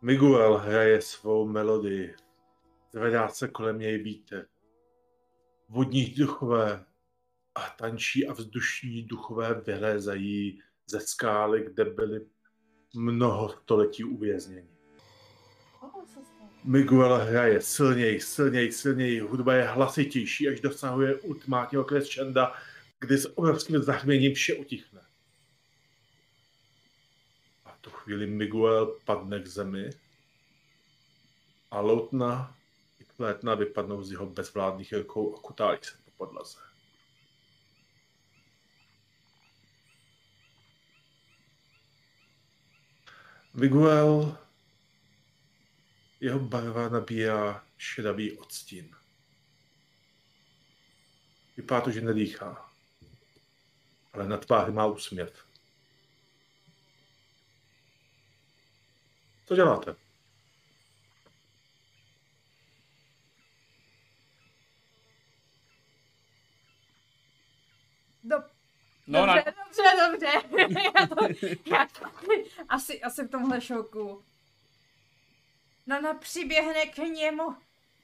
Miguel hraje svou melodii. Zvedá se kolem něj vítr. Vodní duchové a tančí a vzdušní duchové vylézají ze skály, kde byli mnoho století uvězněni. Miguel hraje silněji, silněji, silněji. Hudba je hlasitější, až dosahuje ultimátního crescenda, kdy s obrovským zahřměním vše utichne. A v tu chvíli Miguel padne k zemi a loutna i plétna vypadnou z jeho bezvládných rukou a kutálí se po podlaze. Miguel, jeho barva nabírá šedavý odstín. Vypadá to, že nedýchá, ale na tváři má úsměv. Co děláte? Dobře. Asi v tomhle šoku. Nana přiběhne k němu.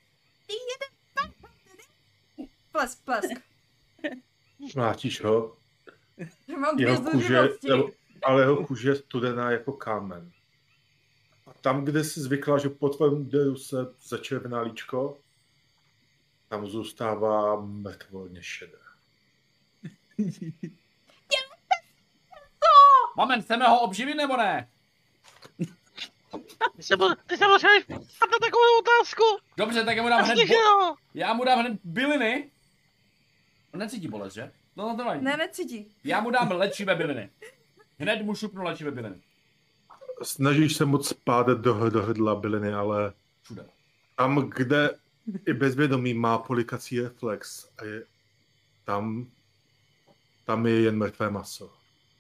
Plesk. Mlátíš ho? Mám Ale jeho kůže je studená jako kámen. A tam, kde jsi zvykla, že po tvém úderu se začervená líčko, tam zůstává mrtvolně šedé. Moment, chceme ho obživit nebo ne? Ty se můžeš na takovou otázku. Dobře, tak já mu dám hned byliny. On necítí bolest, že? No to ne, necítí. Já mu dám léčivé byliny. Hned mu šupnu léčivé byliny. Snažíš se moc pádat do hrdla byliny, ale všude. Tam, kde i bezvědomí má polikací reflex a je tam je jen mrtvé maso.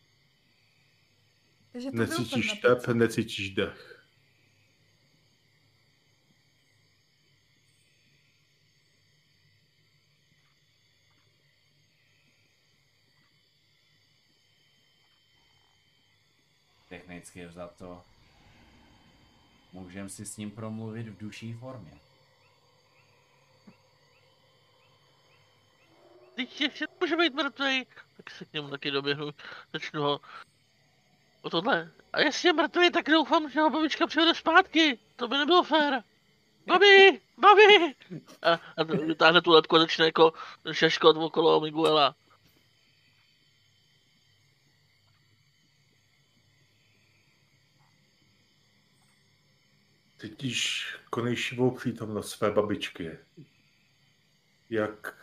Necítíš tep, necítíš dech. Technicky vzato můžeme si s ním promluvit v duší formě. Teď ještě může být mrtvej, tak se k němu taky doběhnu, začnu ho o tohle. A jestli je mrtvej, tak doufám, že ho babička přivede zpátky, to by nebylo fér. Babi! A vytáhne tu lepku a začne jako šaškot okolo Miguela. Cítíš konejšivou přítomnost své babičky. Jak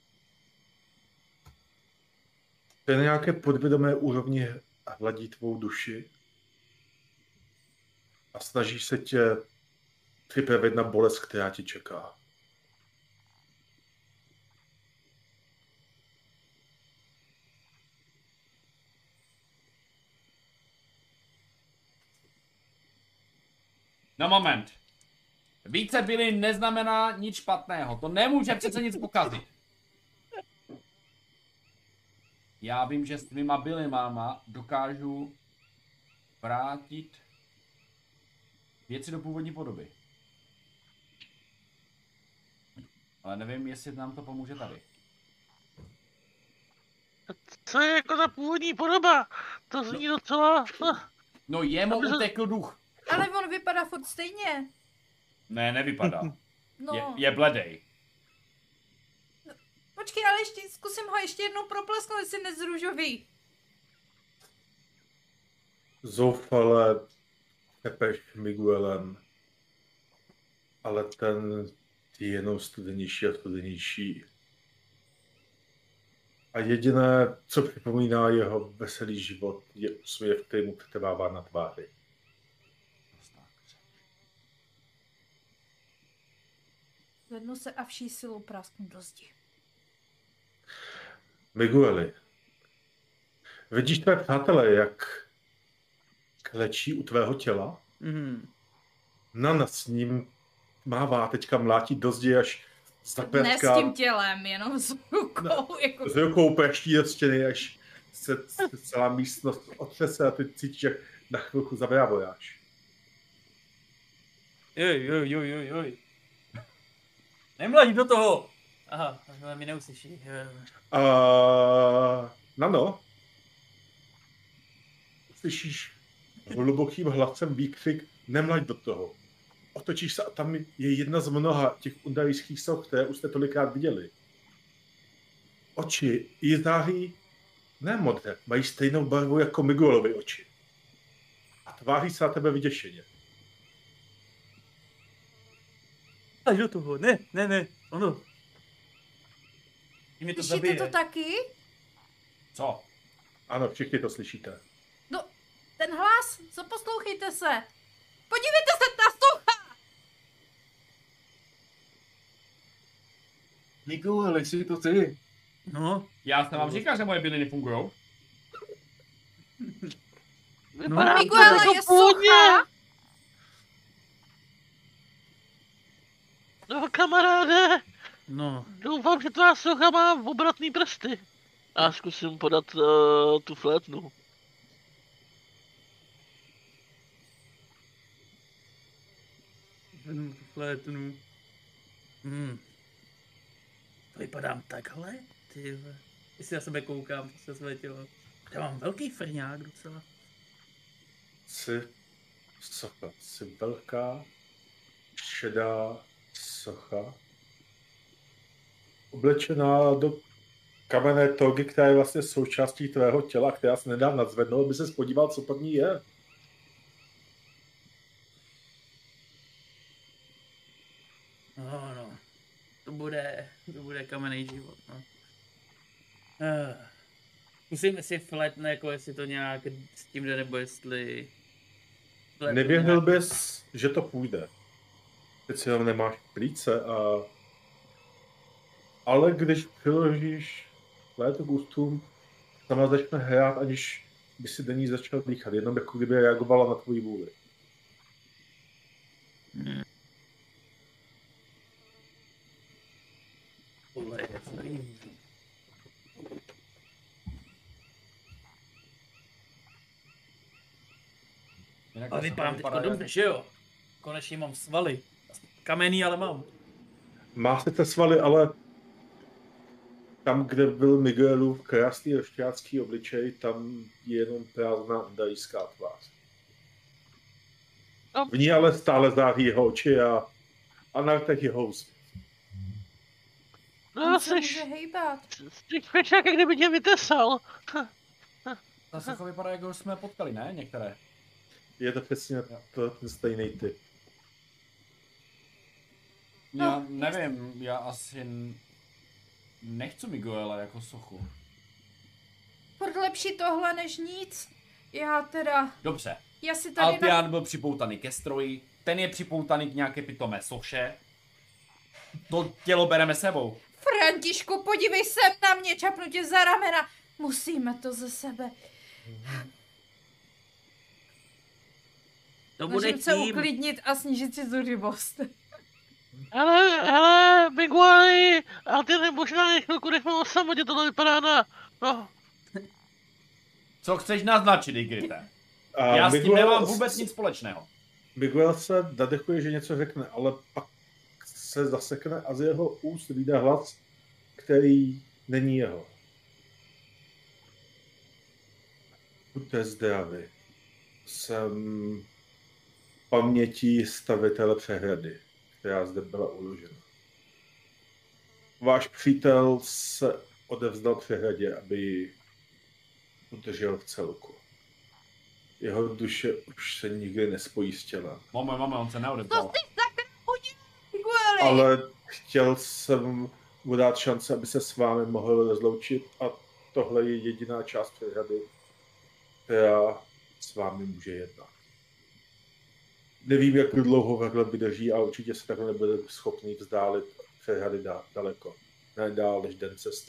to je na nějaké podvědomé úrovni hladí tvou duši a snažíš se tě připravit na bolest, která ti čeká. No moment. Více bylin neznamená nic špatného. To nemůže přece nic pokazit. Já vím, že s tvýma bylinama dokážu vrátit věci do původní podoby. Ale nevím, jestli nám to pomůže tady. Co je jako ta původní podoba? To zní docela... No jemu utekl duch. Ale on vypadá furt stejně. Ne, nevypadá. No. Je bledej. No, počkej, ale zkusím ho ještě jednou proplesknout, jestli nezrůžový. Zoufale tepeš Miguelem, ale ten je jenom studenější a studenější. A jediné, co připomíná jeho veselý život, je úsměv, který mu přetrvává na tváři. Zvednu se a vší silou prásknu do zdi. Migueli, vidíš tvé přátelé, jak klečí u tvého těla? Nana s ním mává, teďka mlátí do zdi, až zapětká. Ne s tím tělem, jenom s rukou. No, jako... S rukou peští do stěny, až se celá místnost otřese a ty cítíš, jak na chvilku zavrávojáš. Joj. Nemladí do toho. Aha, ale mi neuslyší. Nano, slyšíš hlubokým hlasem výkřik nemlaď do toho. Otočíš se a tam je jedna z mnoha těch undajských soch, které už jste tolikrát viděli. Oči jí září ne modré, mají stejnou barvu jako Miguelovy oči. A tváří se na tebe vyděšeně. Až do toho, ne, ono. Mě to Slyšíte zabije. to taky? Co? Ano, všichni to slyšíte. No, ten hlas, zaposlouchejte se. Podívejte se na socha! Miguel, jsi to ty? No, Já jsem vám říkal, že moje byliny fungujou. Vypadá to Miguela jako je původně. socha. No kamaráde, no. doufám, že tvá socha má obratný prsty. A zkusím podat tu flétnu. Flétnu. Vypadám takhle? Ty vole. Jestli na sebe koukám, to se své tělo. Já mám velký frňák docela. Jsi velká, šedá socha, oblečená do kamenné togy, která je vlastně součástí tvého těla, která se nedá nadzvednout, aby se podíval, co pod ní je. No. To bude kamenný život, no. Musím si flétne, jako jestli to nějak s tím jde, nebo jestli... Nevěřil bys, že to půjde. Teď si jenom nemáš plíce ale když přiložíš flétu k ústům, sama začne hrát, aniž by si do ní začal dýchat, jenom jako kdyby reagovala na tvoji vůli. Ale vypadám teďko dobře, že jo? Konečně mám svaly. Kamenný, ale mám. Má sice svaly, ale tam, kde byl Miguelův krásný rošťácký obličej, tam je jenom prázdná undajská tvář. V ní ale stále září jeho oči a na rtech jeho úsměv. No, On se může hejbat. jsi fešák, jak kdyby tě vytesal. Ta socha vypadá, jak už jsme potkali, ne? Některé. Je to přesně ten stejný typ. Já nevím, já asi nechci Miguela jako sochu. Furt lepší tohle než nic. Já teda... Dobře. Já si tady Altian byl připoutaný ke stroji, ten je připoutaný k nějaké pitomé soše. To tělo bereme sebou. Františku, podívej se na mě, čapnu tě za ramena. Musíme to ze sebe. To bude Můžeme se tím. uklidnit a snížit si zuřivost. Hele, Migueli, ale ty možná chvilku nechme o samotě, tohle vypadá na... No, Co chceš naznačit, Ygritte? Já s tím nemám vůbec nic společného. Miguel se nadechuje, že něco řekne, ale pak se zasekne a z jeho úst vyjde hlas, který není jeho. Buďte zdraví. Jsem pamětí stavitele přehrady, která zde byla uložena. Váš přítel se odevzdal přehradě, aby ji udržel v celku. Jeho duše už se nikdy nespojí s tělem. Moment, on se To neodevzdal. jsi sakra udělal, Migueli. Ale chtěl jsem mu dát šanci, aby se s vámi mohl rozloučit a tohle je jediná část přehrady, která s vámi může jednat. Nevím, jak dlouho takhle vydrží, ale určitě se takhle nebude schopný vzdálit přehrady daleko. Ne dál než den cesty.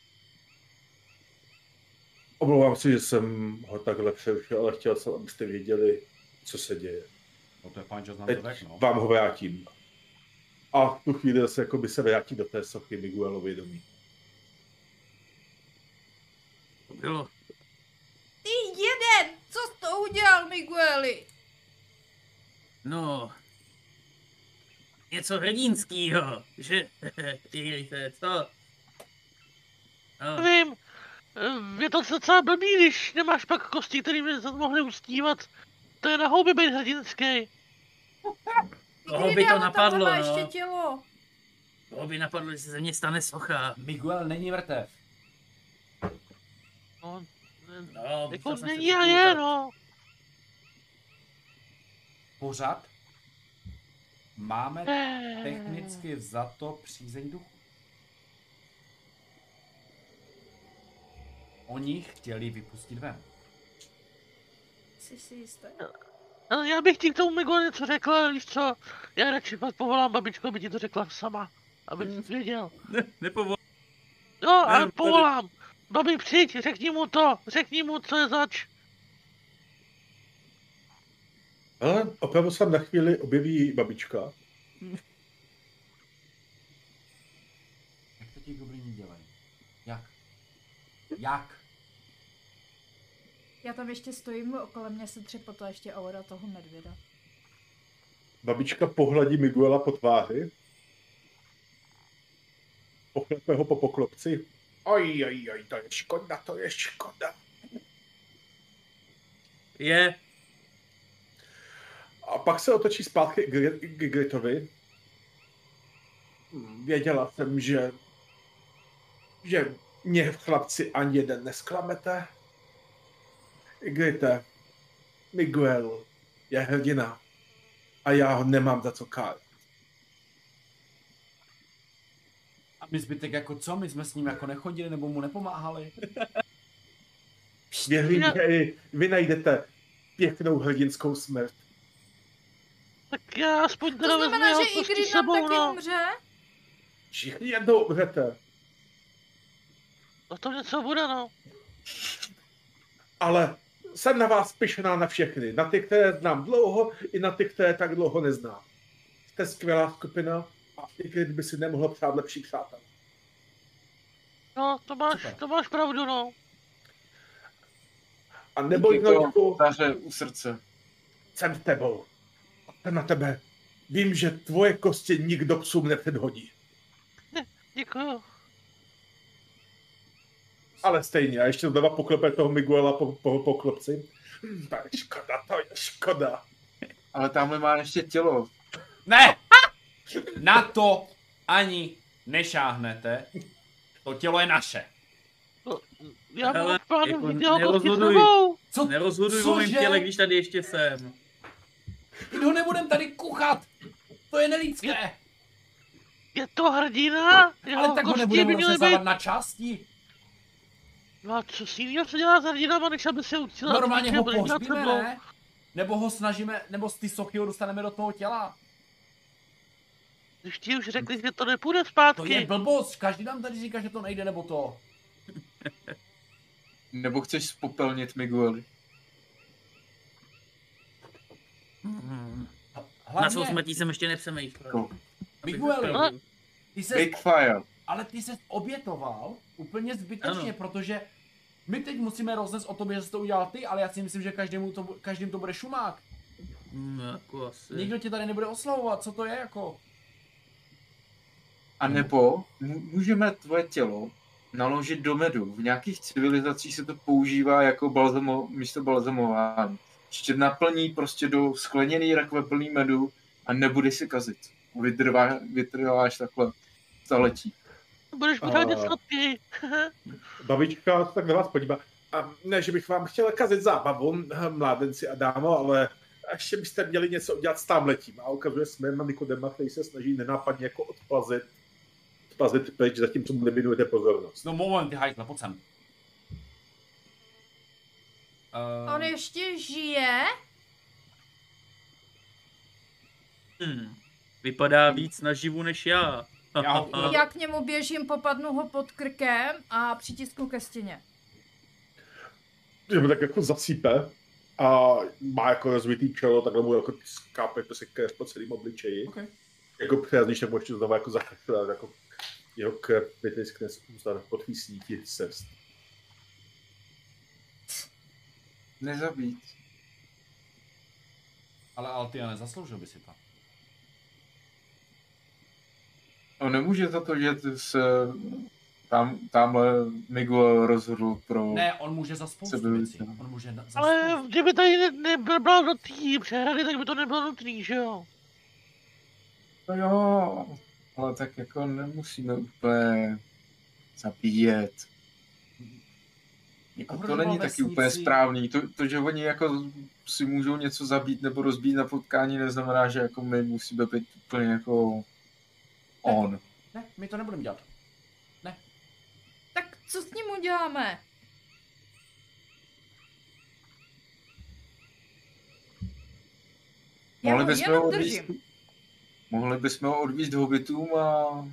Omlouvám se, že jsem ho takhle přerušil, ale chtěl jsem, abyste věděli, co se děje. No to je fajn, že nám Teď to řekl, no. vám ho vrátím. A v tu chvíli zase jako by se vrátí do té sochy Miguelovy domí. To bylo. Ty jeden! Co jsi to udělal, Migueli? No. něco hrdinskýho, že? Igrite, co? No. Nevím, je to docela blbý, když nemáš pak kosti, který by se mohly ustívat. To je na houby být hrdinský. Koho by to napadlo, má no? ještě tělo. Koho by napadlo, že se ze mě stane socha? Miguel není mrtev. No, No, jako musel jsem není se a je, připoutat. no. Pořád máme technicky vzato přízeň duchu. Oni chtěli vypustit ven. Jsi si jistý? Ale já bych ti k tomu Miguel něco řekla, víš co? Já radši pak povolám babičku, aby ti to řekla sama. Aby jsi věděl. Nepovol. Jo, ale tady- povolám. Babi, přijď, řekni mu, co je zač. Ale opravdu se tam na chvíli objeví babička. Jak to ti goblini dělají? Jak? Jak? Já tam ještě stojím, okolo mě se třepotá ještě aura toho medvěda. Babička pohladí Miguela po tváři. Poklepe ho po poklopci. Oj, to je škoda. Je. A pak se otočí zpátky k Gritovi. Věděla jsem, že mě chlapci ani jeden nesklamete. Grite, Miguel je hrdina a já ho nemám za co kárat. A my zbytek jako co? My jsme s ním jako nechodili nebo mu nepomáhali? Věřím, že i vy najdete pěknou hrdinskou smrt. Tak já aspoň To teda vezmu znamená, jeho že kosti Igrit s nám sebou, taky no. umře? Všichni jednou umřete, O tom něco bude, no. ale jsem na vás pyšná na všechny. Na ty, které znám dlouho, i na ty, které tak dlouho neznám. Jste skvělá skupina a Igrit by si nemohlo přát lepší přátel. No, to máš pravdu, no. A neboj, Díky to, Nočku, Taře u srdce. jsem s tebou. Jsem na tebe. Vím, že tvoje kosti nikdo psům nepředhodí. Děkuju. Ale stejně, a ještě znova poklepe toho Miguela po klopci. To je škoda. Ale tamhle má ještě tělo. Ne! Na to ani nešáhnete. To tělo je naše. No, já Hele, mám plánu jako vzít jeho kosti s nerozhoduj. sebou. Co? Nerozhoduj o mém Cože? těle, když tady ještě jsem. Teď ho nebudem tady kuchat. To je nelidské. Je to hrdina? Jeho Ale tak ho kosti nebudeme by měly rozezávat být... na části. No a co si jiného se dělá s hrdinama, než aby se ucíla? Normálně ho pohřbíme, ne? Nebo ho snažíme, nebo z ty sochy ho dostaneme do toho těla. Když ti už řekli, že to nepůjde To zpátky. je blbost. Každý nám tady říká, že to nejde, nebo to. Nebo chceš spopelnit Migueli? Na svou Hlavně, smrtí jsem ještě nepřemýšlel. Jako Migueli, Ale- ty se, Big fire. ale ty se obětoval úplně zbytečně, Ano. protože my teď musíme roznést o tobě, že jsi to udělal ty, ale já si myslím, že každým to bude šumák. Jako asi. Nikdo tě tady nebude oslavovat, co to je jako? A nebo můžeme tvoje tělo naložit do medu. V nějakých civilizacích se to používá jako místo balzamování. Ještě naplní prostě do skleněný rakve plný medu a nebude si kazit. Vytrváš takhle staletí. Budeš pořádně sladký. Babička se tak na vás podívá. A ne, že bych vám chtěla kazit zábavu, mládenci a dámo, ale ještě byste měli něco udělat s támhletím. A ukazuje směr na Nikodema, který se snaží nenápadně jako odplazit pryč, zatímco mu nevěnujete pozornost. No moment, ty hajtla, pojď sem. On ještě žije? Vypadá víc naživu než já. Já ho- Já k němu běžím, popadnu ho pod krkem a přitisknu ke stěně. Že mu tak jako zasípe a má jako rozvitý čelo, takhle mu jako skápe prostě krev po celém obličeji. Okay. Jako přijazníš, tak mu ještě znovu jako zachránit, jako jeho krev vytiskne pod tvý síti srst. Nezabít. Ale Altia nezasloužil by si to. On nemůže za to, že se tamhle Miguel rozhodl pro... Ne, on může za spoustu věcí. On může za Ale spoustu. kdyby tady nebyl do té přehrady, tak by to nebylo nutný, že jo? No jo, ale tak jako nemusíme úplně zabíjet. Jako to Ohrožoval není taky úplně vesnici. správný. To, že oni jako si můžou něco zabít nebo rozbít na potkání, neznamená, že jako my musíme být úplně jako on. Ne, my to nebudeme dělat. Tak co s ním uděláme? Já Mohli ho bychom jenom ho držím. Mohli bychom ho odvízt hobitům a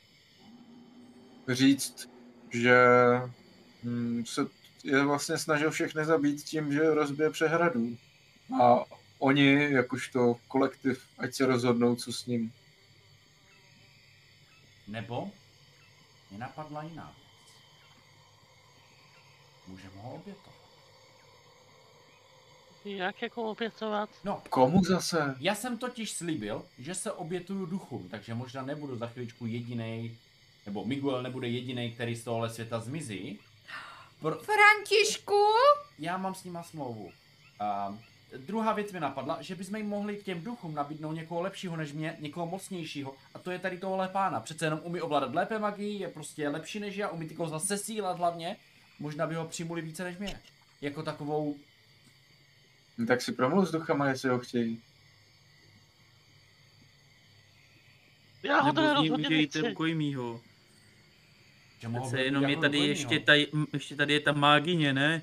říct, že se je vlastně snažil všechny zabít tím, že rozbije přehradu. A oni, jakožto kolektiv, ať se rozhodnou, co s ním. Nebo mě napadla jiná věc. Můžeme ho obětovat. Jak jako opětovat? No, Komu zase? já jsem totiž slíbil, že se obětuju duchům, takže možná nebudu za chvíličku jedinej, nebo Miguel nebude jedinej, který z tohohle světa zmizí. Františku? Já mám s nima smlouvu. Druhá věc mi napadla, že bychom jim mohli k těm duchům nabídnout někoho lepšího než mě, někoho mocnějšího. A to je tady tohle pána. Přece jenom umí ovládat lépe magii, je prostě lepší než já, umí ty kouzla sesílat hlavně. Možná by ho přijmuli více než mě. Jako takovou... No, tak si promluv s duchama, jestli ho chtějí. Já ho tady Nebo z ní rozhodně udělejte nechci. rukojmího. Že mohou Přece být jenom je jako tady rukojmího. ještě tady je ta mágině, ne?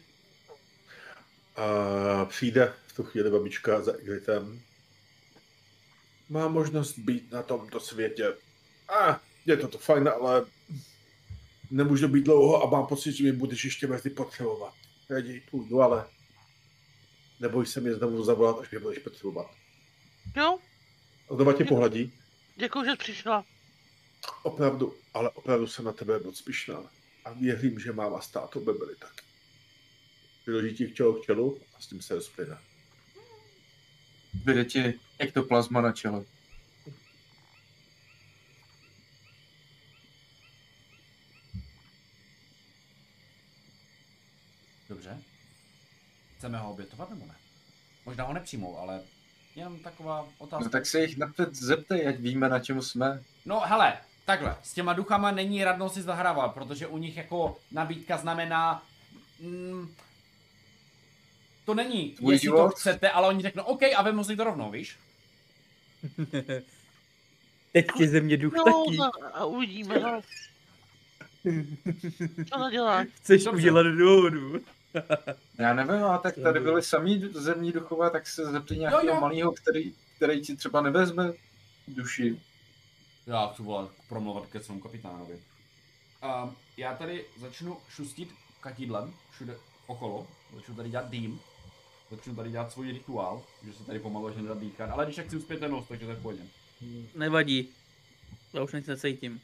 A přijde v tu chvíli babička za Igritem. Má možnost být na tomto světě. Je to fajn, ale nemůžu být dlouho a mám pocit, že mi budeš ještě mezi potřebovat. Raději půjdu, ale neboj se mě znovu zavolat, až mě budeš potřebovat. Jo, A znova tě pohladí. děkuji, že jsi přišla. Opravdu, ale opravdu jsem na tebe moc pyšná. A věřím, že máma s tátou by byli taky. Přiloží ti čelo k čelu a s tím se rozplyne. Vyjde ti ektoplazma na čele. Dobře. Chceme ho obětovat nebo ne? Možná ho nepřijmou, ale jenom taková otázka. No tak se jich napřed zeptej, ať víme, na čem jsme. No hele, takhle, s těma duchama není radno si zahrávat, protože u nich jako nabídka znamená... to není, Tvůj jestli to život? chcete, ale oni řeknou OK a vemu si to rovnou, víš? Teď je ze mě duch No, taky. a uvidíme, no. Co naděláš? Chceš Dobře. udělat dohodu. Já nevím, a tak tady byli samý zemní duchové, tak se zeptej nějakého jo. malého, který ti třeba nevezme duši. Já chci volat, promluvat ke svému kapitánovi. Já tady začnu šustit katidlem všude okolo, začnu tady dělat dým, začnu tady dělat svůj rituál, že se tady pomalu až nedá dýchat, ale když tak si uspějte nos, takže to je v pohodě. Nevadí. Já už nic necítím.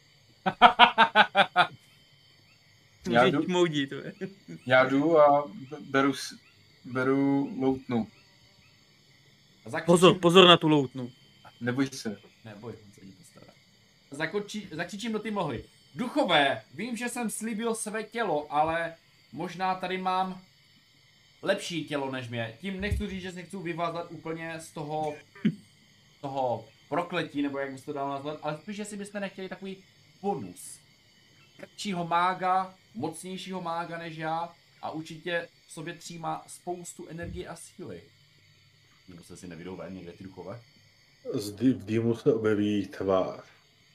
Já Můžeš jdu. moudit, to je. Já jdu a beru loutnu. A zakřičím- Pozor na tu loutnu. Neboj se. Neboj, on se o ní postará. Zakřičím do ty mlhy. Duchové, vím, že jsem slíbil své tělo, ale možná tady mám lepší tělo než mě. Tím nechci říct, že se chci vyvázat úplně z toho prokletí, nebo jak byste to dal nazvat, ale spíš, že si byste nechtěli takový bonus. Krčího mága, mocnějšího mága než já a určitě v sobě třímá spoustu energie a síly. Nebo se si nevidou ven někde ty duchové? V dýmu se objeví tvář.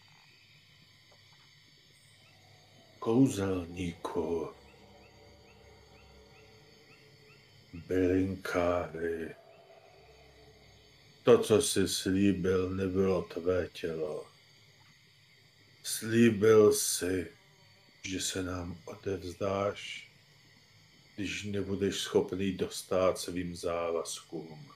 Kouzelníku. Bylinkáři. To, co jsi slíbil, nebylo tvé tělo. Slíbil jsi, že se nám odevzdáš, když nebudeš schopný dostát svým závazkům.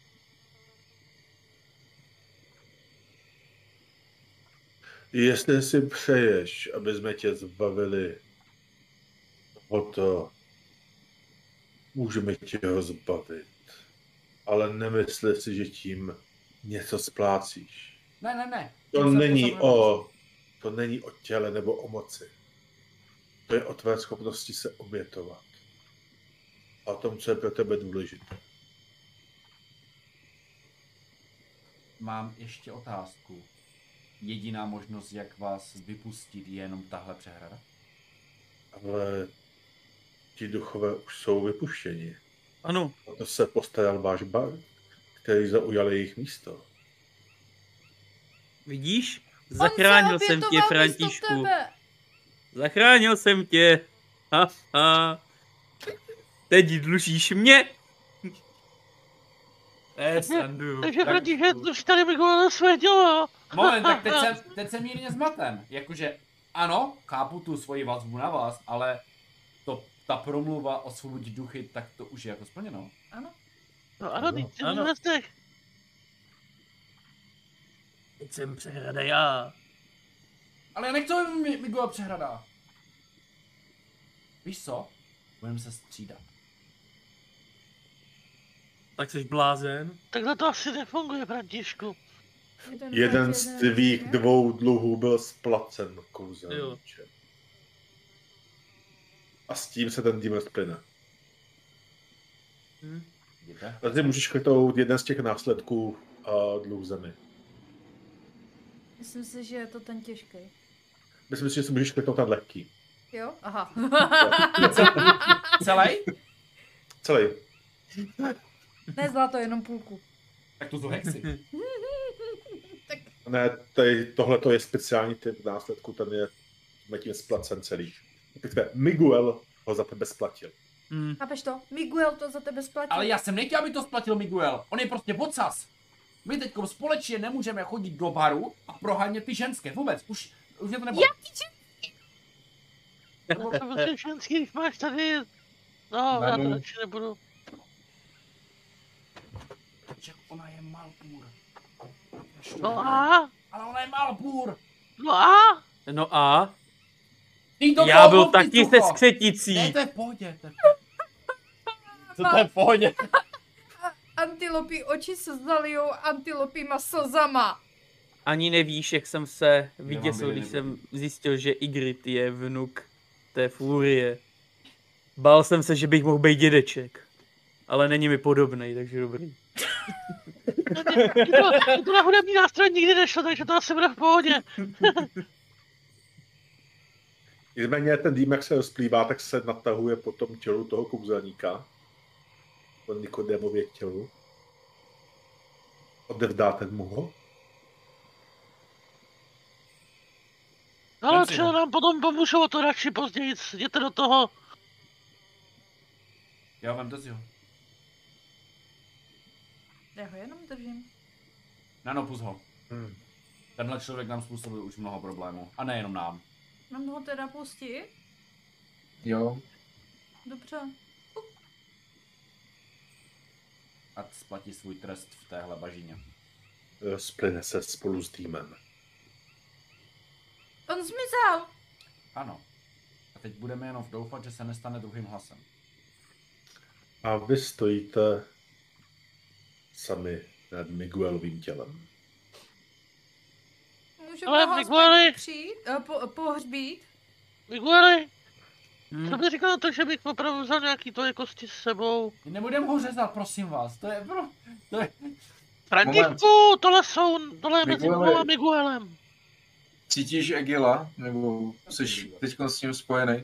Jestli si přeješ, aby jsme tě zbavili tohoto, můžeme tě ho zbavit. Ale nemysli si, že tím něco splácíš. Ne. To Tím se není to o to není o těle nebo o moci. To je o tvé schopnosti se obětovat. A o tom, co je pro tebe důležité. Mám ještě otázku. Jediná možnost, jak vás vypustit, je jenom tahle přehrada? Ale ti duchové už jsou vypuštěni. Ano. O to se postaral váš bar, který zaujal jejich místo. Vidíš? Zachránil jsem tě, Františku. Zachránil jsem tě. Ha. Teď dlužíš mě. Sandu. Takže František, už tady Miguel na své tělo. Moment, tak teď jsem mírně zmaten. Jakože, ano, chápu tu svoji vazbu na vás, ale ta promluva o svobodit duchy, tak to už je jako splněno. Ano. No ano, teď Ano. jsem Teď jsem přehrada já. Ale já nechci, aby Miguel přehrada. Víš co? Budeme se střídat. Tak jsi blázen. Takhle to asi nefunguje, Františku. Jeden z tvých 2 dluhů byl splacen kouzelníčem. A s tím se ten tým rozplyne. Vidíte? A ty můžeš kliknout jeden z těch následků dluh zemi. Myslím si, že je to ten těžký. Myslím si, že si můžeš kliknout ten lehký. Jo? Aha. Celý? Celý. Ne zlato, jenom půlku. Tak to jsou hexy. Ne, tohle je speciální typ následku, ten je tím splacen celý. Miguel ho za tebe splatil. Chápeš to? Miguel to za tebe splatil. Ale já jsem nechtěl, aby to splatil Miguel. On je prostě vocas. My teď společně nemůžeme chodit do baru a prohánět ty ženské. Vůbec. Už mě to nebaví. No, to prostě ženský, když máš tady... No, já to radši nebudu. Jack, ona je malpůr. No a? Ale ona je malpůr. No a? No a? Já byl taky se skřeticí. Ne, to je v pohodě. Co to je v pohodě? Antilopí oči se zalijou antilopíma slzama. Ani nevíš, jak jsem se vyděsil, když jsem zjistil, že Ygritte je vnuk té Furie. Bál jsem se, že bych mohl být dědeček. Ale není mi podobnej, takže dobrý. To na hudební nástroj nikdy nešlo, takže to asi bude v pohodě. Nicméně ten dým, jak se rozplývá, tak se natahuje po tom tělu toho kouzelníka. Po Nikodémově tělu. Odevdáte mu ho? Ale třeba nám potom pomůžou to radši později, jděte do toho. Jo, vemte si ho. Já ho jenom držím. Nano, pust ho. Tenhle člověk nám způsobil už mnoho problémů. A nejenom nám. Mám ho teda pustit? Jo. Dobře. Ať splatí svůj trest v téhle bažině. Splyne se spolu s dýmem. On zmizel. Ano. A teď budeme jenom doufat, že se nestane druhým hlasem. A vy stojíte sami nad Miguelovým tělem. Můžeme ho Migueli, přijít, pohřbít? Migueli, co by říkal to, že bych opravdu vzal nějaký tvoje kosti s sebou? Nebudeme ho řezat, prosím vás. To je... Františku, tohle je mezi Migueli. mnou a Miguelem. Cítíš Egila? Nebo jsi teď s ním spojený?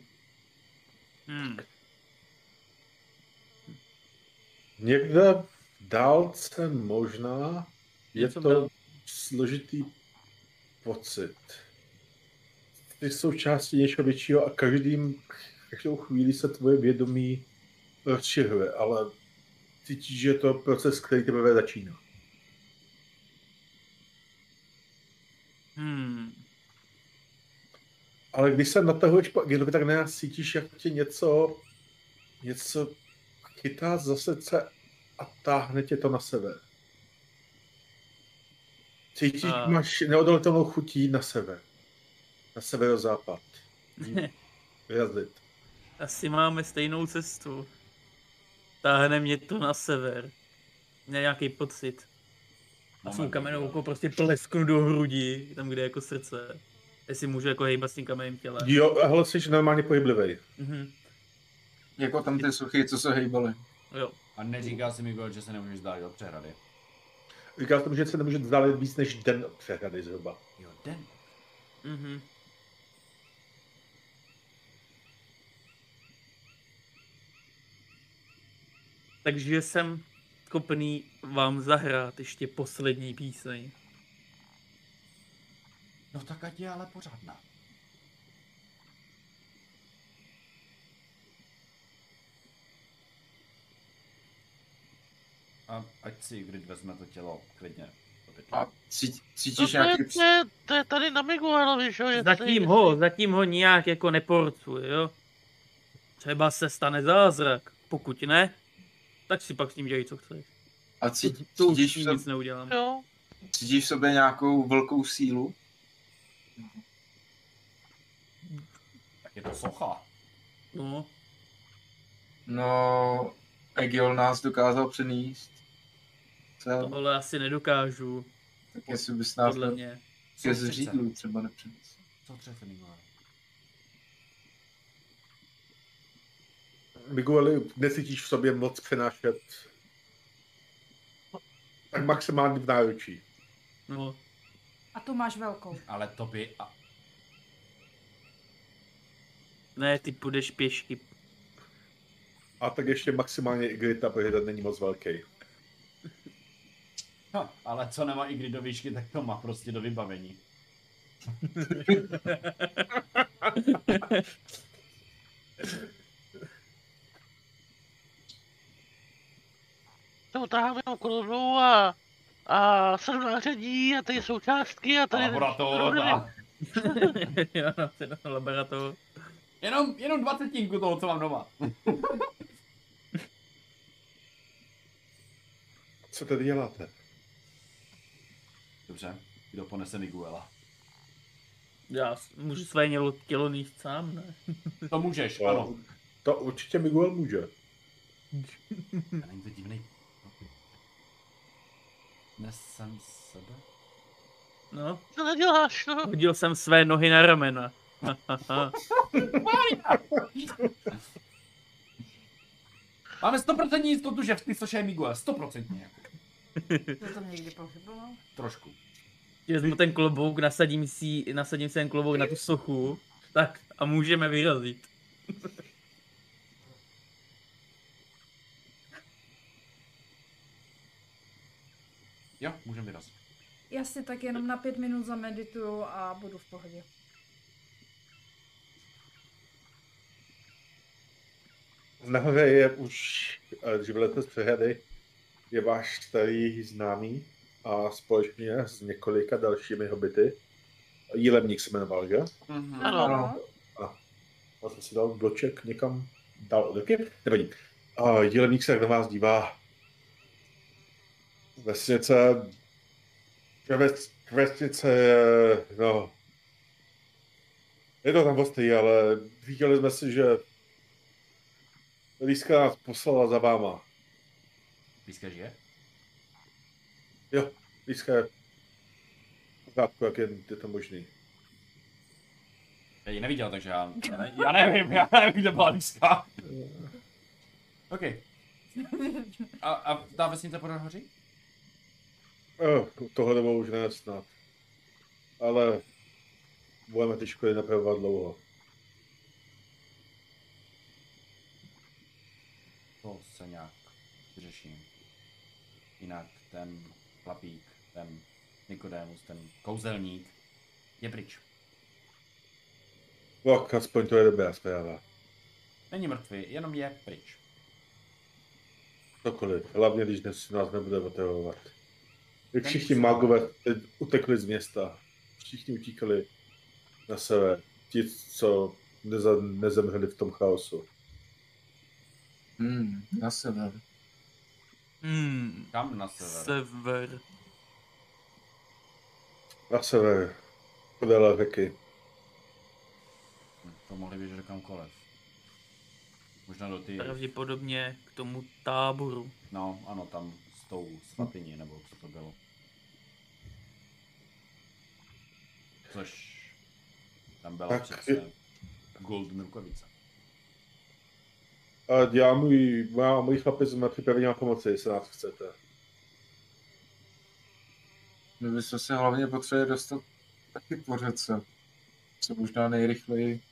Někde v dálce možná je Něco to byl. složitý pocit. Ty jsou části něčeho většího a každou chvíli se tvoje vědomí rozšiřuje, ale cítíš, že je to proces, který teprve začíná. Ale když se natahuješ po Agilovi, tak ne, cítíš, jak tě něco chytá za srdce a táhne tě to na sever. Cítíš, že máš neodolitelnou chutí na sever. Na severozápad. Vyrazit. Asi máme stejnou cestu. Táhne mě to na sever. Měl nějaký pocit. A svou kamennou prostě plesknu do hrudi, tam kde je jako srdce. Jestli můžu jako hejbat s tím kamenným tělem. Jo, ale jsi normálně pohyblivý. Mhm. Jako tam ty suchy, co se hejbaly. Jo. A neříká si mi, že se nemůžeš zdát od přehrady. Říkal jsem, že se nemůže vzdálit víc než den od přehrady zhruba. Jo, den. Mhm. Takže jsem schopný vám zahrát ještě poslední píseň. No tak ať je ale pořádná. A ať si Ygritte vezme to tělo klidně. A To, cítíš to, je, nějaký... to je tady na Miguelovi, že jo? Zatím ho nijak jako neporcuji, jo? Třeba se stane zázrak. Pokud ne, tak si pak s ním dělej, co chceš. A To cítíš, už nic neudělám. Jo. cítíš v sobě nějakou velkou sílu? Tak je to socha. No, No, Egil nás dokázal přenést. tohle asi nedokážu, Tak jestli bys nás podle mě. ke zřídlu třeba nepřenesl. Co třece Miguel? Migueli, necítíš v sobě moc přenášet tak maximálně v náručí. No, A tu máš velkou. Ale to by... A... ne, ty půjdeš pěšky. A tak ještě maximálně Ygritta, protože ten není moc velký. ale co nemá Ygritte do výšky, tak to má prostě do vybavení. To utáháme jenom kolonu a 7 nářadí a tady součástky a tady... Laboratoř a... Jo, no, ty na laboratoř. Jenom 20 toho, co mám doma. Co tady děláte? Dobře, kdo ponese Miguela? Já můžu své tělo níst sám, ne? To můžeš, ano. To určitě Miguel může. A není to divný. Nesem sebe? No, Co neděláš, no? hodil jsem své nohy na ramena. Máme 100% jistotu, že v ty soše je Miguel. 100% jako. To jsem někdy pochyboval. Trošku. Vezmu ten klobouk, nasadím si ten klobouk na tu sochu, tak a můžeme vyrazit. Jo, můžeme vyrazit. Já si tak jenom na 5 minut zamedituju a budu v pohodě. Nahoře je už, když vylete z přehrady, je váš starý známý a společně s několika dalšími hobity. Jílemník se jmenoval, že? Ano. Já jsem si dal bloček někam dál od ruky. Nevadí. A Jílemník se na vás dívá. Vesnice je, no, je to tam ostrý, ale říkali jsme si, že Líska nás poslala za váma. Líska žije? Jo, Líska je v pořádku, jak je to možný. Já ji neviděl, takže já nevím, kde byla Líska. OK. A ta vesnice podle hoří? Tohle dobou už ne snad. Ale budeme ty školy napravovat dlouho. To se nějak vyřeším. Jinak ten chlapík, ten Nikodémus, ten kouzelník je pryč. Tak aspoň to je dobrá zpráva. Není mrtvý, jenom je pryč. Cokoliv, hlavně když dnes nás nebude otravovat. Jak všichni magové utekli z města. Všichni utíkali na sever. Ti, co nezemřeli v tom chaosu. Na sever. Kam na sever? Sever. Na sever. Podél řeky. To mohli běžet kamkoliv. Možná do ty... Pravděpodobně k tomu táboru. No, ano, tam s tou svatyní, nebo co to bylo. Což Tam byla Tak přece Golden rukavice. A moji chlapi jsme připraveni na pomoci, jestli nás chcete. My bychom se hlavně potřebovali dostat taky po řece. Co možná nejrychleji.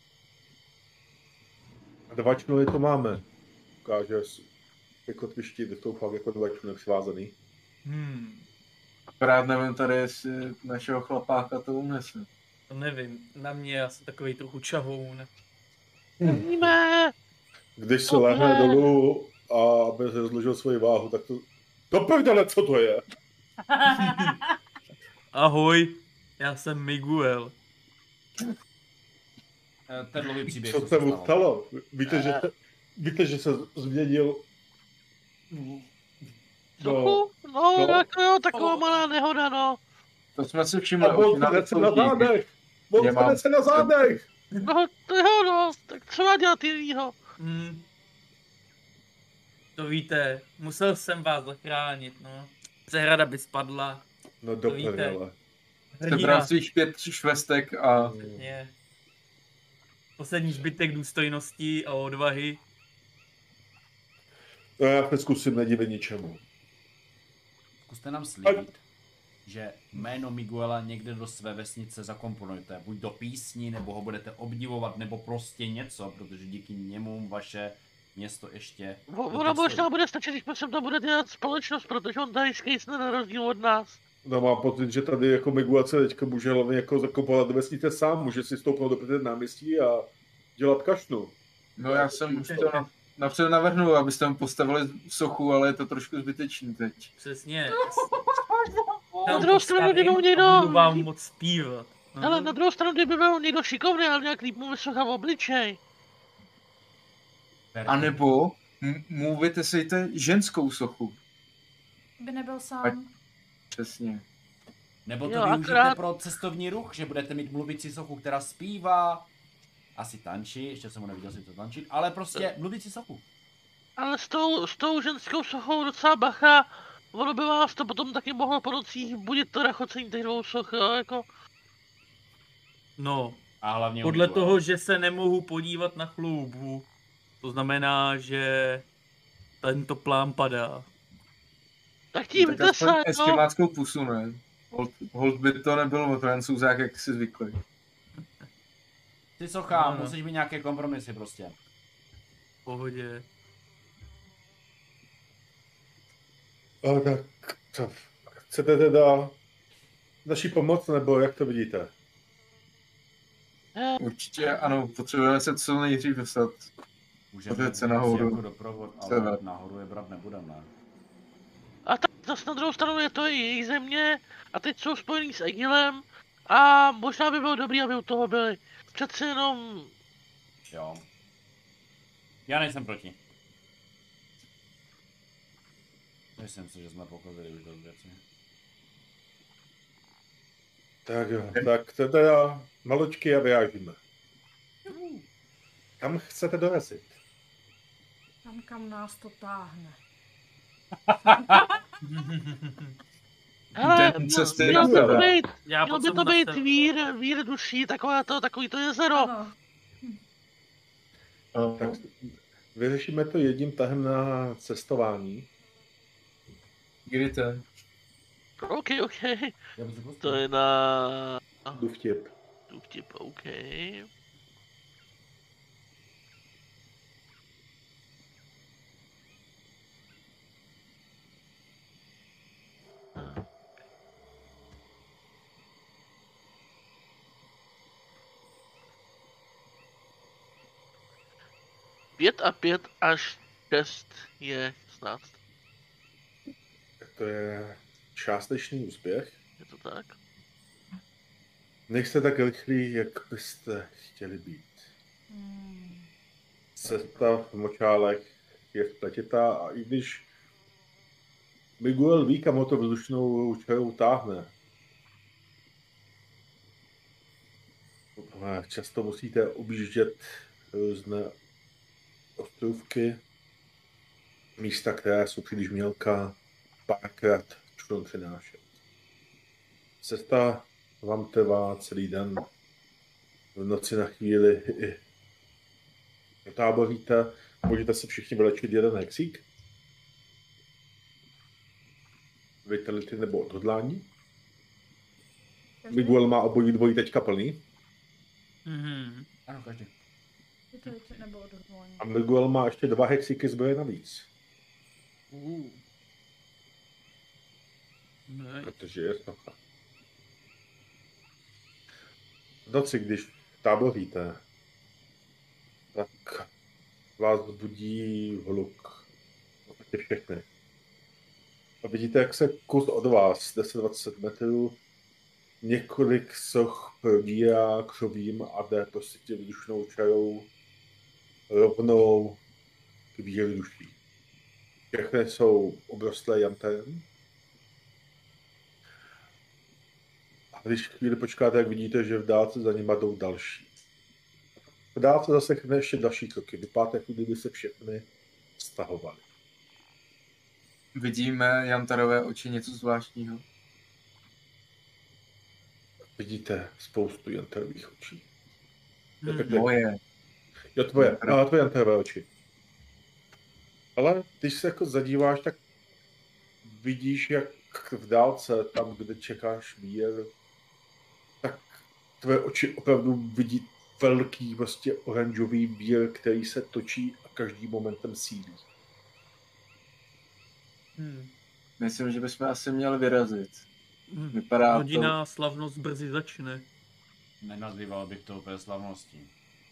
2 čluny to máme. Ukáže ke kotvišti, kde jsou fakt jako 2 čluny přivázaný. Akorát nevím tady, jestli našeho chlapáka to unese. To nevím, na mě je asi takový trochu čahoun. Víme! Když se lehne dolů a aby se rozložil svoji váhu, tak to... To prdele, co to je? Ahoj, já jsem Miguel. Ten dlouhý příběh. Co se mu stalo? Víte, že se změnil... Trochu? No, jako jo, taková malá nehoda, no. To jsme si všimli. A on se na zádech! On se na zádech! No, to jo, no. Tak co má dělat jinýho? To víte, musel jsem vás zachránit, no. Přehrada by spadla. No do víte. prdele. Sebral svých 5 švestek a... Je. Poslední zbytek důstojnosti a odvahy. No já se zkusím nedivit ničemu. Zkuste nám slíbit, že jméno Miguela někde do své vesnice zakomponujete. Buď do písni, nebo ho budete obdivovat, nebo prostě něco, protože díky němu vaše město ještě... Ona možná bude stačit, když sem tam bude dělat společnost, protože on tady skejsne na rozdíl od nás. No mám pocit, že tady jako Miguel teďka může hlavně jako zakopovat do vesnice sám, může si stoupnout do prvního náměstí a dělat kašnu. No já jsem už to napřed navrhnul, abyste tam postavili sochu, ale je to trošku zbytečný teď. Přesně. Na druhou stranu, kdyby mu někdo... Budu vám moc zpívat. No. Ale na druhou stranu, kdyby byl někdo šikovný, ale nějak líp mu vysoká v obličej. A nebo mu vytesejte ženskou sochu. By nebyl sám. Přesně. Nebo to Jo, využijete akorát- pro cestovní ruch, že budete mít mluvící sochu, která zpívá, asi tančí, ještě jsem ho neviděl si to tančit, ale prostě mluvící sochu. Ale s tou ženskou sochou docela bacha. Ono by vás to potom taky mohlo po nocích budit to rachocení těch 2 soch, jo, jako. No, A hlavně podle Miguela. toho, že se nemohu podívat na chloubu, to znamená, že tento plán padá. Tak tím Tak jde aspoň se, no. eskimáckou pusu, ne? Hold by to nebylo o Francouzách, jak si zvykli. Ty socha, No. musíš mít nějaké kompromisy prostě. V pohodě. Ale tak, co? Chcete teda naší pomoc, nebo jak to vidíte? Určitě ano, potřebujeme se co nejdřív dostat. Můžeme Pořád se říct nahoru. jako doprovod, ale Sever. nahoru je brát nebudeme. A tak zase na druhou stranu je to i jejich země a teď jsou spojený s Egilem a možná by bylo dobrý, aby u toho byli. Přece jenom... Jo. Já nejsem proti. Myslím si, že jsme pokazili už dost věcí. Tak jo, tak to teda maločky a vyjážíme. Kam chcete dorazit? Tam, kam nás to táhne. Hele, Den cesty měl by to na být, Já měl by to potřebuji být nastavit. vír duší, takový to jezero. Ano. Tak vyřešíme to jedním tahem na cestování. Kdy to? OK. Já bych to To je na... Jdu vtip. Tu vtip, OK. Pět a 5 až 6 je 16. To je částečný úspěch. Je to tak? Nejste tak rychlí, jak byste chtěli být. Cesta v močálech je spletitá a i když Miguel ví, kam ho to vzdušnou čarou táhne, často musíte objíždět různé ostrůvky, místa, která jsou příliš mělká, párkrát člun přinášet. Cesta vám trvá celý den. v noci na chvíli i táboříte. Můžete se všichni vylečit jeden hexík. Vitality nebo odhodlání. Miguel má obojí dvojí teďka plný. Mhm. Ano, každý. Vitality nebo odhodlání. A Miguel má ještě 2 hexíky zbroje navíc. Ne. Protože je socha. V noci, když táboříte, tak vás budí hluk. Vlastně všechny. A vidíte, jak se kus od vás, 10-20 metrů, několik soch probírá křovím a jde prostě tě vzdušnou čarou rovnou k víře duší. Všechny jsou obrostlé jantem. A když chvíli počkáte, jak vidíte, že v dálce za nima jdou další. V dálce zaslechne ještě další kroky. Vypadá, jako kdyby se všechny stahovaly. Vidíme jantarové oči něco zvláštního. Vidíte spoustu jantarových očí. Moje. Jo, tvoje jantarové oči. Ale když se jako zadíváš, tak vidíš, jak v dálce, tam, kde čekáš mír, tak tvoje oči opravdu vidí velký, prostě oranžový vír, který se točí a každý momentem sílí. Myslím, že bychom asi měli vyrazit. Vypadá Rodinná slavnost brzy začne. Nenazýval bych to úplně slavností.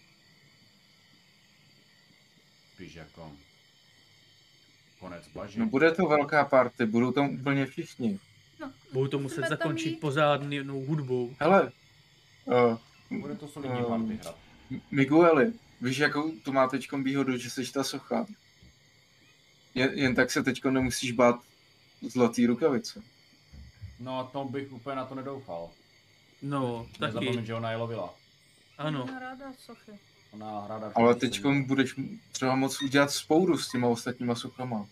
Spíš jako konec baži. No bude to velká party, budou tam úplně všichni. No, Budou to muset musíme tam zakončit jít. pořádnou hudbou. Hele, Bude to solidní party hrát. Migueli, víš, jakou tu má teďkom výhodu, že jsi ta socha? Jen tak se teďko nemusíš bát zlatý rukavice. No to bych úplně na to nedoufal. No, Nezapomeň, taky. že ona je lovila. Ano. Mám ráda sochy. Ona ráda... Ale teďkom budeš třeba moc udělat spouru s těma ostatníma sochama.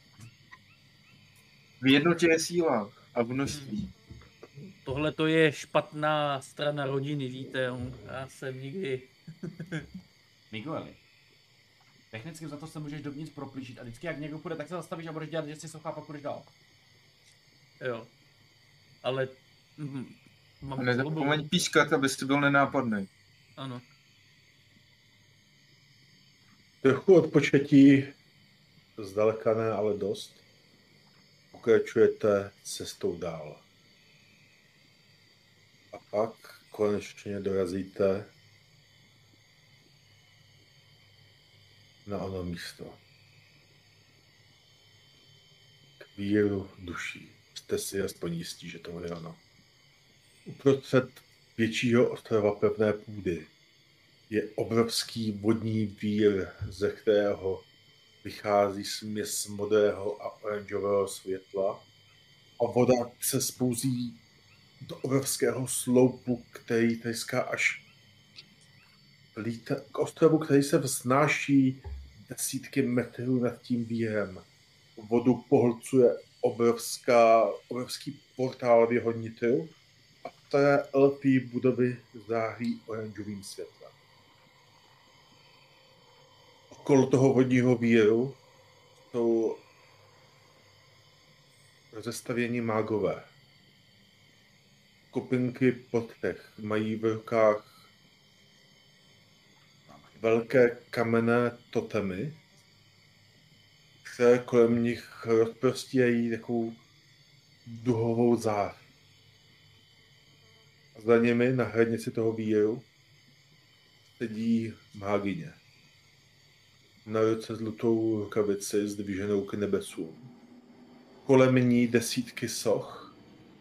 V jednotě je síla a v množství. Tohle to je špatná strana rodiny, víte, já jsem nikdy... Migueli. Technicky za to se můžeš dovnitř proplížit a vždycky jak někdo půjde, tak se zastavíš a budeš dělat, že si socha a pak půjdeš dál. Jo. Ale... A mám nezapomeň pískat, abyste byl nenápadný. Ano. Trochu odpočetí, zdaleka ne, ale dost. Pokračujete cestou dál. A pak konečně dorazíte na ono místo. K víru duší. Jste si aspoň jistí, že to je ono. Uprostřed většího ostrova pevné půdy je obrovský vodní vír, ze kterého vychází směs modrého a oranžového světla a voda se spouzí do obrovského sloupu, který tryská až k ostrovu, který se vznáší desítky metrů nad tím vírem. Vodu pohlcuje obrovský portál v jeho nitru a staré elfí budovy září oranžovým světlem. Okolo toho vodního víru jsou rozestavění mágové. Skupinky podtech mají v rukách velké kamenné totemy, které kolem nich rozprostírají takovou duhovou zář. A za nimi na hranici toho víru sedí mágyně. Na ruce zlatou rukavici zdviženou k nebesům. Kolem ní desítky soch.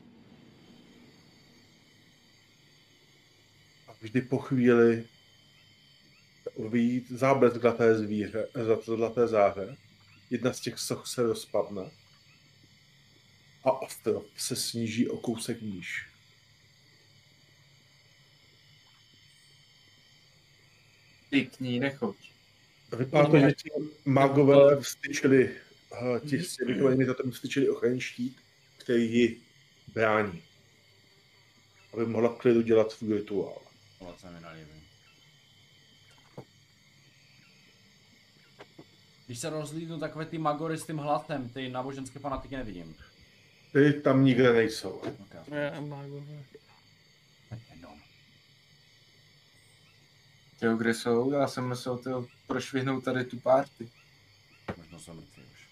A vždy po chvíli uvidí záblesk zlaté záře. Jedna z těch soch se rozpadne a ostrov se sníží o kousek níž. Ty k ní nechoď. Vypadá to, že ti magové vstyčili, ti s těmi kamenými totemi vstyčili ochranný štít, který ji brání. Aby mohla v klidu dělat svůj rituál. Tohle se mi nelíbí. Když se rozhlídnu, takové ty magory s tím hlasem, ty náboženské fanatiky nevidím. Ty tam nikde nejsou. Okay. Tyjo, kde jsou? Já jsem myslel, tyjo, prošvihnout tady tu party. Možná jsou mrtví už.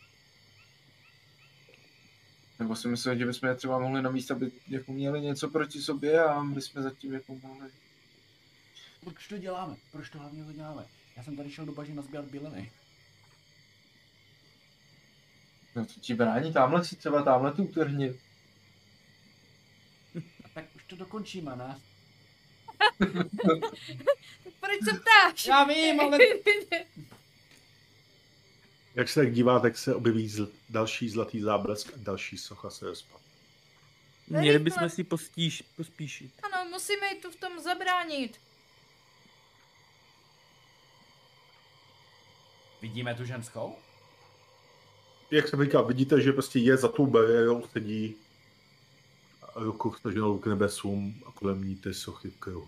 Nebo si myslel, že bychom je třeba mohli namíst, aby jako měli něco proti sobě a my jsme zatím jako mohli. Proč to děláme? Proč to hlavně to děláme? Já jsem tady šel do bažin nazbírat byliny. No to ti brání, tamhle si třeba tamhle tu utrhni. Tak už to dokončíme, ne? Proč se ptáš? Já vím, ale... Jak se tak dívá, tak se objeví další zlatý záblesk a další socha se rozpadne. Měli bychom si pospíšit. Ano, musíme jí tu v tom zabránit. Vidíme tu ženskou? Jak jsem říkal, vidíte, že prostě je za tou bariérou, sedí ruku vstaženou k nebesům a kolem ní ty sochy v kruhu.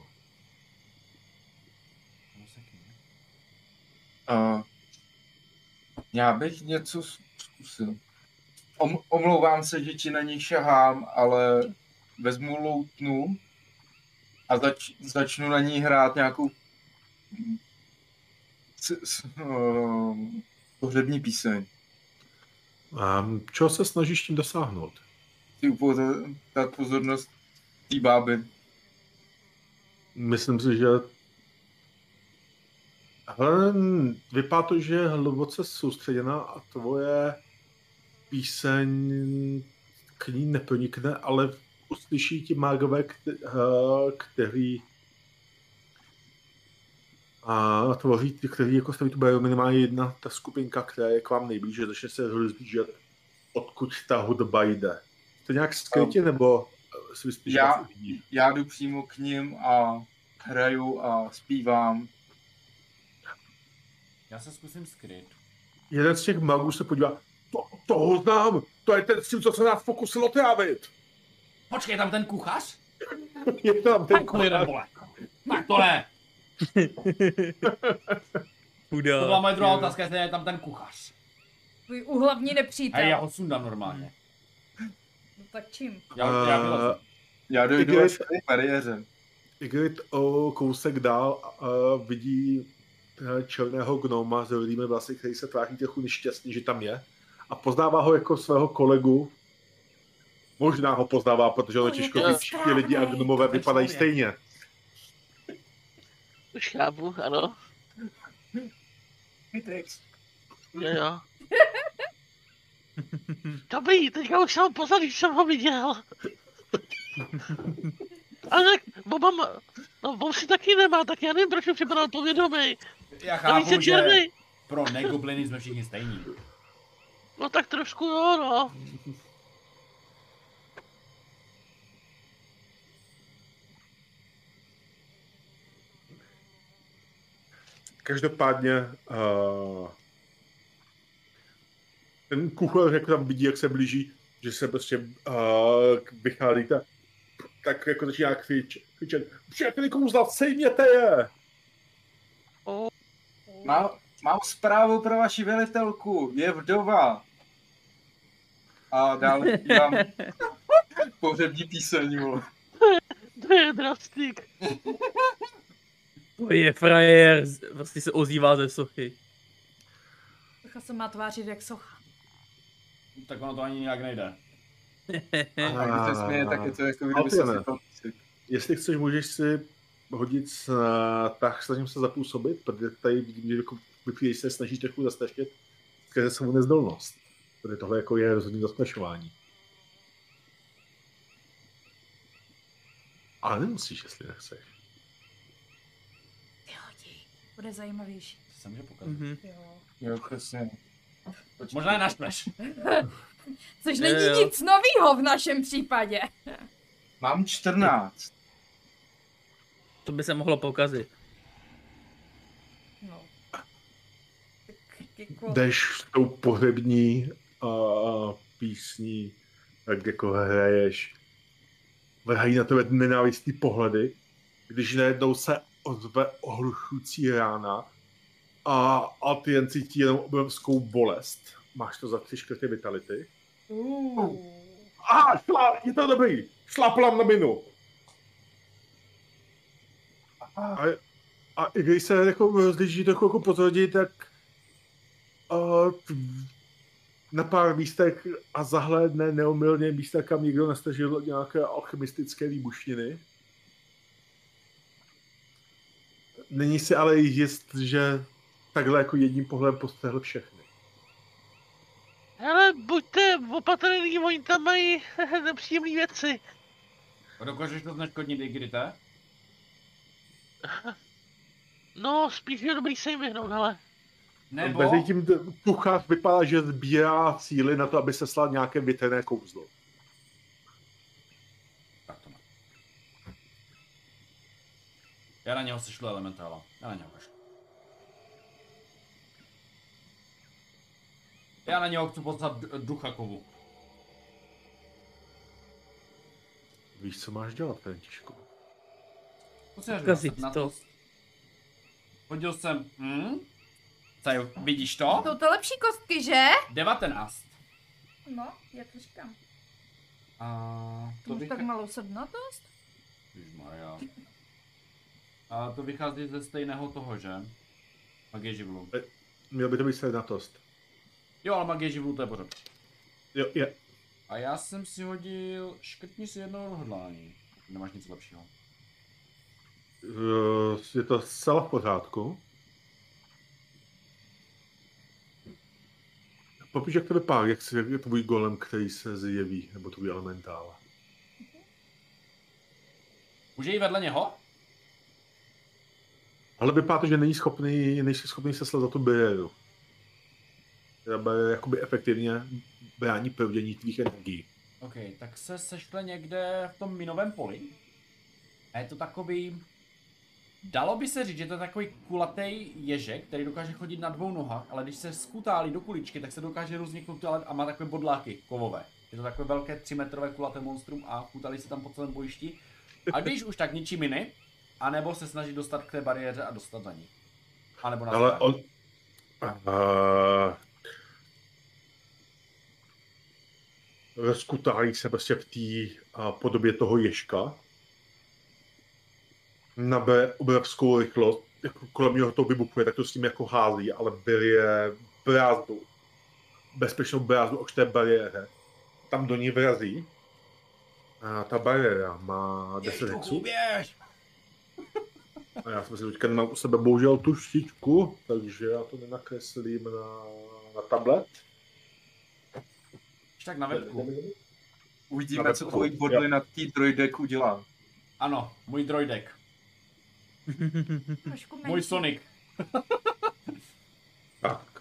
Já bych něco zkusil. Omlouvám se, že ti na ní šahám, ale vezmu loutnu a začnu na ní hrát nějakou pohřební píseň. A čeho se snažíš tím dosáhnout? Chci dát pozornost té báby. Myslím si, že vypadá to, že je hluboce soustředěná a tvoje píseň k ní nepronikne, ale uslyší ti mágové, který tvoří ty, kteří jako staví tu bariéru, minimálně jedna ta skupinka, která je k vám nejblíž, že začne se rozblížet, odkud ta hudba jde. To nějak skrytě, nebo si myslíš, já jdu přímo k ním a hraju a zpívám. Já se zkusím skryt. Jeden z těch magů se podívá, toho znám, to je ten s tím, co se nás pokusil otrávit. Počkej, tam ten kuchař? Je tam ten jeden, vole. Tak to ne. To byla moje druhá otázka, jestli je tam ten kuchař. Tvůj úhlavní nepřítel. Hej, já ho sundám normálně. No tak čím? Já dojdu až k té bariéře. Ygritte o kousek dál vidí černého gnoma s rudými vlasy, který se tváří trochu nešťastný, že tam je. A poznává ho jako svého kolegu. Možná ho poznává, protože ono těžko říct, všichni lidi a gnomové vypadají stejně. Už chápu, ano. Jo. Dobrý, teďka už jsem poznal, když jsem ho viděl. Ale tak Bob si taky nemá, tak já nevím, proč mi připadal povědomý. Já chápu, že pro negobliny jsme všichni stejní. No tak trošku jo, no. Každopádně ten kuchař, jak tam vidí, jak se blíží, že se prostě vycházíte, tak jako začíná křičet, všechny kouzla, sejměte je! Mám zprávu pro vaši velitelku, je vdova. A dále dám pohřební píseň. To je drastik. To je frajer, vlastně se ozývá ze sochy. Socha se má tvářit jak socha. Tak ono to ani nějak nejde. A když se směje, tak je to jako kdyby se si. Jestli chceš, můžeš si hodit tak, snažím se zapůsobit, protože tady vidím, že vypíješ se snažíš trochu zastrašit skrze svou nezdolnost. Protože tohle jako je rozhodně zastrašování. Ale nemusíš, jestli nechceš. Vyhodí. Bude zajímavější. To se může pokazit. Jo, přesně. Možná je naštveš. Což není nic novýho v našem případě. Mám 14. To by se mohlo pokazit. No. Jako... Jdeš s tou pohřební písní, tak jako hraješ. Vrhají na tebe nenávistný pohledy, když najednou se ozve ohlušující rána a ty jen cítí jenom obrovskou bolest. Máš to za 3 škrty vitality. Je to dobrý. Šlaplam na minu. A i když se jako rozlíží trochu jako pozorněji, tak na pár místech a zahlédne neomylně místa, kam nikdo nestažil nějaké alchemistické výbušniny. Není si ale jist, že takhle jako jedním pohledem postehl všechny. Hele, buďte opatrný, oni tam mají nepříjemné věci. Dokážeš to zneškodnit, Igrite? No, spíš je dobrý se jim vyhnout, hele. Nebo... Mezitím kuchař vypadá, že sbírá síly na to, aby se slal nějaké větrné kouzlo. Tak to ne. Já na něho sešlu elementála. Já na něho kašlu. Já na něho chci poslat ducha kovu. Víš, co máš dělat, Františku? Kazit to. Hodil jsem, Tady, vidíš to? Jsou to lepší kostky, že? 19. No, jak to říkám. A To máš tak malou sednatost? Ježmarja. A to vychází ze stejného toho, že? Magie živlu. Měl by to být sednatost. Jo, ale magie živlu to je pořád. Jo, je. A já jsem si hodil, škrtni si jedno odhodlání. Nemáš nic lepšího. Je to zcela v pořádku. Popiš, jak to vypadá, jak je tvůj golem, který se zjeví, nebo tvůj elementál. Může jít vedle něho? Ale vypadá to, že nejsi schopný se slet za tu bariéru. Jakoby efektivně brání proudění tvých energií. OK, tak se sešle někde v tom minovém poli. A je to takový... Dalo by se říct, že to je takový kulatý ježek, který dokáže chodit na 2 nohách, ale když se skutálí do kuličky, tak se dokáže rozniknout a má takové bodláky kovové. Je to takové velké 3metrové kulaté monstrum a kutálí se tam po celém bojišti. A když už tak ničí miny, anebo se snaží dostat k té bariéře a dostat za ní. A nebo na ale on... Rozkutálí se prostě v té podobě toho ježka. Nabere obrovskou rychlost, jako kolem něho to vybuchuje, tak to s tím jako hází, ale bere brázdu, bezpečnou brázdu už té bariéře. Tam do ní vrazí. A ta bariéra má 10 hexů. A já jsem si teďka nemám u sebe bohužel tu štičku, takže já to nenakreslím na tablet. Tak na webku. Uvidíme, co tvůj bodly na tý droidek udělá. Ano, můj droidek. Můj Sonic. Tak.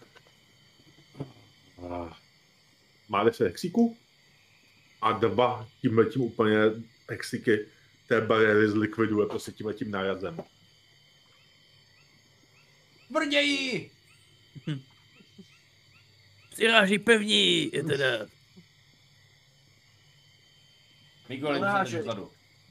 Má 10 hexíků a 2 tímhletím úplně hexíky té bariéry zlikviduje prostě tímhletím nájazdem. Brději! Přiráží pevní, je teda. Miguel, jdi vzadu.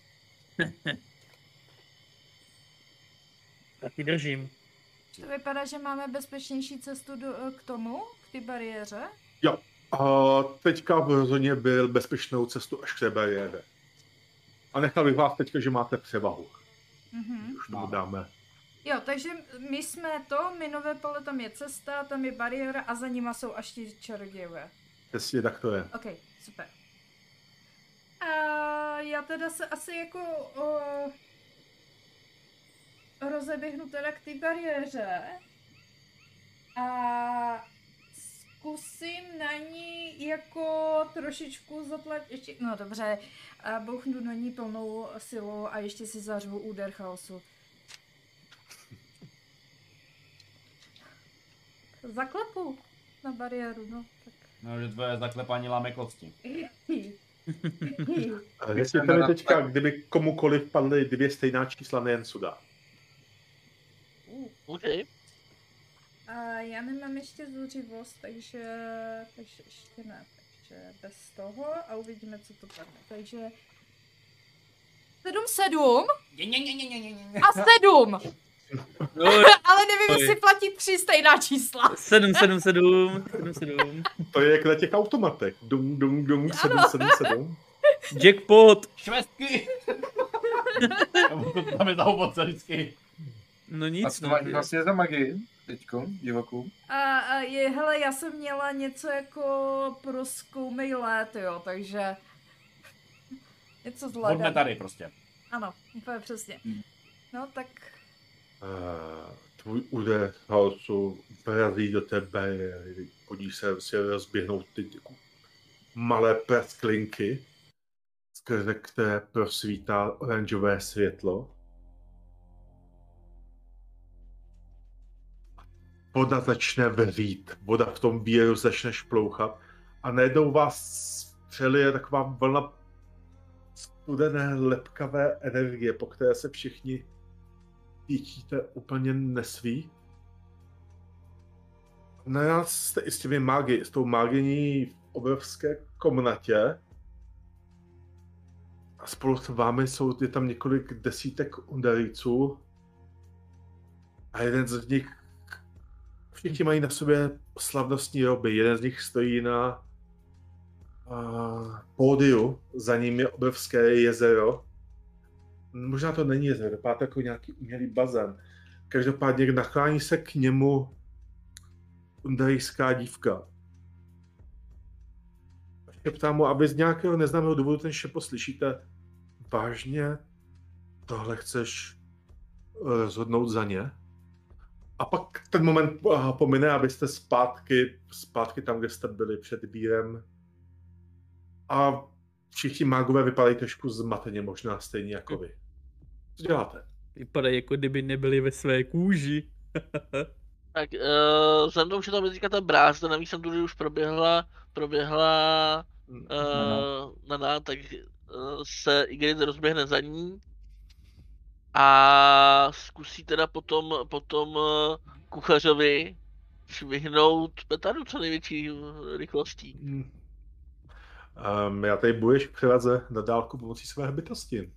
Taky držím. To vypadá, že máme bezpečnější cestu k tomu, k té bariéře. Jo. A teďka v rozhodně byl bezpečnou cestu až k té bariéře. A nechal bych vás teďka, že máte převahu. Už tomu dáme. Jo, takže my jsme to, minové pole, tam je cesta, tam je bariéra a za nima jsou až ti čarodějové. Přesně tak to je. OK, super. A já teda se asi jako rozeběhnu teda k té bariéře a zkusím na ní jako trošičku zatlačit, no dobře, a bouchnu na ní plnou silou a ještě si zařvu úder chaosu. Zaklepu na bariéru, no tak. No, že tvoje zaklepání láme kosti. Řekněte mi teďka, kdyby komukoliv padly 2 stejná čísla, nejen Suda. OK. A já nemám ještě zuřivost, takže ještě ne, takže bez toho a uvidíme, co to padne. Takže 7 a 7. No, Ale nevím, jestli platí 3 stejná čísla. 777. To je jak na těch automatech. Dum, dum, dum, 777. Jackpot. Švestky! Tam je ta ovoce vždycky. No A nic, co máš vlastně za magii teďko, diváků? Hele, já jsem měla něco jako prozkoumej let, jo, takže... Něco s ledem. Hodně tady prostě. Ano, úplně přesně. No, tak... Tvůj úder chaosu vrazí do tebe, podí se rozběhnout ty malé prasklinky, skrze které prosvítá oranžové světlo. Voda začne vrít, voda v tom bíru začne šplouchat a najednou vás střelí taková vlna studené, lepkavé energie, po které se všichni cítíte úplně nesví. Naraz jste i s tou máginí v obrovské komnatě a spolu s vámi je tam několik desítek udaríců a jeden z nich, všichni mají na sobě slavnostní roby, jeden z nich stojí na pódiu, za ním je obrovské jezero. Možná to není jezero, vypadá to jako nějaký umělý bazén. Každopádně nachlání se k němu undarijská dívka. Šeptá mu, aby z nějakého neznámého důvodu ten šepo slyšíte. Vážně tohle chceš rozhodnout za ně? A pak ten moment pomine, abyste zpátky tam, kde jste byli před bírem. A všichni mágové vypadají trošku zmateně, možná stejně jako vy. Co děláte? Vypadají, jako kdyby nebyli ve své kůži. Tak vzhledem tomu, že tam je teďka ta brázda, navíc jsem tu už proběhla Nana, tak se Ygritte rozběhne za ní a zkusí teda potom kuchařovi švihnout petardu co největší rychlostí. Já tady budeš přivaze na dálku pomocí své bytosti.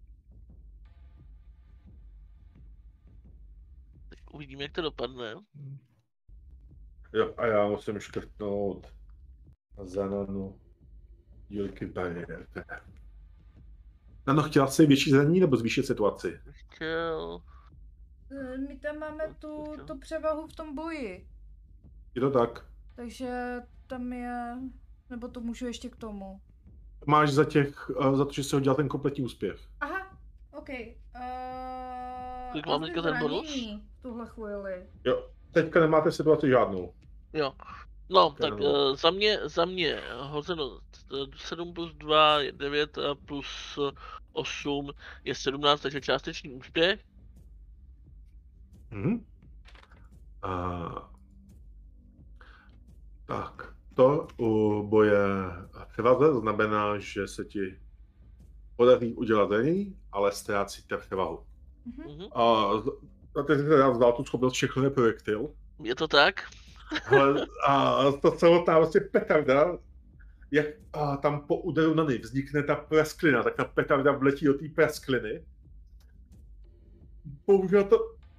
Tak uvidíme, jak to dopadne. Jo, a já musím škrtnout za Nanu dílky bariér. Nano, chtěla jsi větší zranění nebo zvýšit situaci? Chtěl... My tam máme tu převahu v tom boji. Je to tak. Takže tam je... Nebo to můžu ještě k tomu. Máš za to, že jsi udělal ten kompletní úspěch. Aha, OK. Kolik mám teďka ten bonus? V tuhle chvíli. Jo, teďka nemáte situaci žádnou. Jo. No, tak za mě hozeno 7 plus 2 je 9 a plus 8 je 17, takže částečný úspěch. Tak, to u boje převaze znamená, že se ti podaří udělat zranění, ale ztrácíte převahu. A teď jsi teda vzdal tu schopnost všechno je projektil. Je to tak? Hele, a to celotná vlastně petarda, jak tam po úderu na ní vznikne ta prasklina, tak ta petarda vletí do té praskliny. Bohužel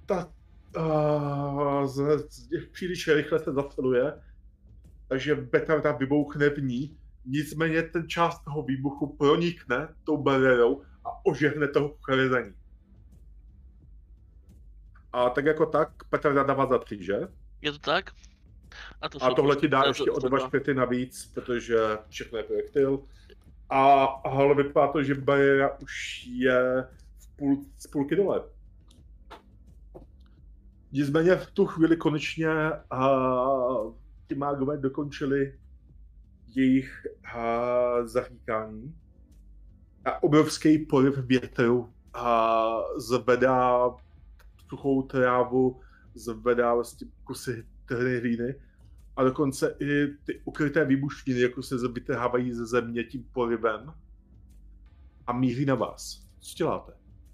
příliš rychle se zaceluje, takže petarda vybouchne v ní, nicméně ten část toho výbuchu pronikne tou bariérou a ožehne toho kuchaře za ní. A tak jako tak, petarda dává za 3, že? Je to tak? A tohle ti dá ještě o 2 špety navíc, protože všechno je projektil. Ale vypadá to, že bariéra už je z půlky dole. Nicméně v tu chvíli konečně ti mágové dokončili jejich zaříkání. A obrovský poryv větru zvedá suchou trávu, zvedá vlastně kusy trhny hlíny a dokonce i ty ukryté výbušniny jako se vytrhávají ze země tím porybem a míří na vás. Co děláte?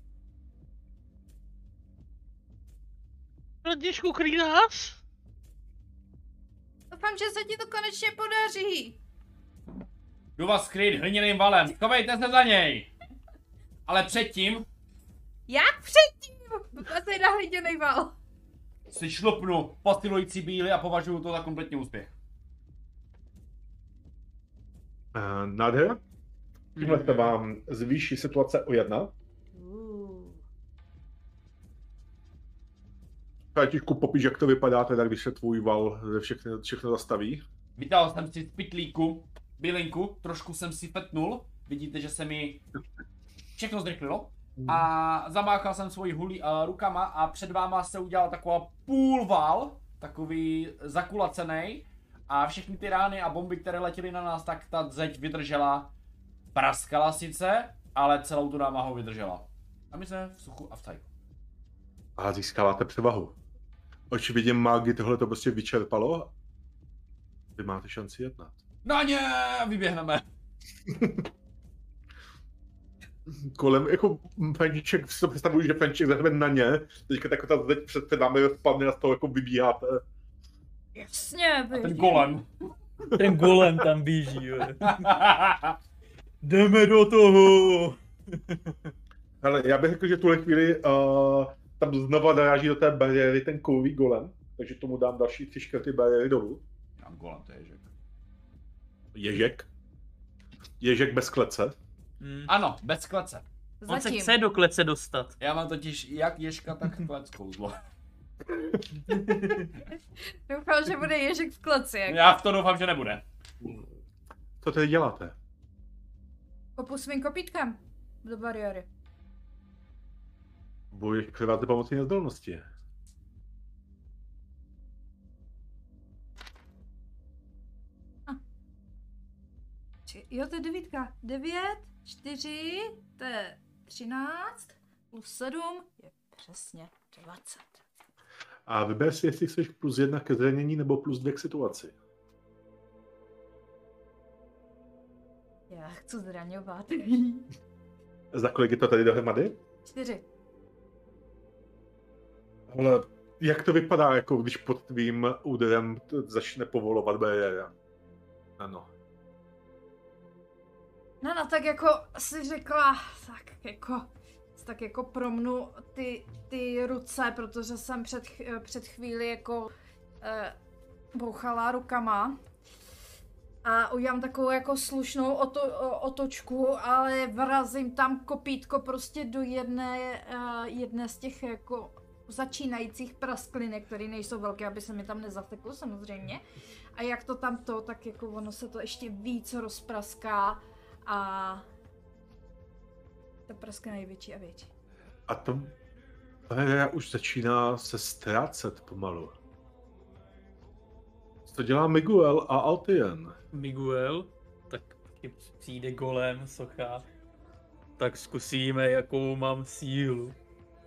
Radničku, kryj nás? Doufám, že se ti to konečně podaří. Jdu vás skrýt hliněným valem, schovejte se za něj! Ale předtím... Jak předtím? Vypadá na hliněný viděnej val. Si šlopnu posilující bíly a považuji to za kompletní úspěch. Nádhera. Tímhle se vám zvýší situace o 1. Františku, popiš, jak to vypadá teda, když se tvůj val všechno zastaví. Vytáhl jsem si z pytlíku bylinku, trošku jsem si fetnul. Vidíte, že se mi všechno zrychlilo. A zamáchal jsem svoji hůlí rukama a před váma se udělal taková půlval, takový zakulacený. A všechny ty rány a bomby, které letěly na nás, tak ta zeď vydržela. Praskala sice, ale celou tu námahu vydržela. A my jsme v suchu a v cajku. A získáváte převahu. Očividně mágy tohle to prostě vyčerpalo. Vy máte šanci jednat. Na ně, vyběhneme. Kolem, jako František, si to představuji, že František zahne na ně. Teďka tak ta zeď před vámi spadne a z toho jako vybíháte. Jasně, A ten golem. Ten golem tam běží, jo. Jdeme do toho. Ale já bych řekl, že tuhle chvíli tam znova naráží do té bariéry ten kovový golem, takže tomu dám další 3 škrty bariéry dolů. Mám golem, to je ježek. Ježek. Ježek bez klece. Ano, bez klece. On se zatím. chce do klece dostat. Já mám totiž jak ježka, tak klec kouzlo. Doufám, že bude ježek v kleci. Jak Já v to doufám, že nebude. Co tedy děláte? kopu svým kopítkám do bariéry. Bojuješ převádět pomocí nezdolnosti. Jo, to je 9. 9, 4, to je 13, plus 7 je přesně 20. A vyber si, jestli chceš +1 ke zranění nebo +2 k situaci. Já chci zraňovat. Za kolik je to tady dohromady? 4. Ale jak to vypadá, jako když pod tvým úderem začne povolovat bariéra? Ano. No, tak jako si řekla, tak jako promnu ty ruce, protože jsem před chvíli jako bouchala rukama. A udělám takovou jako slušnou otočku, ale vrazím tam kopítko prostě do jedné z těch jako začínajících prasklinek, které nejsou velké, aby se mi tam nezateklo samozřejmě. A jak to tam tak jako ono se to ještě víc rozpraská a ta praska největší a větší. A to bariéra už začíná se ztrácet pomalu. Co dělá Miguel a Altien? Miguel, tak přijde golem, socha. Tak zkusíme, jakou mám sílu.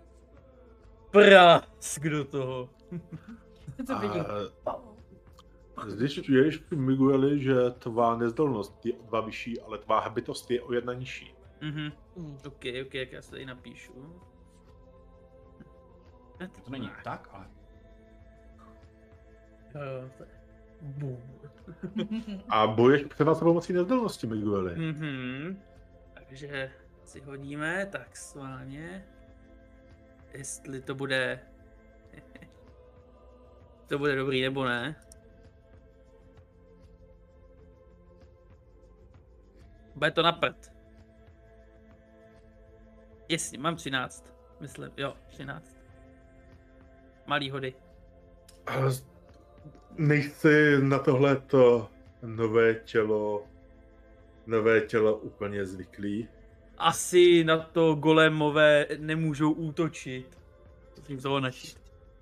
Prask do toho. To vidím. Zjišťuješ, Migueli, že tvá nezdolnost je o 2 vyšší, ale tvá habitost je o 1 nižší. Ok, jak já se tady napíšu. To není tak, ale... Boom. A bojuješ převádět pomocí nezdolnosti, Migueli. Takže si hodíme tak sválně. Jestli to bude... to bude dobrý nebo ne. Bude to na prd. Jasně, mám 13. Myslím, jo, 13. Malý hody. Nejsi na tohleto nové tělo úplně zvyklý. Asi na to golemové nemůžou útočit. Musím toho načít.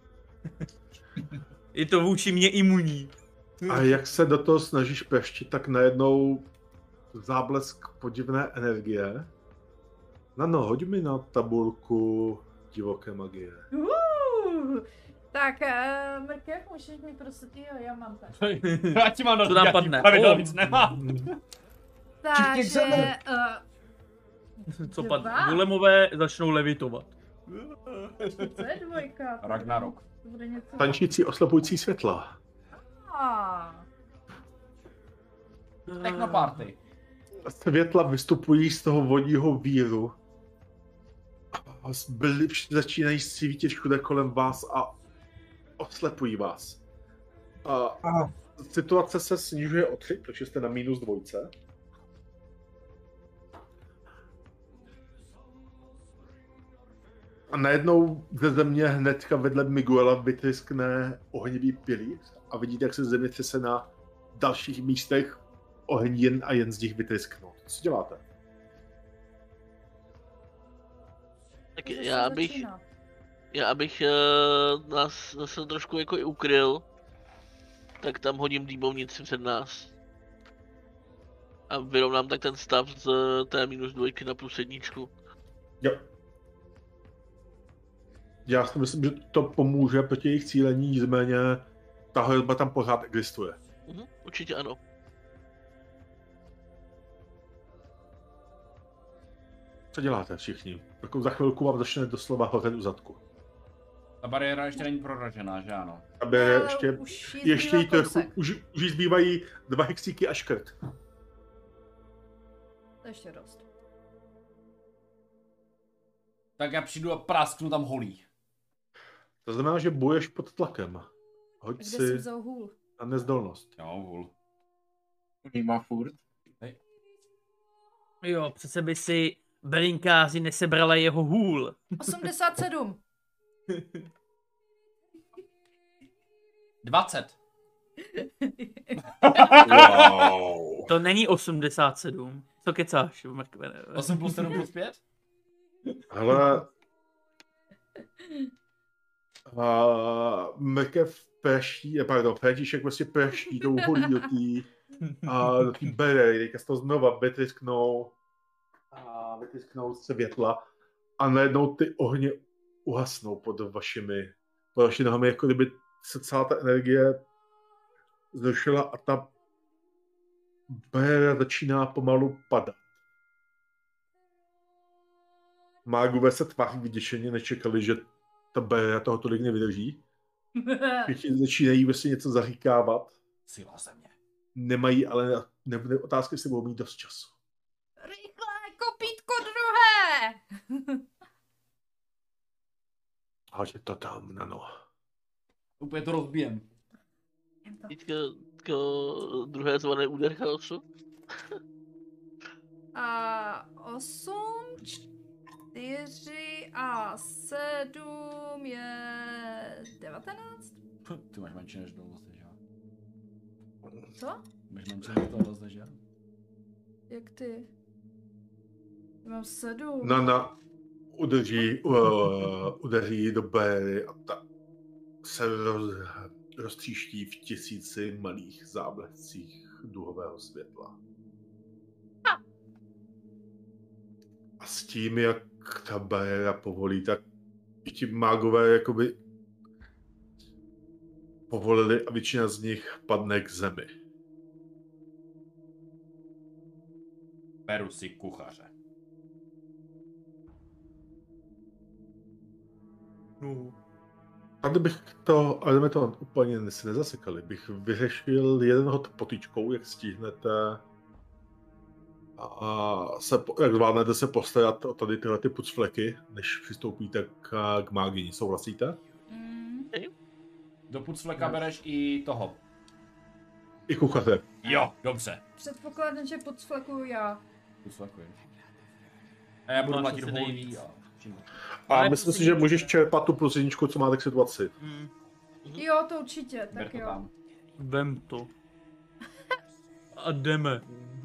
Je to vůči mě imunní. A jak se do toho snažíš peštit, tak najednou záblesk podivné energie. No, hoď mi na tabulku divoké magie. Tak, Mrkev, můžeš mi prostě, jo, já mám tak. Já ti mám To nám padne. pravidel víc nemám. Takže, Co padne? Golemové začnou levitovat. co je 2? Ragnarok. To bude něco... Tančící oslepující světla. Technoparty. Světla vystupují z toho vodního víru. Začínají svítit všude kolem vás a oslepují vás. A situace se snižuje o 3, protože jste na -2. A najednou ze země hnedka vedle Miguela vytryskne ohnivý pilíř a vidíte, jak se země třese na dalších místech, oheň jen a jen z nich vytrysknou. Co děláte? Tak já bych nás trošku jako i ukryl, tak tam hodím dýmovnici před nás. A vyrovnám tak ten stav z té -2 na +1. Jo. Já si myslím, že to pomůže proti jejich cílení, nicméně ta hrozba tam pořád existuje. Určitě ano. Co děláte všichni? Jako za chvilku vám začne doslova hořet u zadku. Ta bariéra ještě není proražená, že ano? Aby ještě jí trochu, už jí zbývají 2 hexíky a škrt. To ještě dost. Tak já přijdu a prasknu tam holí. To znamená, že bojuješ pod tlakem. Hoď Kde si jsi vzal hůl? na nezdolnost. Jo, hůl. Má furt. Jo, přece by si belinkáři nesebrali jeho hůl. 87. 20. Wow. To není 87. Co kecáš, mrkve? 8 + 7 + 5? Hele, mrkev praští, pardon, František prostě praští tou holí do té bery, teďka se to znova vytrysknou světla a najednou ty ohně uhasnou pod vašimi nohami, jako kdyby se celá ta energie zrušila a ta bera začíná pomalu padat. Mágové se tváří vyděšeně, nečekali, že ta bariéra toho tolik nevydrží. Všichni začínají vlastně něco zaříkávat. Síla země. Nemají, ale nebude otázka, jestli budou mít dost času. Rychle, kopítko druhé! Háže to tam na no. Úplně to rozbijem. Teďka druhé zvané úder chaosu. A 8, 4 a 7 je 19? Ty máš menší než dolnost, že jo? Co? Máš menší než dolnost, že jo? Jak ty? Já mám 7. Nana udeří do béry a ta se roztříští v tisíci malých záblescích duhového světla. A s tím, jak ta bariéra povolí, tak i ti mágové jakoby povolili a většina z nich padne k zemi. Beru si kuchaře. A kdybych to, ale my to úplně nezasekali, bych vyřešil jeden hod potyčkou, jak stihnete a jak zvládnete se postarat o tady tyhle ty pucfleky, než přistoupíte k mágii. Souhlasíte? Do pucfleka bereš i toho. I kuchaře. Jo, dobře. Předpokládám, že pucflekuju já. Pucflekuješ. A já budu Máš mladit asi holí nejvíc. A myslím si, že můžeš čerpat tu +1, co máte k situaci. Jo, to určitě, Ber tak to jo. tam. Vem to. A jdeme.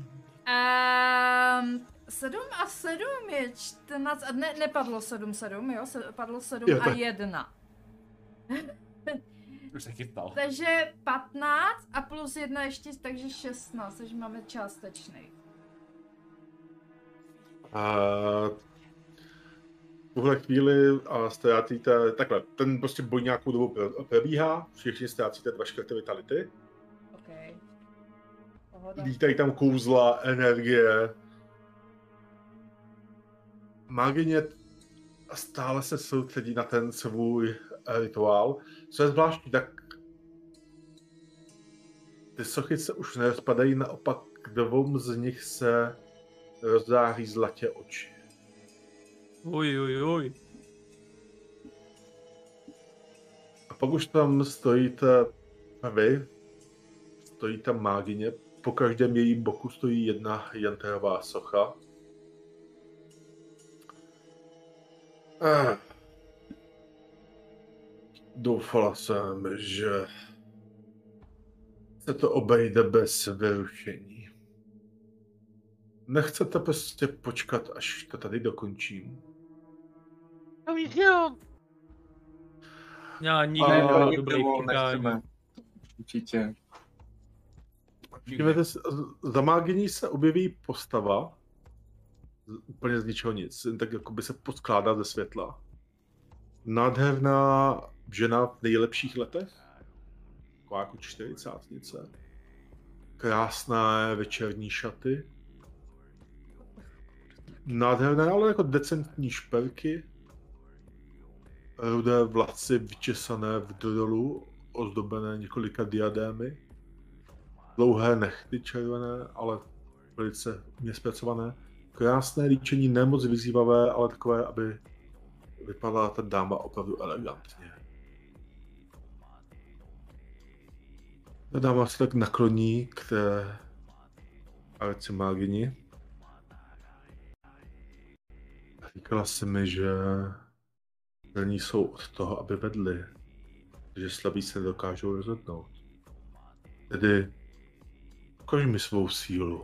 7 a 7 je 14 a nepadlo 7, jo? Padlo 7 Jo, a tak. 1. Už se chytal. Takže 15 a +1 ještě, takže 16, takže máme částečný. V tuhle chvíli ztrácíte, takhle, ten prostě boj nějakou dobu probíhá, všichni ztrácíte 2 škrty vitality. OK. Pohoda. Lítají tam kouzla, energie. Mágině stále se soustředí na ten svůj rituál. Co je zvláštní, tak ty sochy se už nerozpadají, naopak k 2 z nich se rozzáří zlatě oči. Oj. pak už tam stojíte vy, stojí tam mágyně, po každém jejím boku stojí jedna janterová socha. Doufala jsem, že se to obejde bez vyrušení. Nechcete prostě počkat, až to tady dokončím? No víc jo. Já nikdy nebyl dobrý v nechceme. čekání. Určitě. Dívejte se, za mágyní se objeví postava, úplně z ničeho nic, jen tak jako by se poskládá ze světla. Nádherná žena v nejlepších letech, taková jako 40. Krásné večerní šaty. Nádherné, ale jako decentní šperky. Rudé vlasy vyčesané v dolu, ozdobené několika diadémy. Dlouhé nechty červené, ale velice umně zpracované. Krásné líčení, nemoc vyzývavé, ale takové, aby vypadala ta dáma opravdu elegantně. Ta dáma se tak nakloní k té arcimágyni. Říkala se mi, že silní jsou od toho, aby vedli, že slabí se dokážou rozhodnout. Tedy ukaž mi svou sílu.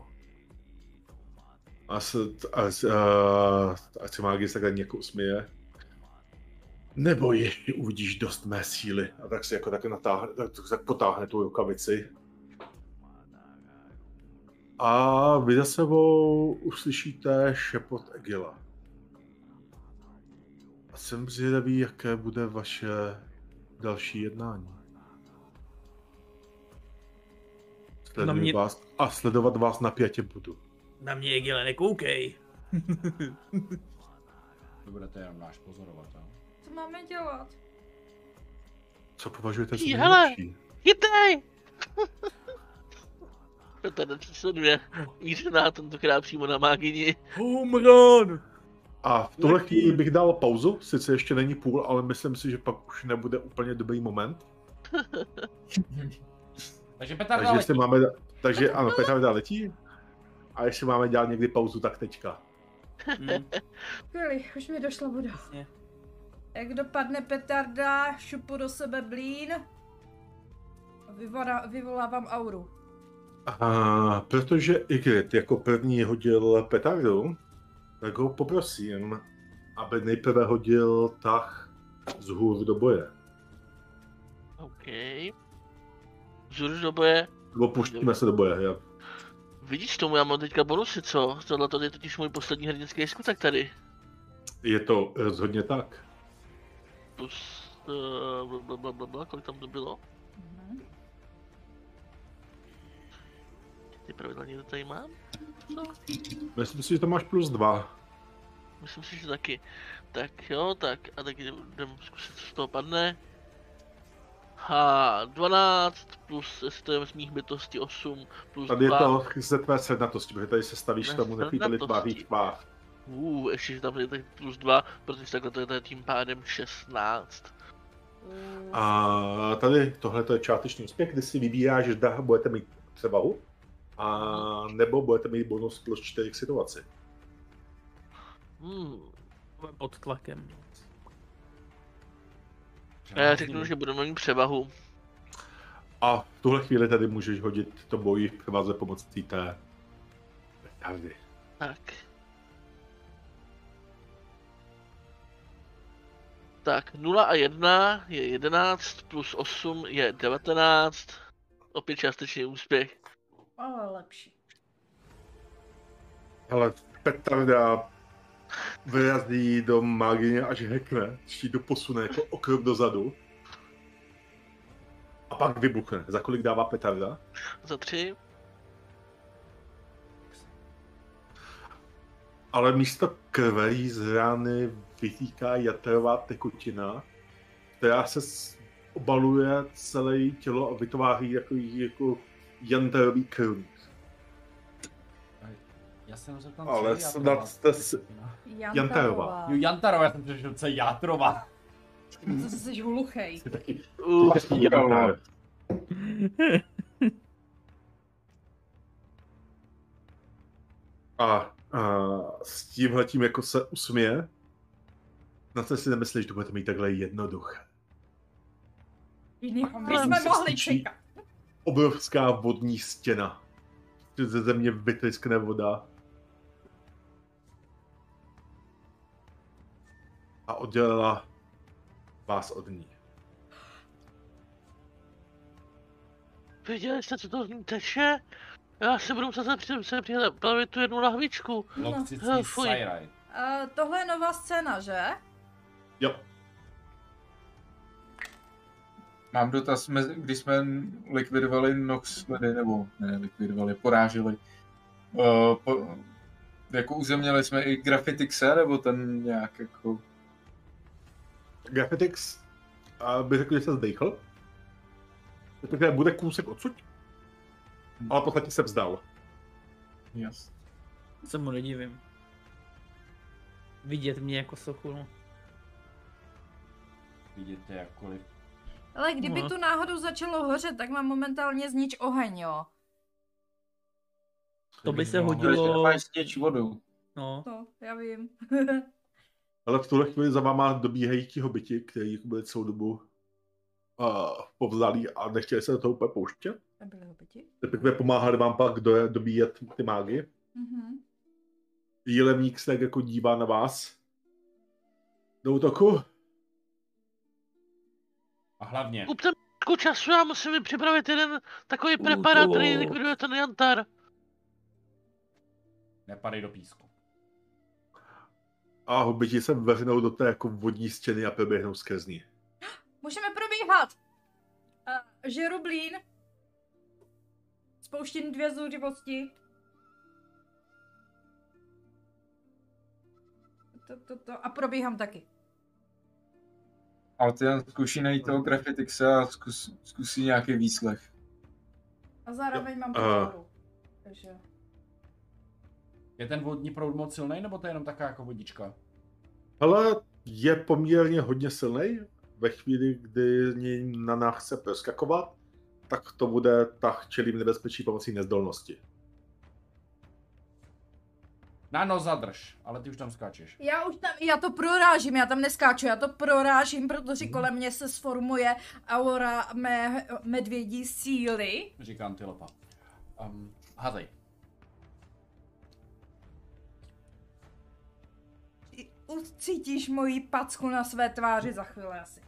A arcimágy se takhle nějakou usměje. Nebo ještě uvidíš dost mé síly. A tak si jako tak natáhne, tak potáhne tu rukavici. A vy za sebou uslyšíte šepot Egila. A jsem zvědavý, jaké bude vaše další jednání. Vás a sledovat vás napjatě budu. Na mě, Egile, nekoukej. To budete jenom náš pozorovatel. Co máme dělat? Co považujete za Hele! nejlepší? Chytej! Petr číslo 2. Mířená tentokrát přímo na mágyni. Home run! A v tuhle chvíli bych dal pauzu, sice ještě není půl, ale myslím si, že pak už nebude úplně dobrý moment. Takže Petar Takže jestli máme, takže ano, petarda letí. A jestli máme dělat někdy pauzu, tak teďka. Chvíli, už mi došla voda. Jasně. Jak dopadne petarda, šupu do sebe blín. Vyvolávám auru. A protože Ygritte jako první hodil petardu, tak ho poprosím, aby nejprve hodil tah z hůr do boje. OK. Vzhůru do boje. Nebo puštíme se do boje, já. Vidíš tomu, já mám teďka bonusy, co? Tohle je totiž můj poslední hrdinský skutek tady. Je to rozhodně tak. Plus... blablabla, kolik tam to bylo? Ty pravidla někde tady mám? Co? Myslím si, že to máš +2. Myslím si, že taky. Tak jo, tak a taky jdem zkusit, co z toho padne. 12 plus, jestli to je z mých bytostí 8 plus Tady 2. je to ze tvé sednatosti, protože tady se stavíš tomu nechvíli tváří tvář. Ještě, že tam je tak plus 2, protože takhle to je tím pádem 16. A tady tohle je částečný úspěch, kdy si vybíráš, že budete mít převahu, a nebo budete mít bonus +4 k situaci. Pod tlakem. Já řeknu, že budeme mít převahu. A v tuhle chvíli tady můžeš hodit to boji v převaze pomocí té petardy. Tak. Tak, 0 a 1 je 11, plus 8 je 19. Opět částečný úspěch. Ale lepší. Ale petarda vyrazí do mágyně, až hekne, štít do posune jako o krok dozadu. A pak vybuchne. Za kolik dává petarda? Za 3. Ale místo krve jí z rány vytýká jaterová tekutina, která se obaluje celé její tělo a vytváří jako janterový krvník. Já jsem se tam Ale snad jste si... Jantarová. Jo, Jantarová, já jsem přešel, co je Játrova. Co jsi hluchej? Jsi taky Uh, jantár. A s tímhletím jako se usměje. Na co si nemyslíš, že to budete mít takhle jednoduché. Jinýho my Tam jsme se mohli stýčí čekat. obrovská vodní stěna. Ze země vytryskne voda. A oddělila vás od ní. Viděli jste, co to z ní teče? Já se budu muset připravit tu jednu lahvičku. Lokcický fuj. sajraj. Tohle je nová scéna, že? Jo. Mám dotaz, když jsme likvidovali Noxledy, nebo ne, likvidovali, porážili. Jako uzemněli jsme i Graffitixe, nebo ten nějak jako... Graffitix by řekl, že se zdejchl. Respektive bude kousek odsud. Ale v podstatě se vzdal. Jasně. Se mu nedivím. Vidět mě jako sochu, no. Vidíte jakkoliv. Ale kdyby No. tu náhodou začalo hořet, tak mám momentálně znič oheň, jo. To by se No, hodilo. Máš stěč vodu. No, To, já vím. Ale v tuhle chvíli za váma dobíhají ti hobiti, kteří byli celou dobu povzdálí a nechtěli se do toho úplně pouštět. Nebyli hobiti? Respektive pomáhali vám pak dobíjet ty mágy. Mhm. Jílevník se tak jako dívá na vás. Do útoku. A hlavně, Kupte trošku času, já musím mi připravit jeden takový preparát, který likviduje ten jantar. nepadej do písku. A hobiti se vrhnou do té jako vodní stěny a proběhnou skrz ní. Můžeme probíhat. Žeru blín. Spouštím 2 zuřivosti. A probíhám taky. Ale ty jen zkusí najít toho Graffitixe a zkusí nějaký výslech. A zároveň mám podporu. Takže... Je ten vodní proud moc silný, nebo to je jenom taková jako vodička? Ale je poměrně hodně silný. Ve chvíli, kdy na nás chce proskakovat, tak to bude tak čelím nebezpečí pomocí nezdolnosti. Nano, zadrž, ale ty už tam skáčeš. Já to prorážím, já tam neskáču, já to prorážím, protože kolem mě se sformuje aura mé medvědí síly. Říká Antilopa. Házej. Ucítíš moji packu na své tváři za chvíli asi.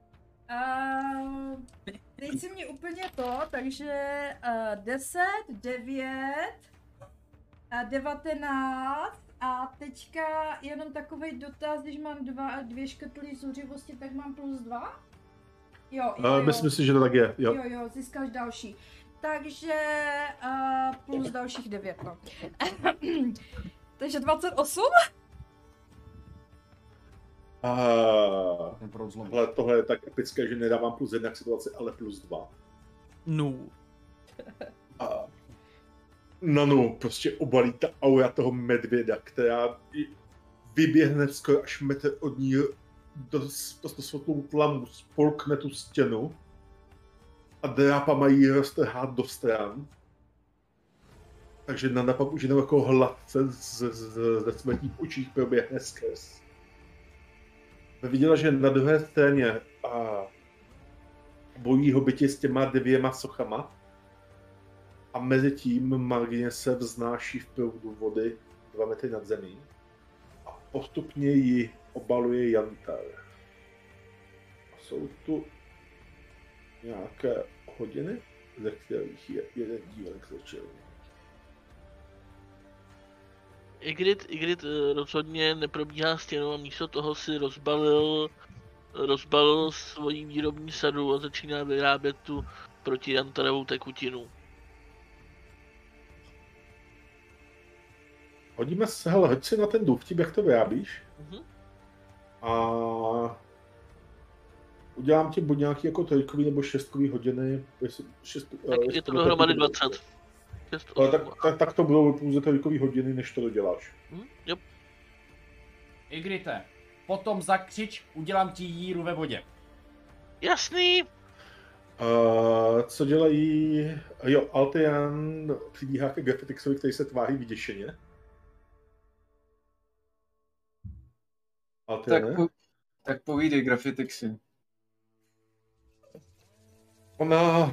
Teď si mě úplně to, takže 10, 9, 19 a teďka jenom takovej dotaz, když mám 2 škrtlí zuřivosti, tak mám +2? Jo. Myslím si, že to tak je. Jo. Jo, získáš další. Takže plus dalších 9, no. Takže 28? Ten proud zlom. Ale tohle je tak epické, že nedávám +1 k situaci, ale +2. no. Nanu prostě obalí ta aura toho medvěda, která vyběhne skoro až metr od ní do světlou tlamu, spolkne tu stěnu a drápa mají roztrhat do stran. Takže Nana pak už jenom jako hladce ze smrtích očích proběhne skrz. Viděla, že na druhé straně bojí hobiti s těma 2 sochama a mezi tím Margině se vznáší v proudu vody 2 metry nad zemí a postupně ji obaluje jantar. A jsou tu nějaké hodiny, ze kterých je jeden dílek začerný. Ygritte rozhodně neprobíhá stěnou a místo toho si rozbalil svoji výrobní sadu a začíná vyrábět tu protijantarovou tekutinu. Hodíme se, hele, hoď si na ten důvtip, jak to vyrábíš. Mhm. A udělám ti buď nějaký jako 3 nebo 6 hodiny. Tak je to dohromady 20. Ale tak to budou pouze 3 hodiny, než to doděláš. Jo. Ygritte, potom zakřič, udělám ti jíru ve vodě. Jasný. Co dělají... Jo, Altian přibíhá ke Grafitixovi, který se tváří vyděšeně. Altiane? Tak povídej, Grafitixi. Ona...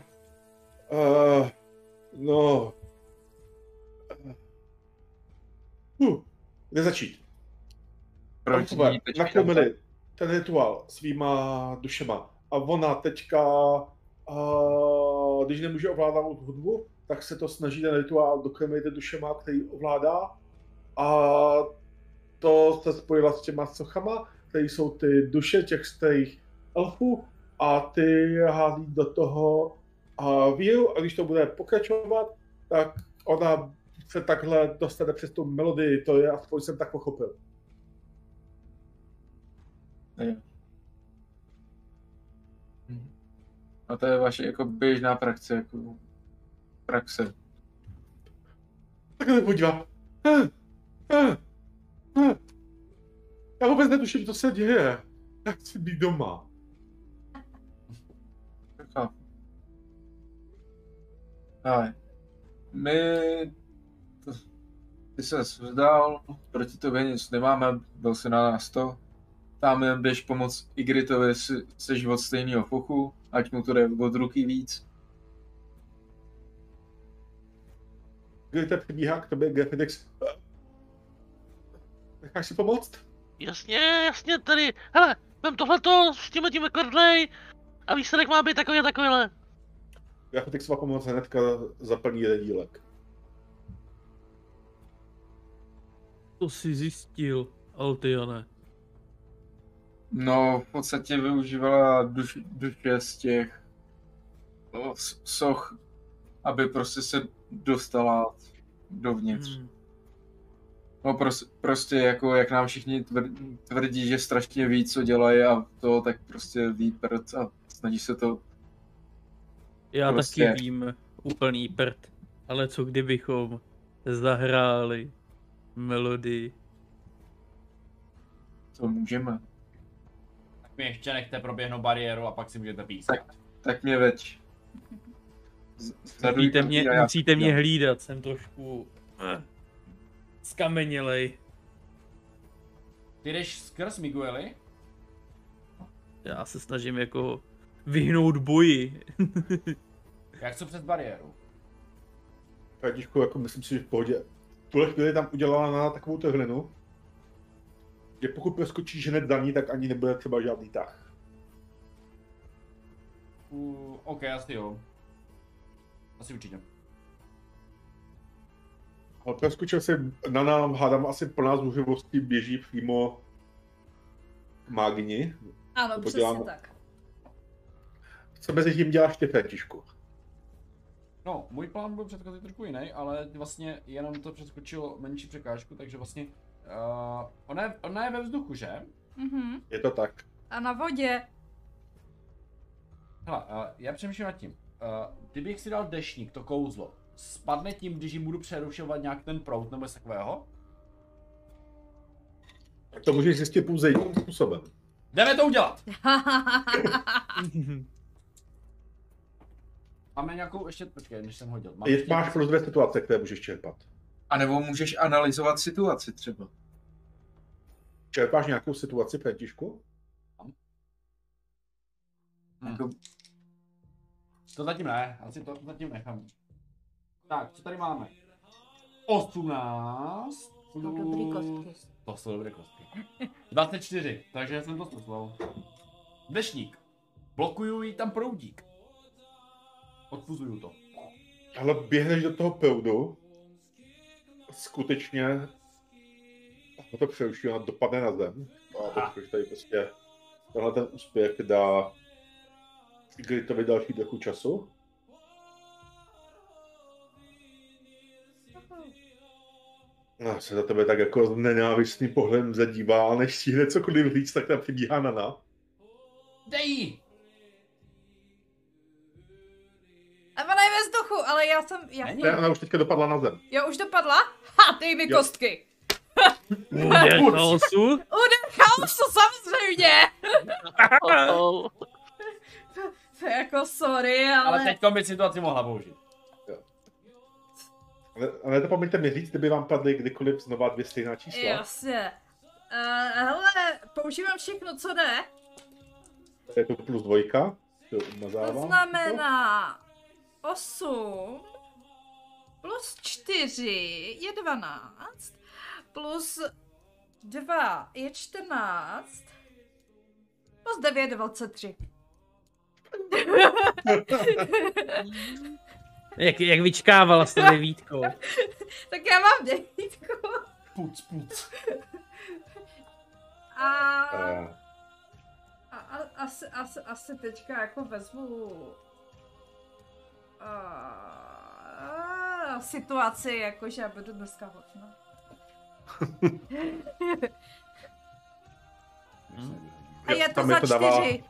Kde začít? Proč Elfové ní teď nakrmili ten rituál svýma dušema. A ona teďka, když nemůže ovládat hudbu, tak se to snaží ten rituál dokrmit dušema, který ovládá. A to se spojila s těma sochama, které jsou ty duše těch starých elfů, a ty hází do toho víru, a když to bude pokračovat, tak ona se takhle dostane přes tu melodii, to je, aspoň jsem tak pochopil. A to je vaše jako běžná praxe, jako praxe. Takhle podívá. Já vůbec netuším, co se děje. Já chci být doma. Ale ty se vzdál, proti tobě nic nemáme, byl si na nás to. Tam jen běž pomoct Igritovi se život stejného fochu, ať mu to jde od ruky víc. Igrite přibíhá k tobě, Grafitix. Necháš si pomoct? Jasně, tady. Hele, vem tohleto s tím kvrdlej a výsledek má být takovýhle. Grafitix má pomoct hnedka zaplní jeden dílek. To jsi zjistil, Altiane. No, v podstatě využívala duše z těch soch, aby prostě se dostala dovnitř. No prostě jako jak nám všichni tvrdí, že strašně ví, co dělají a to, tak prostě ví prd a snaží se to. Já prostě... taky vím, úplný prd. Ale co kdybychom zahráli melodii? To můžeme. Tak mi ještě nechte proběhnout bariéru a pak si můžete písat. Tak mě veď. Musíte mě hlídat, jsem trošku skamenělej. Ty jdeš skrz Migueli? Já se snažím jako vyhnout boji. Já chci přes bariéru. Františku, jako myslím si, že v pohodě. V tuhle chvíli tam udělala na takovou trhlinu, že pokud proskočíš hned za ní, tak ani nebude třeba žádný tah. OK, asi jo. Asi určitě. Ale proskočil si na nám, hádám, asi plná zuřivostí běží přímo mágni. Ano, přesně tak. Co mezi tím děláš ty, Františku? No, můj plán byl předchozí trošku jiný, ale vlastně jenom to přeskočilo menší překážku, takže vlastně ona je ve vzduchu, že? Mhm. Je to tak. A na vodě. Hele, já přemýšlím nad tím. Kdybych si dal dešník, to kouzlo, spadne tím, když jim budu přerušovat nějak ten proud nebo něco takového? To můžeš zjistit pouze jedním způsobem. Jdeme to udělat! Máme nějakou ještě, počkej, než jsem hodil. Máš plus 2 situace, které můžeš čerpat. A nebo můžeš analyzovat situaci třeba. Čerpáš nějakou situaci, Františku? Jako... To zatím ne, asi to zatím nechám. Tak, co tady máme? 18. To dobrý kostky. To jsou dobré kostky. 24, takže jsem to zkusil. Dešník. Blokuju jí tam proudík. Odpuzuju to. Ale běhneš do toho proudu. Skutečně to přeruší, ona dopadne na zem. A teď tady prostě tenhle ten úspěch dá Igritovi další trochu času. No, se za tebe tak jako nenávistným pohledem zadívá, ale než stihne cokoliv říct, tak tam přibíhá Nana. Dej! A ona je ve vzduchu, ale já jsem... Ne, ona už teďka dopadla na zem. Já už dopadla? Ha, dej mi kostky! Úder chaosu? Úder chaosu, samozřejmě! Oh. To je jako sorry, ale... Ale teďko by situaci mohla použít. Ale nezapomeňte mi říct, kdyby vám padly kdykoliv znova 2 stejná čísla. Jasně. Hele, používám všechno, co jde. Je to +2, to umazávám. To znamená 8 plus 4 je 12 plus 2 je 14 plus 9 je 23. Jak vyčkávala s tou devítkou. Tak já mám 9. Puc. Asi teďka jako vezmu situaci, jakože já budu dneska hodná. A je to Tam za mi to dává- 4.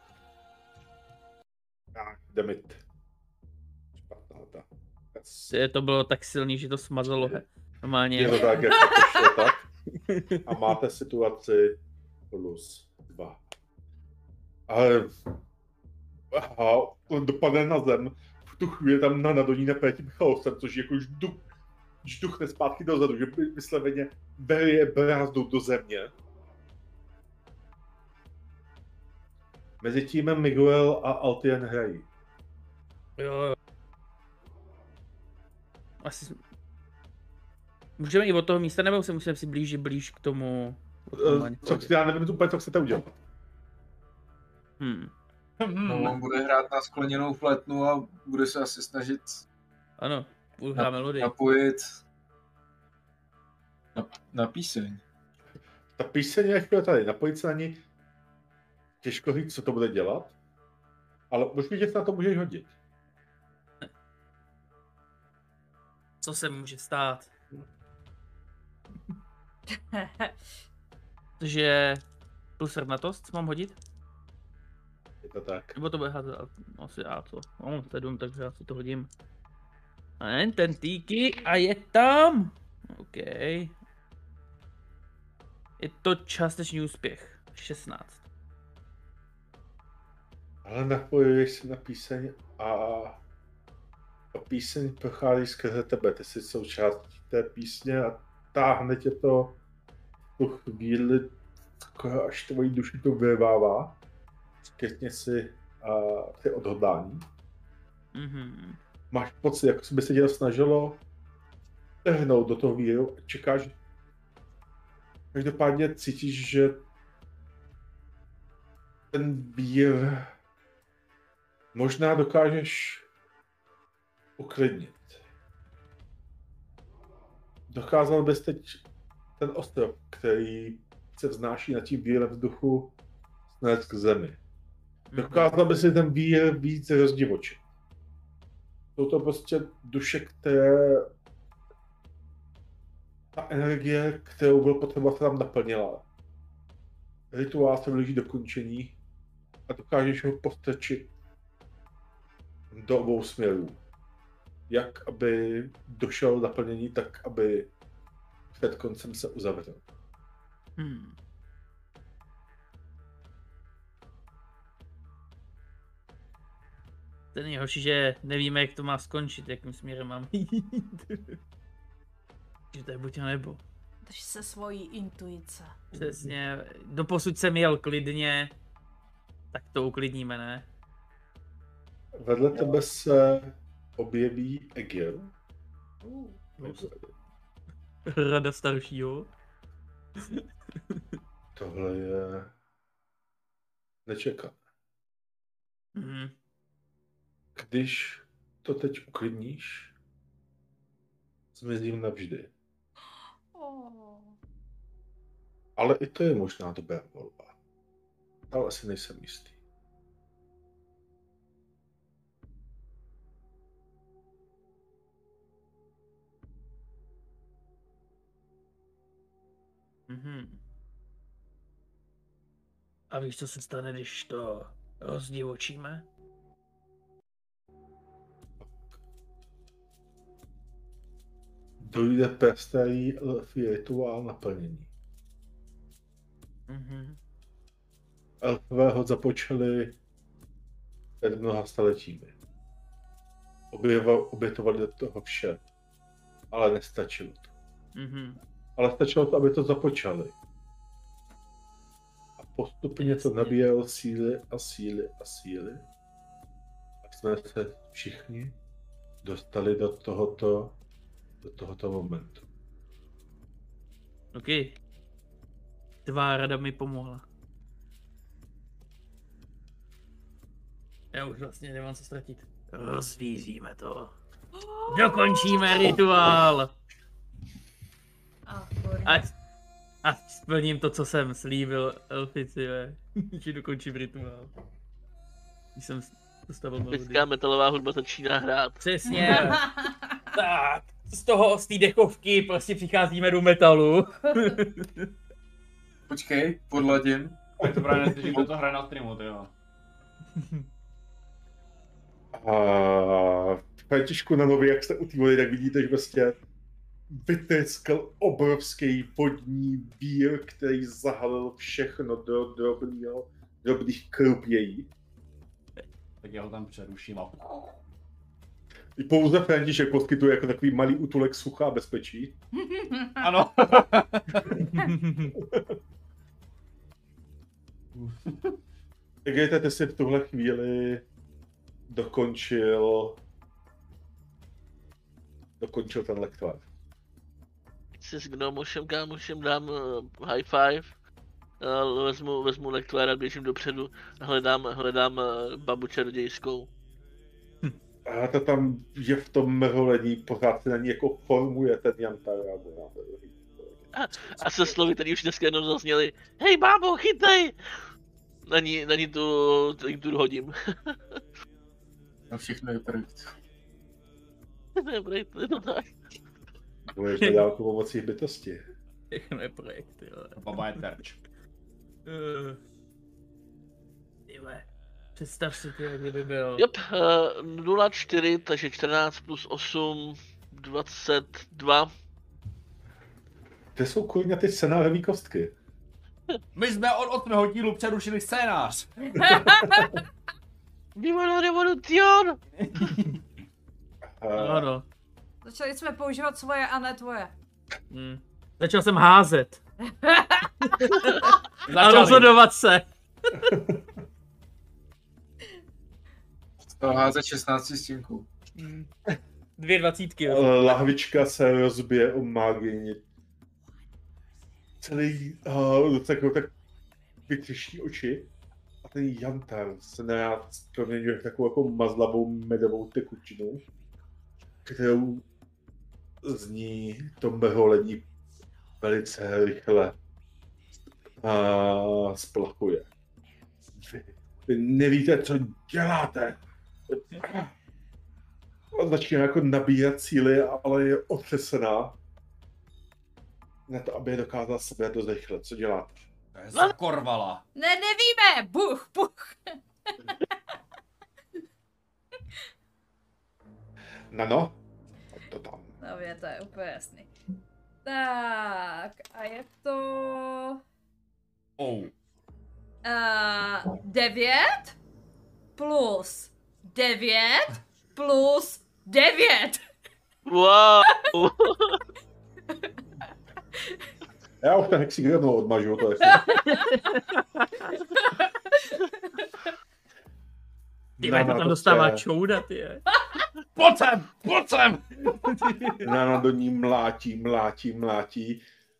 Demit. Špatná ta. To bylo tak silný, že to smazalo. Normálně. Je to tak, jak to šlo, tak. A máte situaci +2. Ale... Aha, on dopadne na zem. V tu chvíli tam na nadoní napěje tím chaosem, což je jako žduchne zpátky dozadu, že vysloveně bere brázdou do země. Mezitím Miguel a Altian hrají. Jo. Asi... Můžeme i od toho místa, nebo se musíme si blíž k tomu? Já nevím úplně, co chcete udělat. No, on bude hrát na skleněnou flétnu a bude se asi snažit Ano, hrá melodii. napojit na píseň. Ta píseň je chvíli tady, napojit se na ní, těžko říct, co to bude dělat, ale určitě se na to můžeš hodit. Co se může stát? Takže plus rovnatost mám hodit? Je to tak. Nebo to bude házet asi A co? 7, takže já si to hodím. A jen ten týky a je tam! OK. Je to částečný úspěch. 16. Ale napojuješ se na píseň a píseň prochází skrze tebe. Ty jsi součástí té písně a táhne tě to v tu chvíli, skoro až tvojí duši to vyrvává. Zpětně si ty odhodlání. Máš pocit, jako by se tě snažilo trhnout do toho víru a čekáš. Každopádně cítíš, že ten vír možná dokážeš uklidnit. Dokázal bys teď ten ostrov, který se vznáší nad tím vírem vzduchu, snést k zemi. Dokázal by si ten vír víc rozdivočit. Jsou to prostě duše, které... Ta energie, kterou bylo potřeba, se tam naplnila. Rituál se blíží dokončení a dokážeš ho postrčit do obou směrů. Jak aby došel naplnění, tak aby před koncem se uzavřel. Ten nejhorší, že nevíme, jak to má skončit, jakým směrem mám jít. Že to je buď a nebo. Drž se svojí intuice. Přesně, doposud jsem jel klidně, tak to uklidníme, ne? Vedle tebe se objeví Egil. Rada staršího. Tohle je nečekané. Když to teď uklidníš, zmizím navždy. Ale i to je možná dobrá volba. Ale asi nejsem jistý. A víš, co se stane, když to rozdivočíme? dojde prastarý elfí rituál naplnění. Elfové ho započali před mnoha staletími. Obětovali do toho vše, ale nestačilo to. Ale stačilo to, aby to započali. A postupně to nabíjelo síly a síly a síly. A jsme se všichni dostali do tohoto momentu. OK. Tvá rada mi pomohla. Já už vlastně nemám co ztratit. Rozvíříme to. Dokončíme rituál. A splním to, co jsem slíbil Elfici, že dokončím rituál. Když jsem dostavil melodii. Metalová hudba začíná hrát. Přesně. Tak, z té dechovky prostě přicházíme do metalu. Počkej, podladím. Tak to právě neslyším, kdo to hraje na streamu, jo. A Františku na nově, jak jste u té vody, tak vidíte, že vlastně vyteskl obrovský vodní vír, který zahalil všechno do drobných krupějí. Tak já ho tam přeruším a... I pouze František poskytuje jako takový malý útulek sucha a bezpečí. Ano. Takže ty si v tuhle chvíli dokončil ten lektor. Si s gnomušem, kámošem dám high five. Vezmu lektora, běžím dopředu a hledám babu čarodějskou. A to tam je v tom mrholení, pořád se na ní jako formuje ten jantar. A se slovy, který už dneska jenom zazněli: hej bábo, chytej! Na ní tu hodím. No všechno je projekt. Je to tak. Můžeš na dálku pomocí bytosti. Všechno je projekt, jo. Baba je terč. Tyhle, představ si, ty, kdyby byl... Jop, 0,4, takže 14 plus 8, 22. To jsou kurňa ty scénářové kostky. My jsme od mého dílu přerušili scénář. Viva la revolution! Ano. Začali jsme používat svoje a ne tvoje. Začal jsem házet. A rozhodovat se. To házet 16 stínků. 2 dvacítky, jo. Lahvička se rozbije o mágii. Celý tak vytřeští oči a ten jantar se narád proměňuje v takovou jako mazlavou medovou tekutinu, kterou z ní to mrholení velice rychle splachuje. Vy nevíte, co děláte. Začíná jako nabírat síly, ale je otřesená na to, aby je dokázala sebe dost rychle. Co děláte? To je zakorvala. Ne, nevíme! Buch! Nano? To tam. Dobře, to je úplně jasný. Tak, a je to... 9 plus 9 plus 9. Wow! Já už ten hexík rovnou odmažu, to je Ty to tam dostává čouda, ty je. Pojď sem! Nana do ní mlátí.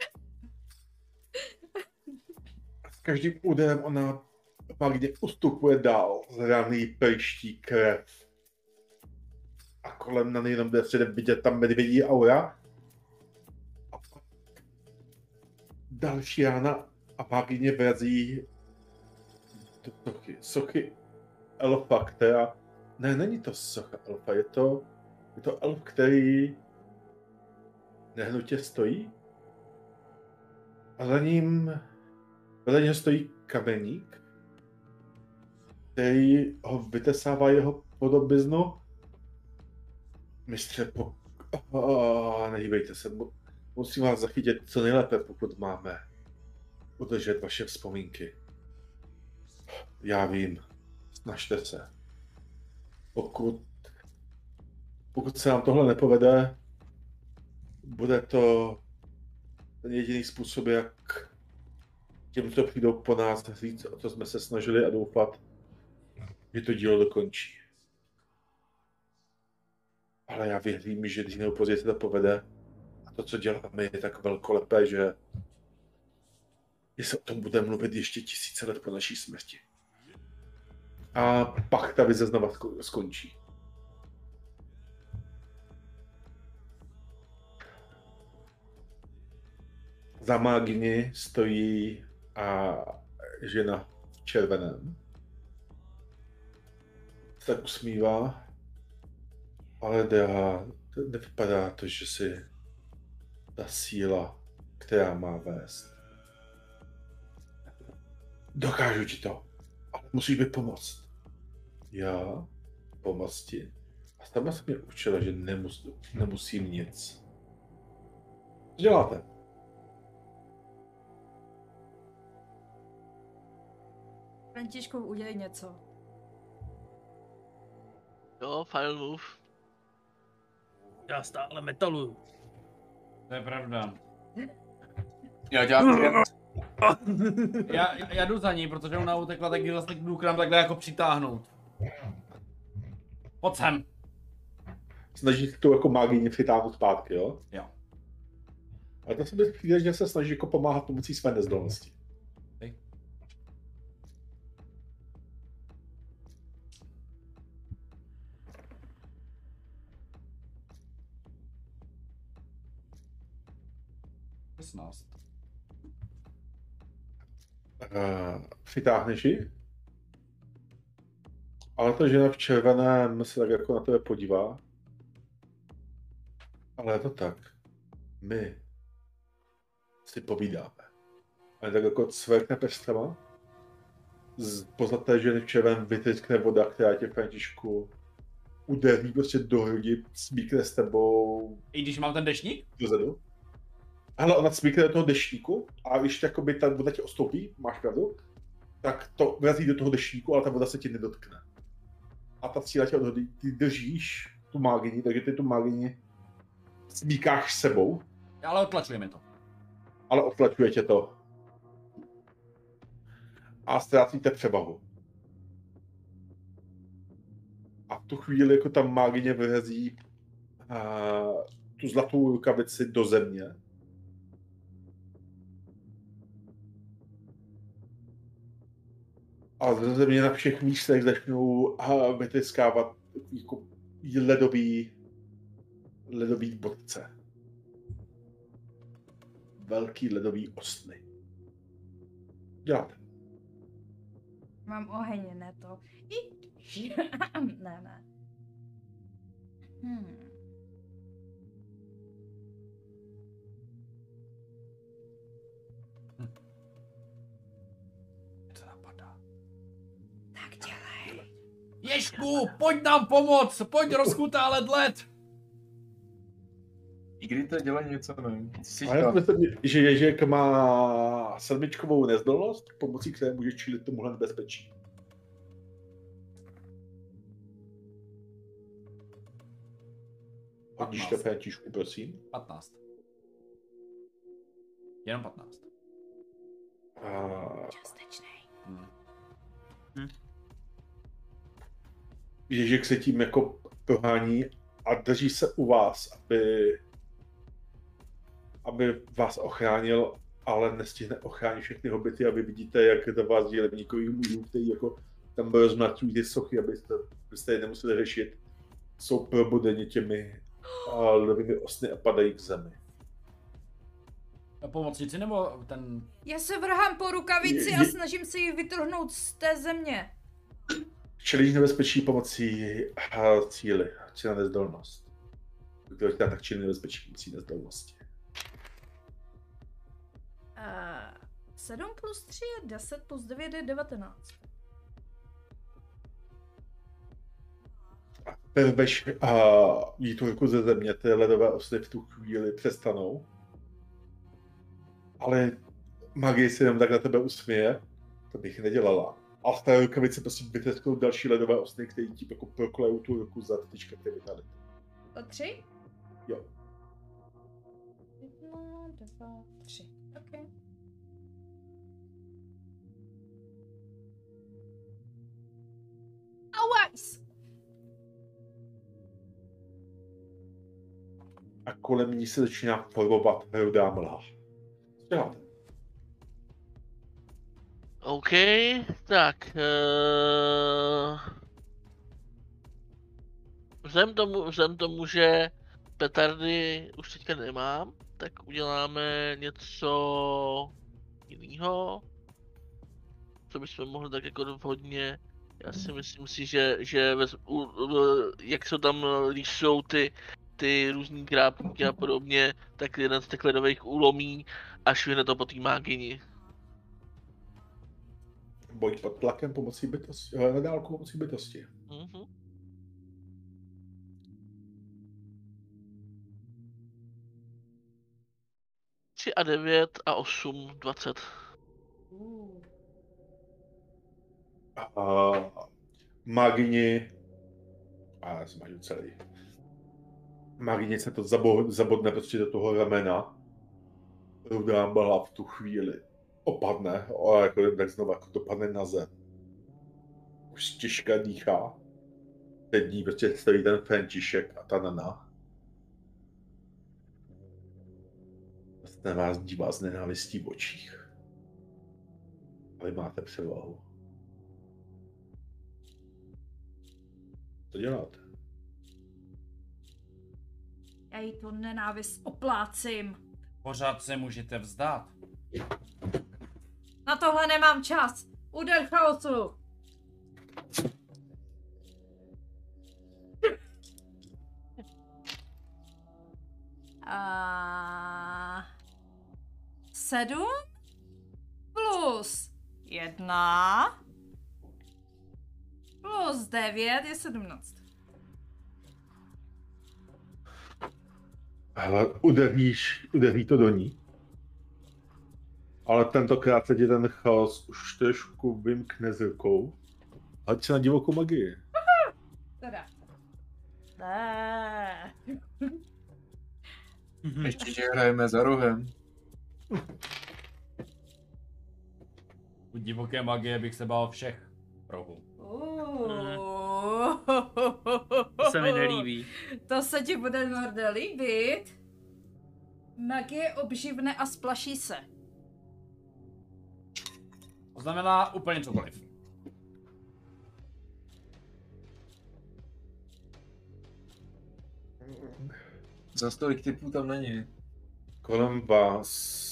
S každým úderem ona vážně ustupuje dál, z rany pejští krev. A kolem Nany jenom bude předem vidět tam medvědí aura. A pak další rána a vážně vrazí do sochy elfa, která... Ne, není to socha elfa, je to elf, který nehnutě stojí. A za ním vedle něho stojí kameník, který ho vytesává jeho podobiznu. Mistře, Nehýbejte se, musím vás zachytit co nejlépe, pokud máme udržet vaše vzpomínky. Já vím, snažte se. Pokud se nám tohle nepovede, bude to ten jediný způsob, jak těm, co přijdou po nás, říct, o to jsme se snažili a doufat, že to dílo dokončí. Ale já věřím, že dřív nebo později se to povede a to, co děláme, je tak velkolepé, že se o tom bude mluvit ještě 1000 let po naší smrti. A pak ta vize znova skončí. Za mágyni stojí žena v červeném. Se tak usmívá, ale nevypadá to, že si ta síla, která má vést. Dokážu ti to, ale musíš mi pomoct. Já pomoct ti. A sama se mě učila, že nemusím nic. Co děláte? Františku, udělej něco. Jo, final move. Já stále metaluju. To je pravda. Já dělám Já jdu za ní, protože ona utekla, tak ji zase jdu k nám takhle jako přitáhnout. Pojď sem. Snaží se tu jako mágyni přitáhnout zpátky, jo? Jo. Ale to se mi přijde, že se snaží jako pomáhat pomocí své nezdolnosti. Hej. Přitáhneš ji? Ale ta žena v červeném se tak jako na tebe podívá. Ale je to tak. My si povídáme. Ale tak jako cvrkne pestama. Pozad té ženy v červeném vytryskne voda, která tě, Františku, udeří prostě do hrudi, smíkne s tebou. I když mám ten dešník? Dozadu. Ale ona smíkne do toho deštníku a když jakoby ta voda tě ostoupí, máš pravdu, tak to vrazí do toho deštníku, ale ta voda se ti nedotkne. A ta síla tě odhodí, ty držíš tu mágyni, takže ty tu mágyni smíkáš s sebou. Ale odtlačujeme to. Ale odtlačuje tě to. A ztrácíte převahu. A v tu chvíli, jako ta mágyně vyrazí tu zlatou rukavici do země. A ze země na všech místech začnou vytryskávat jako ledový bodce. Velký ledový ostny. Děláte. Mám oheň, ne to. Ne. To napadá. Tak dělej. Ježku, pojď nám pomoct, pojď rozchutálet led. I kdy to dělá něco, ne? A já myslím, že Ježek má 7 nezdolnost, pomocí které může čílit tomuhle nebezpečí. Hodíš to, Františku, prosím. 15. Jenom 15. Částečnej. Ježek se tím jako prohání a drží se u vás, aby vás ochránil, ale nestihne ochránit všechny hobity a vy vidíte, jak do vás dělí levníkových mužů, kteří jako tam rozmračují ty sochy, abyste je nemuseli řešit. Jsou probudeni těmi ledovými ostny a padají k zemi. Pomocnici nebo ten... Já se vrhám po rukavici a snažím se ji vytrhnout z té země. Čelíš nebezpečí pomocí cíly, cíle nezdolnost. Kdo říká, tak čelí nebezpečí pomocí nezdolnosti. 7 plus 3 je 10 plus 9 je 19. Perveš a jí tu ruku ze země, ty ledové osly v tu chvíli přestanou. Ale magie se jenom tak na tebe usměje, to bych nedělala. A v té rukavici prostě vytesknou další ledové osny, které ti jako proklejou tu ruku za tyčka, které tady. To 3? Jo. 1, 2, 3. OK. Auajs! A kolem ní se začíná formovat rudá mlha. Co děláte? OK, tak. Vzhledem tomu, že petardy už teďka nemám, tak uděláme něco jiného, co bychom mohli tak jako vhodně. Já si myslím si, že jak se tam líšou ty různý grábníky a podobně, tak jeden z těch ledových ulomí a švihne to po té mágyni. Boj pod tlakem pomocí bytosti, na dálku pomocí bytosti. Mhm. Tři a 9 a 8, 20. A mágyni... A já jsem mažu celý. Mágyni se to zabodne prostě do toho ramena. Rudá mlha v tu chvíli opadne, a jako tak znovu jako dopadne na zem. Už těžká dýchá. Před ní prostě stojí ten František a ta Nana. Na vás dívá s nenávistí v očích. Ale máte převahu. Co děláte? Já jí tu nenávist oplácím. Pořád se můžete vzdát. Na tohle nemám čas. Úder chaosu. A 7 plus 1 plus 9 je 17. Hele, uderní to do ní. Ale tentokrát se ti ten chaos už trošku vymkne z rukou. Ať se na divokou magii. Teda. Ne. Ještě, že hrajeme za rohem. U divoké magie bych se bál všech rohů. To se mi nelíbí. To se ti bude Norde líbit. Magie obživne a splaší se. To znamená úplně cokoliv. Zas tolik typů tam není. Kolem vás,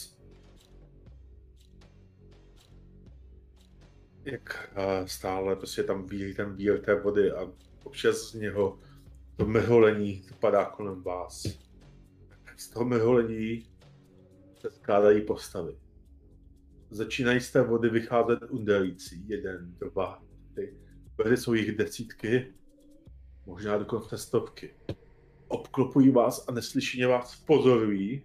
jak stále prostě tam víří ten vír té vody a občas z něho to mrholení padá kolem vás. Z toho mrholení se skládají postavy. Začínají z té vody vycházet undelící. 1, 2, 3. Tady jsou jich desítky, možná dokonce stovky. Obklopují vás a neslyšeně vás pozorují.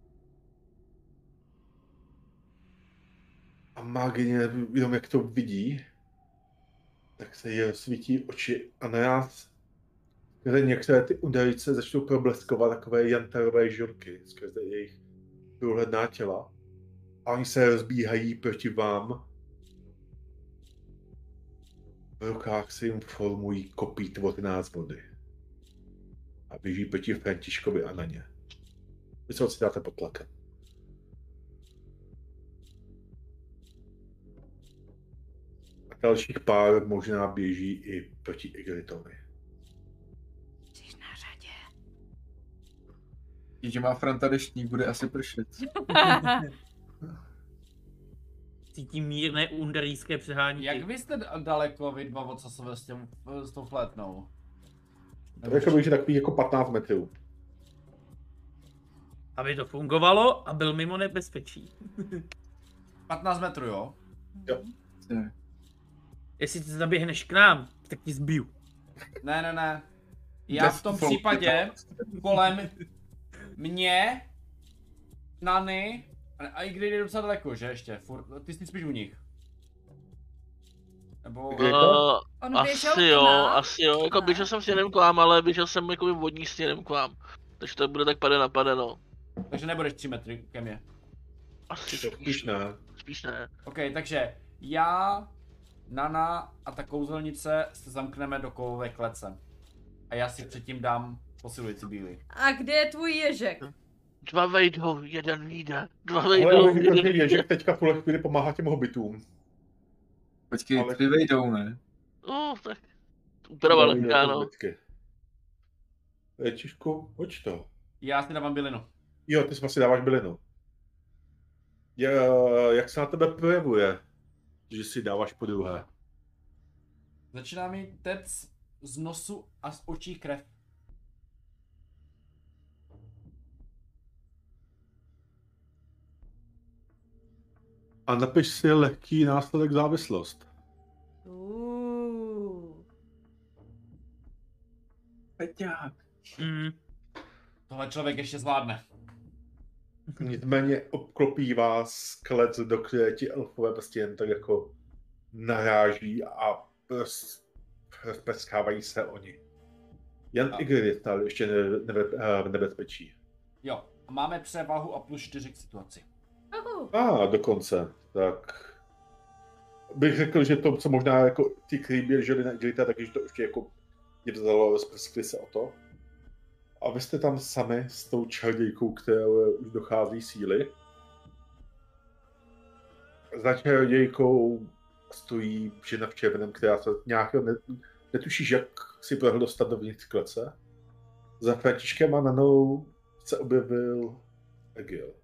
A mágyně, jenom jak to vidí, tak se jí rozsvítí oči a na nás, kde některé ty undelíce začnou probleskovat takové jantarové žurky skrze jejich průhledná těla. A oni se rozbíhají proti vám. V rukách se jim formují kopítvorná z vody. A běží proti Františkovi a Naně. Vy se ocitáte pod tlakem. A dalších pár možná běží i proti Igritovi. Jsi na řadě. Když má Franta deštník, bude asi pršet. Cítím mírné underíské přehání. Jak vy jste daleko vy dva od sebe s tou flétnou? To jako bych takový jako 15 metrů. Aby to fungovalo a byl mimo nebezpečí. 15 metrů, jo? Jo. Jestli ty zaběhneš k nám, tak ti zbiju. Ne. Já v tom případě kolem mě, Nany, a i když jde docela daleko, že ještě, ty jsi spíš u nich. Nebo... On běžel asi jo, jako běžel jsem směrem k vám, ale běžel jsem jakoby vodní směrem k vám. Takže to bude tak pade na pade, no. Takže nebudeš 3 metry ke mně. Asi spíš ne. Spíš ne. OK, takže já, Nana a ta kouzelnice se zamkneme do kovové klece. A já si předtím dám posilující bílý. A kde je tvůj ježek? 2 vejdou, 1 vyjde. 2 Ale vejdou, každý ježek teďka v tuhle chvíli pomáhá těm hobitům. Počkej, Ale- 3 vejdou, ne? No, tak úprava lehká, no. Čižku, hoď to. Já si dávám bylinu. Jo, ty si dáváš bylinu. Jak se na tebe projevuje, že si dáváš po druhé? Začíná mi tec z nosu a z očí krev. A napiš si lehký následek závislost. Peťák. Tohle člověk ještě zvládne. Nicméně obklopí vás klec, do které ti elfové prostě jen tak jako naráží a rozprskávají se oni. Jen Igor je stále ještě v nebezpečí. Jo, a máme převahu a +4 k situaci. Dokonce. Tak bych řekl, že to, co možná jako ti, kteří běželi na Igrita, takže to už jako je vzalo, rozprskli se o to. A vy jste tam sami s tou čarodějkou, která už dochází síly. Za čarodějkou stojí žena v červeném, která se nějak netušíš, jak si prohl dostat dovnitř klece. Za Františkem a Nanou se objevil Egil.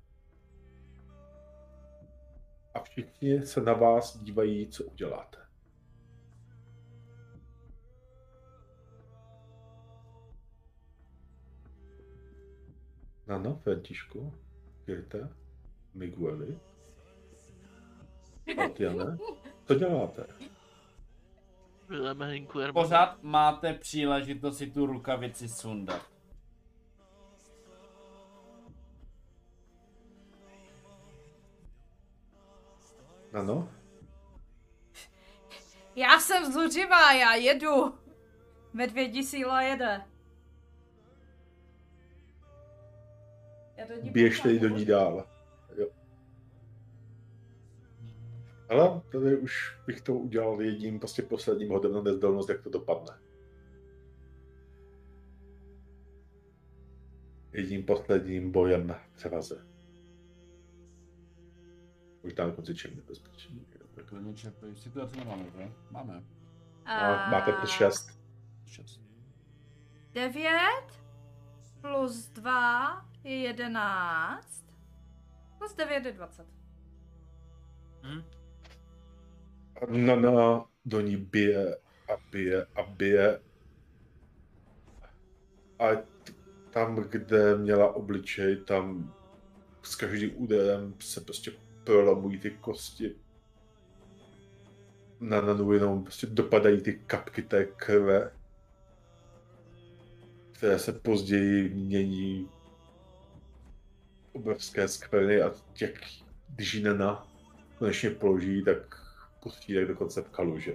A všichni se na vás dívají, co uděláte. Nano, Františku, Girte, Migueli, Tatiana, co děláte? Pořád máte příležitost si tu rukavici sundat. Nano? Já jsem zuřivá, já jedu. Medvědí síla jede. Běžte do ní dál. Jo. Ale tady už bych to udělal jedním prostě posledním hodem na nezdelnost, jak to dopadne. Jedním posledním bojem v převaze. Už tam konci čem nebezpečí. Situace nemáme, že? Máme. Máte plus 6. 9 plus 2 je 11. Plus 9 je 20. Nana do ní bije a bije a bije. A tam, kde měla obličej, tam s každým úderem se prostě prolamují ty kosti. Na Nanu jenom prostě dopadají ty kapky té krve, které se později mění obrovské skvrny a když ji Nana konečně položí, tak pustí tak dokonce v kaluže.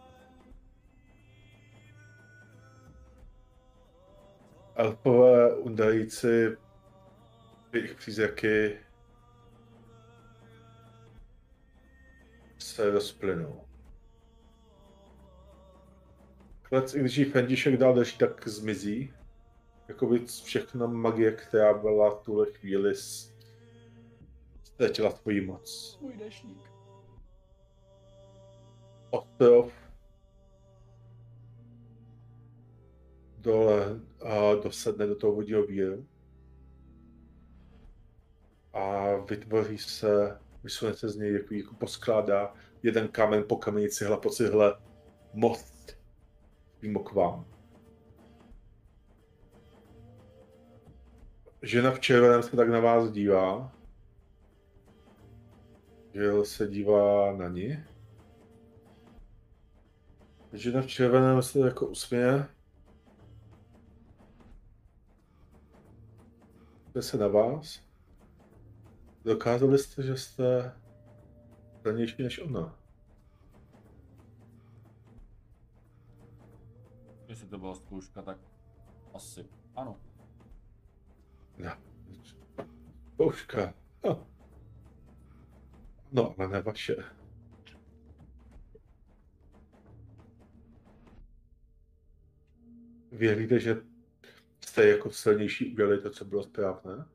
Elfové undajíci, jejich přízraky se rozplynou. Klec, i když ji František dál drží, tak zmizí. Jakoby všechna magie, která byla v tuhle chvíli, ztratila tvoji moc. Můj dešník. Ostrov dole dosedne do toho vodního víru a vysune se z něj jako poskládá jeden kámen po kameni, cihla po cihle, most mimo k vám. Žena v červeném se tak na vás dívá. Jill se dívá na ní. Žena v červeném se jako usměje. jsme se na vás. Dokázali jste, že jste silnější než ona. Jestli to byla zkouška, tak asi ano. Ne. Zkouška. No, ale ne vaše. Věříte, že jste jako silnější udělali to, co bylo správné?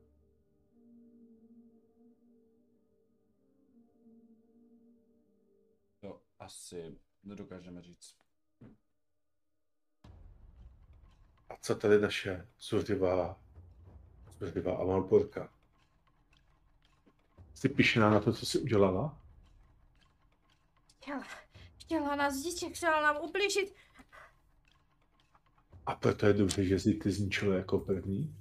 To asi nedokážeme říct. A co tady naše zuřivá Amalborka? Jsi pyšná na to, co jsi udělala? Chtěla nás zničit, chtěla nám ublížit. A proto je dobře, že jsi ty zničila jako první?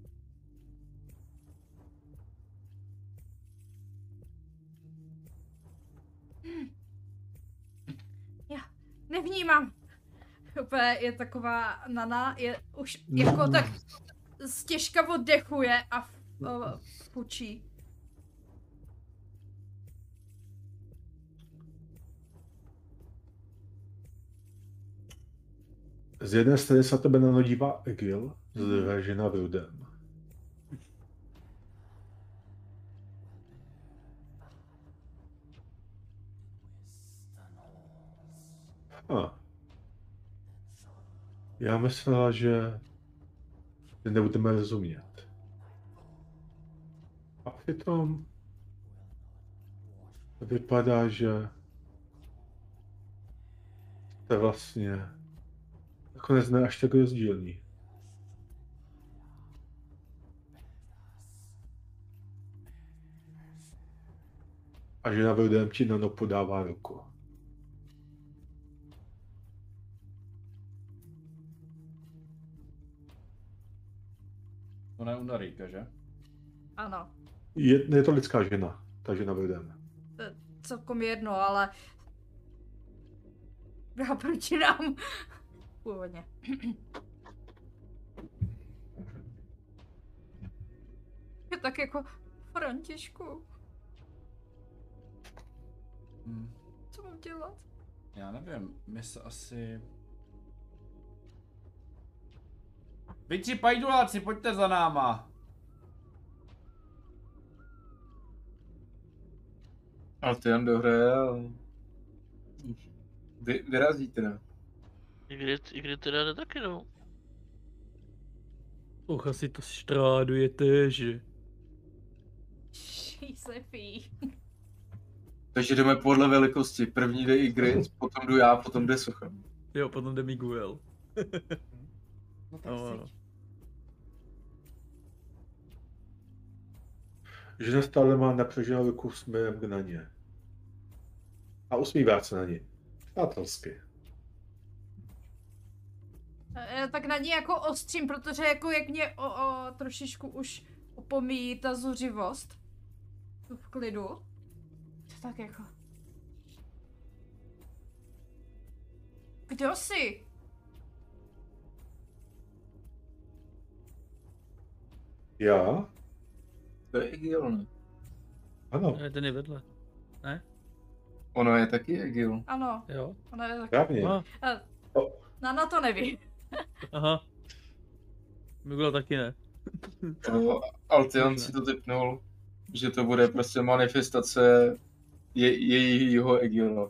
Já nevnímám. Úplně je taková Nana, je už jako tak stěžka oddechuje a fučí. Z jedné strany se na tebe nanodívá Egil, z druhé žena Vrudem. Já myslela, že nebudeme rozumět. A přitom vypadá, že to vlastně nakonec ne až tak rozdílný. A žena Vrudem ti Nano podává ruku. To ne Undaríka, že? Ano. Je to lidská žena, ta žena Vrudem. Celkom jedno, ale já proti nám. Původně. Je tak jako Františku. Co mám dělat? Já nevím, my se asi... Vy tři pajduláci, pojďte za náma. Ale ty jen dohraje a... Vyrazí teda. I kdy teda jde taky, no. Asi to štrádujete, že? Šísefí. Takže jdeme podle velikosti. První jde Ygritte, potom jdu já, potom jde Socha. Jo, potom jde Miguel. No tak No. si. Žena stále má napřeženou ruku směrem k Naně. A usmívá se na ní. Přátelsky. Tak na ní jako ostřím, protože jako jak mě trošičku už opomíjí ta zuřivost. Tu v klidu. To tak jako. Kdo jsi? Já? To je Egil, ne? Ano, Ale ten je vedle. Ono je taky Egil. Ano, Jo. ona je tak. správně. Nana to neví. Aha. Miguel taky ne. Altion si to typnul, že to bude prostě manifestace jejího Egila.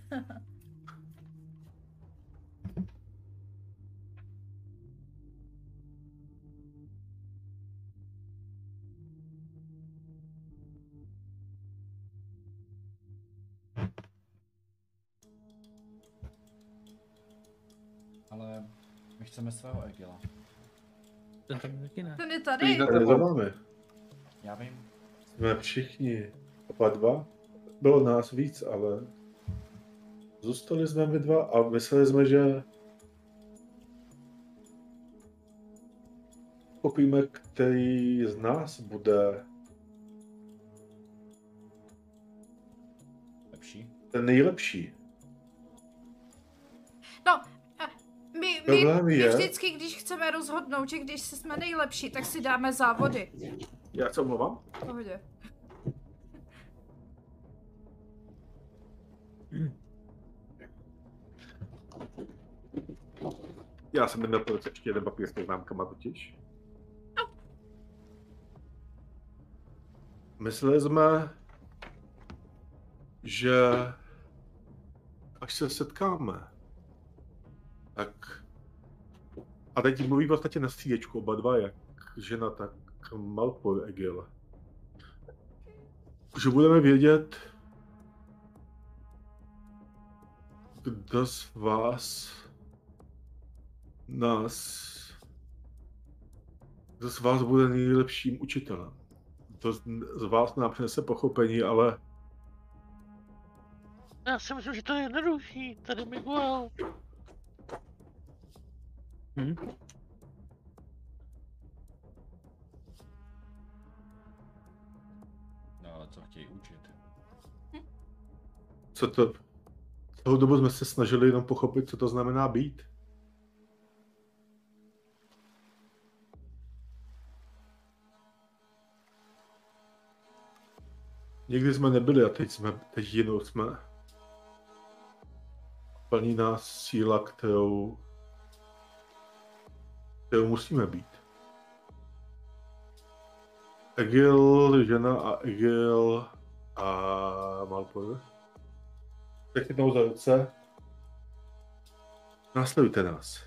Ale my chceme svého Egila. Ten tam taky ne. Ten je tady. Tady za vámi. Já vím. Jsme všichni. Oba dva. Bylo nás víc, ale zůstali jsme my dva a mysleli jsme, že popíme, který z nás bude Lepší. ten nejlepší. No, Problém my je- vždycky, když chceme rozhodnout, že když jsme nejlepší, tak si dáme závody. Já se omlouvám. V pohodě. Já jsem neměl po ještě jeden papír s poznámkama totiž. Mysleli jsme, že až se setkáme, tak... A teď mluví v podstatě na střídečku oba dva, jak žena, tak Malfoy Egil. Že budeme vědět, kdo z vás kdo z vás bude nejlepším učitelem. Kdo z vás nám přinese pochopení, ale Já si myslím, že to je jednoduchý. Tady Miguel. No ale co chtějí učit? co to... Celou dobu jsme se snažili jenom pochopit, co to znamená být. Nikdy jsme nebyli a teď jinou jsme. Plní nás síla, kterou musíme být. Egil, žena a Egil a Malfoy. Tak jednou za ruce. Následujte nás.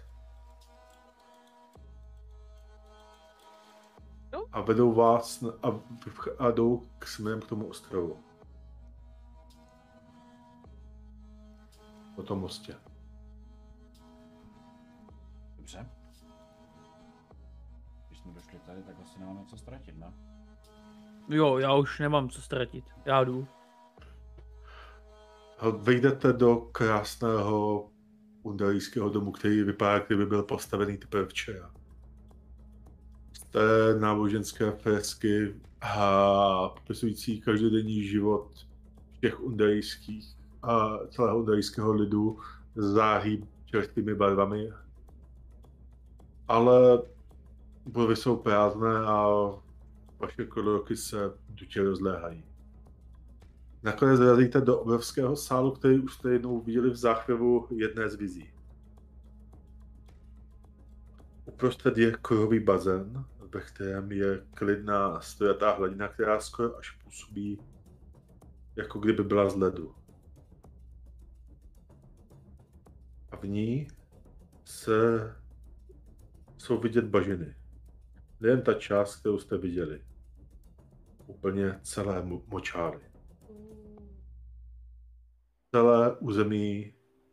A vedou vás a jdou směrem k tomu ostrovu. Po tom mostě. Dobře. Když jsme došli tady, tak asi nemáme co ztratit, ne? Jo, já už nemám co ztratit. Já jdu. Vejdete do krásného undarijského domu, který vypadá, kdyby byl postavený teprve včera. Z té náboženské fresky a popisující každodenní život všech undarijských a celého undarijského lidu září čerstvými barvami. Ale budovy jsou prázdné a vaše kroky se dutě rozléhají. Nakonec dorazíte do obrovského sálu, který už jste jednou viděli v záchvěvu jedné z vizí. Uprostřed je kruhový bazén, ve kterém je klidná stojatá hladina, která skoro až působí, jako kdyby byla z ledu. A v ní jsou vidět bažiny. Nejen ta část, kterou jste viděli. Úplně celé močály. Celé území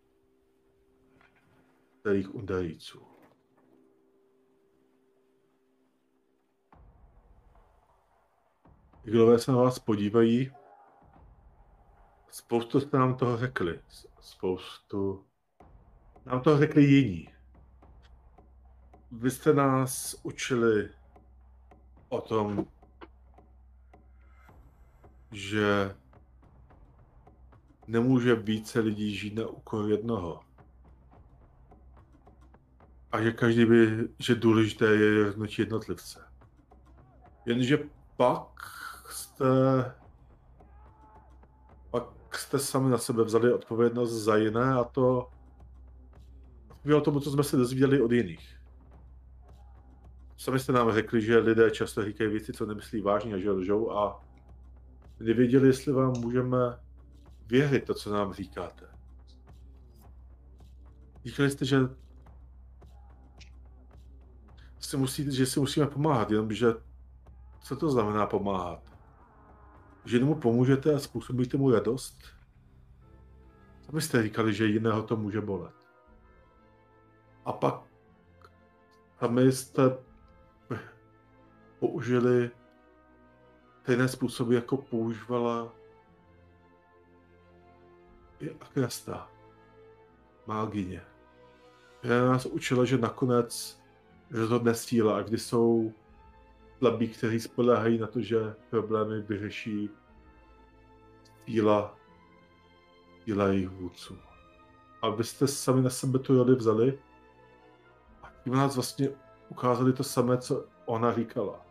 celých Undarijců. Iglové se na vás podívají. Spoustu jste nám toho řekli. Spoustu nám toho řekli jiní. Vy jste nás učili o tom, že nemůže více lidí žít na úkor jednoho. A že každý že důležité je rozhodnutí jednotlivce. Jenže pak jste sami na sebe vzali odpovědnost za jiné a to bylo tomu, co jsme se dozvěděli od jiných. Sami jste nám řekli, že lidé často říkají věci, co nemyslí vážně a že lžou a nevěděli, jestli vám můžeme věřit to, co nám říkáte. Říkali jste, že si musíme pomáhat, jenomže co to znamená pomáhat? Že mu pomůžete a způsobíte mu radost? Sami jste říkali, že jiného to může bolet. A pak sami jste použili stejné způsoby, jako používala i Akrasta, mágyně. Která nás učila, že nakonec rozhodne síla a kdy jsou slabí, kteří spoléhají na to, že problémy vyřeší síla jejich vůdců. A vy jste sami na sebe tu roli vzali Tím nás vlastně ukázali to samé, co ona říkala.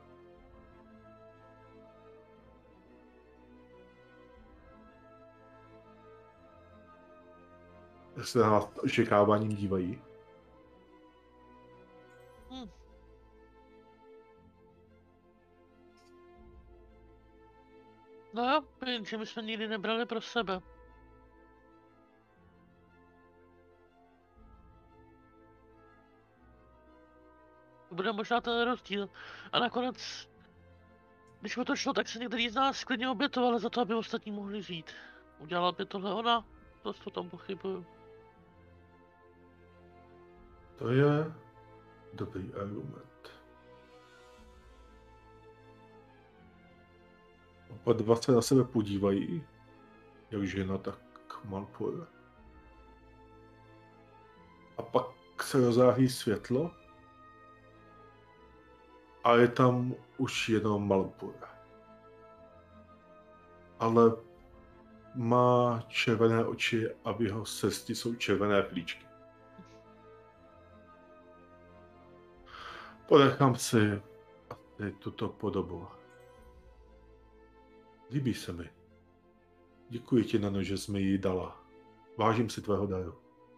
Se na nás očekáváním dívají. No jo, jenže my jsme nikdy nebrali pro sebe. To bude možná ten rozdíl. A nakonec, když o to šlo, tak se některý z nás klidně obětovali za to, aby ostatní mohli žít. Udělala by tohle ona? To tam pochybuju. To je dobrý argument. Oba dva se na sebe podívají, jak žena, tak Malfoy. A pak se rozáří světlo a je tam už jenom Malfoy. Ale má červené oči a v jeho srsti jsou červené plíčky. Ponechám si asi tuto podobu. Líbí se mi. Děkuji ti, Nano, že jsi mi ji dala. Vážím si tvého daru.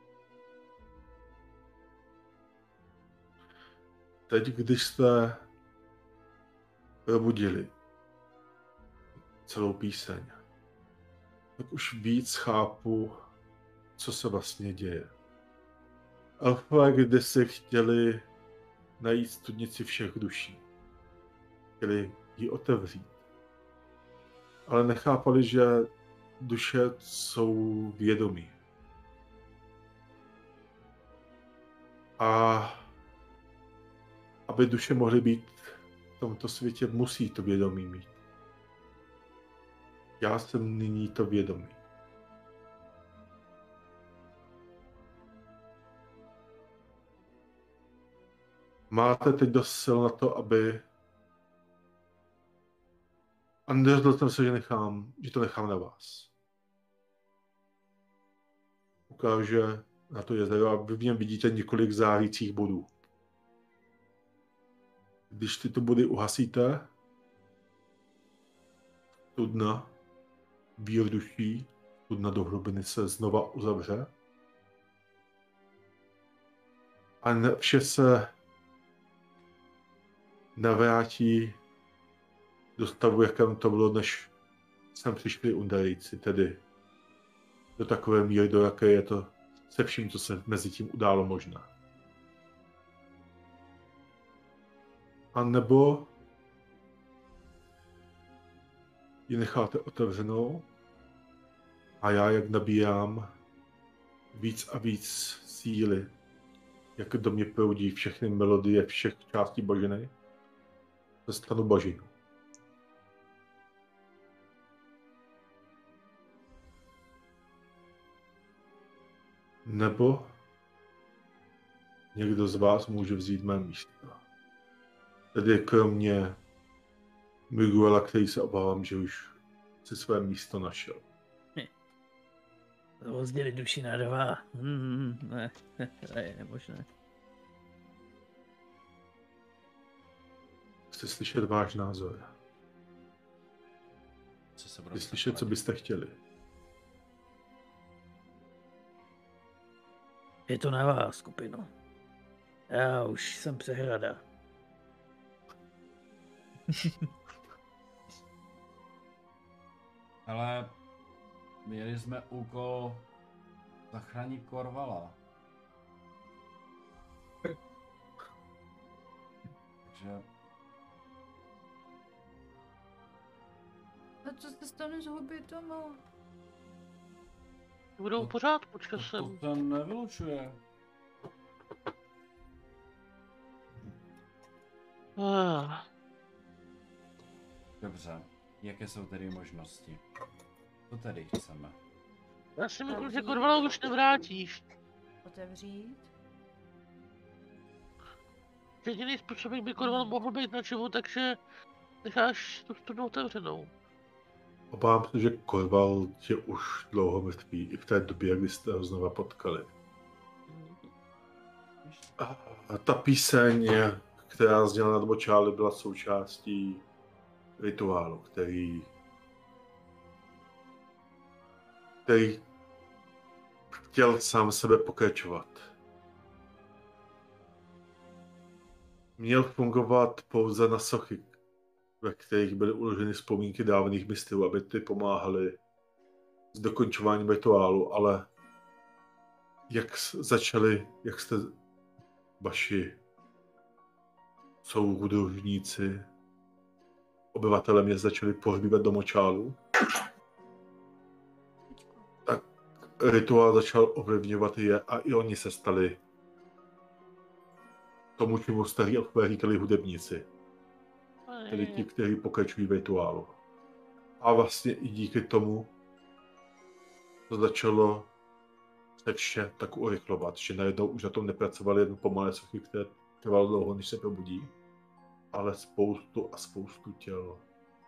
Teď, když jste probudili celou píseň, tak už víc chápu, co se vlastně děje. Elfové kdysi chtěli najít studnici všech duší. Chtěli ji otevřít. Ale nechápali, že duše jsou vědomí. A aby duše mohly být v tomto světě, musí to vědomí mít. Já jsem nyní to vědomí. Máte teď dost sil na to, aby... A nerozhodl jsem se, že to nechám na vás. Ukáže na to jezero a vy v něm vidíte několik zářících bodů. Když tyto body uhasíte, studna vír duší, studna do hlubiny se znova uzavře a vše se navrátí do stavu, jakém to bylo, než sem přišli Undarejci, tedy do takové míry, do jaké je to se vším, co se mezi tím událo možná. A nebo ji necháte otevřenou a já, jak nabírám víc a víc síly, jak do mě proudí všechny melodie všech částí bažiny, se stanu bažinou. Nebo někdo z vás může vzít mé místo. Tedy kromě Miguela, který se obávám, že už si své místo našel. Rozdělit duši na dva. Ne, to je nemožné. Chci slyšet váš názor. Chci slyšet, co byste chtěli. Je to na vás, skupino. Já už jsem přehrada. Ale měli jsme úkol zachránit Korvala. Takže... A co se stane s hobitama? Budou v pořádku časem. To nevylučuje. Dobře, jaké jsou tedy možnosti? Co tedy chceme? Já si myslím, že Korvala už nevrátíš. Otevřít? Jediný způsob, jak by Korval mohl být načivu, takže necháš tu studnu otevřenou. Obávám se, že Korval je už dlouho mrtvý, i v té době, kdy jste ho znova potkali. ještě. A ta píseň, která zněla nad močály, byla součástí rituálu, který chtěl sám sebe pokračovat. Měl fungovat pouze na sochy, ve kterých byly uloženy vzpomínky dávných mistrů, aby ty pomáhaly s dokončováním rituálu, ale jak jste vaši souhudovníci, obyvatele mě začali pohřbívat do močálu, tak rituál začal ovlivňovat je a i oni se stali tomu, čemu starí elfové říkali hudebníci. Tedy ti, kteří pokračují v rituálu. A vlastně i díky tomu to začalo se vše tak urychlovat, že najednou už na tom nepracovali jen pomalé sochy, které trvalo dlouho, než se probudí, ale spoustu a spoustu těl.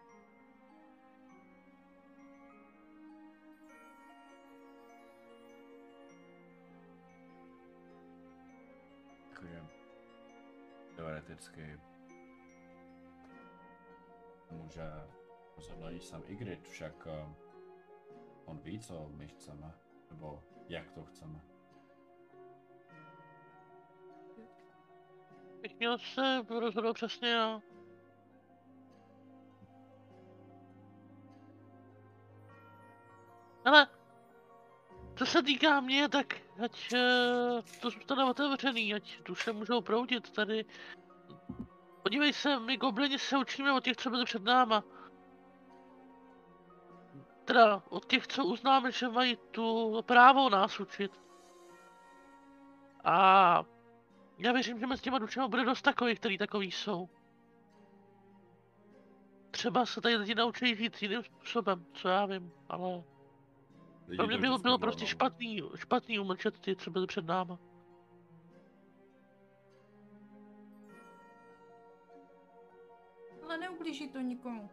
Takže teoreticky může rozhodnout sám Ygritte, však on ví, co my chceme, nebo jak to chceme. Bych měl se rozhodnout přesně já. Ale co se týká mě, tak ať to zůstane otevřený, ať duše můžou proudit tady. Podívej se, my goblini se učíme od těch, co byli před náma. Teda od těch, co uznáme, že mají tu právo nás učit. A já věřím, že mezi těma dušema bude dost takových, který takový jsou. Třeba se tady lidi naučí žít jiným způsobem, co já vím, ale pro mě bylo prostě špatný umlčet ty, co byli před náma. Ale neublíží to nikomu.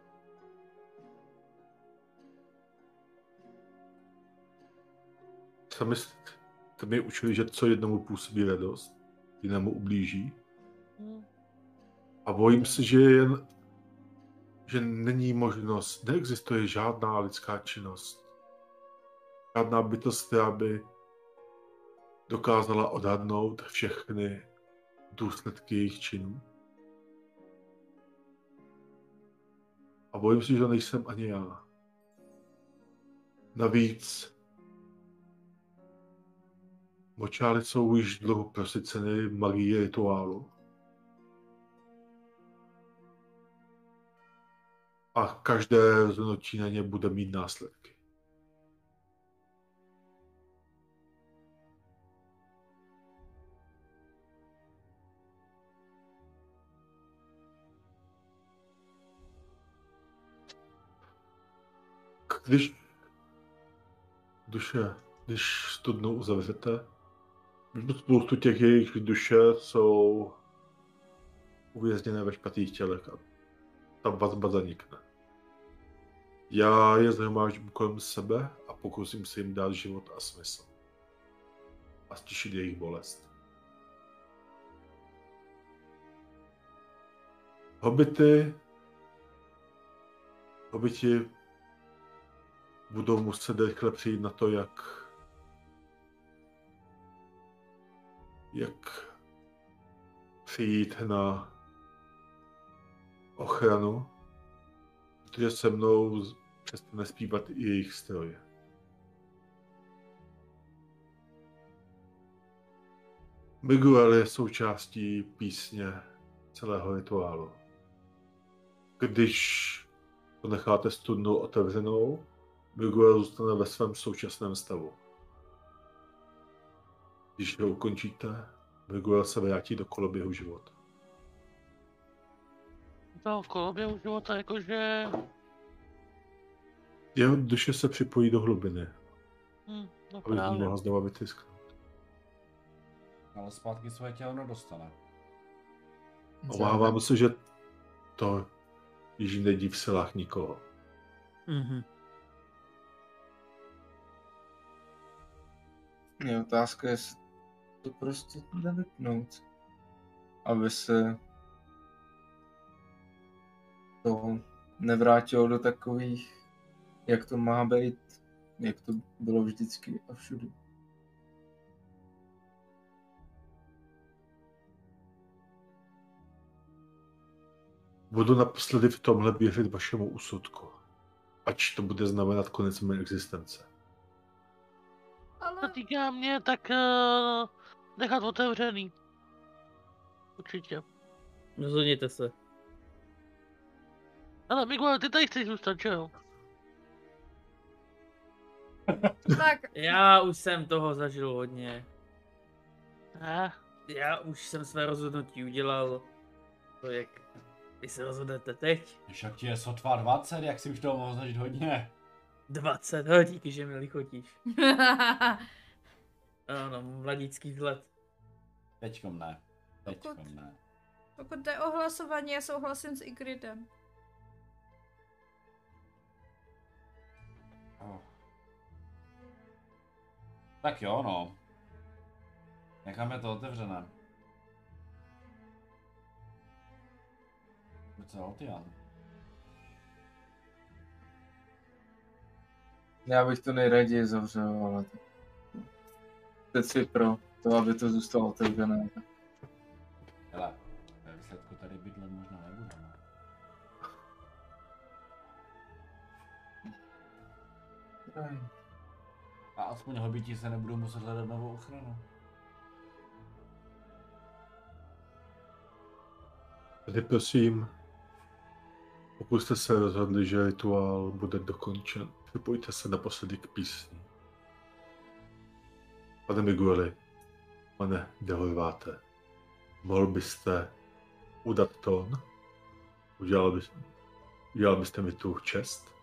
Sami jste mi učili, že co jednomu působí radost, jinému ublíží. A bojím se, že není možnost, neexistuje žádná lidská činnost, žádná bytost, která by dokázala odhadnout všechny důsledky jejich činů. A bojím se, že to nejsem ani já. Navíc močály jsou již dlouho prosyceny magií rituálu. A každé rozhodnutí na ně bude mít následky. Když studnu uzavřete, spoustu těch jejich duše jsou uvězněné ve špatných tělech a ta vazba zanikne. Já je zhromáždím kolem sebe a pokusím se jim dát život a smysl. A stišit jejich bolest. Hobiti budou muset rychle přijít na to, jak přijít na ochranu, protože se mnou přestane zpívat i jejich stroj. Miguel je součástí písně celého rituálu. Když to necháte studnu otevřenou, Miguel zůstane ve svém současném stavu. Když ho ukončíte, Miguel se vrátí do koloběhu života. Do koloběhu života, jakože... Jeho duše se připojí do hlubiny, No aby z ní mohla znova vytisknout. Ale zpátky své tělo nedostane. Obávám se, že to již není v silách nikoho. Mhm. Je otázka, jestli to prostě nevypnout. Aby se to nevrátilo do takových, jak to má být, jak to bylo vždycky a všude. Budu naposledy v tomhle věřit vašemu úsudku. Ač to bude znamenat konec mé existence. To týká mě, tak nechat otevřený. Určitě. Rozhodněte se. Ale Miguel, ty tady chceš zůstat, že jo? Tak, Já už jsem toho zažil hodně. Ne? Já už jsem své rozhodnutí udělal. To jak vy se rozhodnete teď? Však ti je sotva 20, jak si už toho mohl zažít hodně. 20, no, díky, že mi lichotíš. Ano, mladícký vzhled. Teďkom ne. Teďkom ne. pokud jde o hlasování, já souhlasím s Igridem. Oh. Tak jo, no. Necháme to otevřené. Co, Altian? Já bych to nejraději zavřel, ale teď si pro to, aby to zůstalo otevřené. Hele, ve výsledku tady bydlet možná nebudeme. A aspoň hobiti se nebudou muset hledat novou ochranu. Tedy prosím, pokud jste se rozhodli, že rituál bude dokončen, připojte se naposledy k písni. Pane Migueli, pane Dehorváte, mohl byste udat tón? Udělal byste mi tu čest?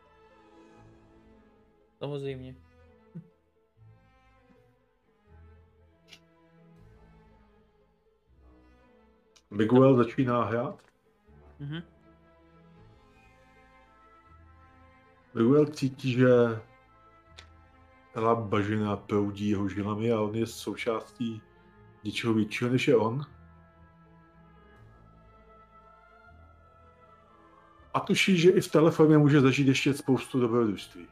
Samozřejmě. Miguel začíná hrát. Mhm. Miguel cítí, že celá bažina proudí jeho žilami a on je součástí něčeho většího než je on. A tuší, že i v téhle formě může zažít ještě spoustu dobrodružství.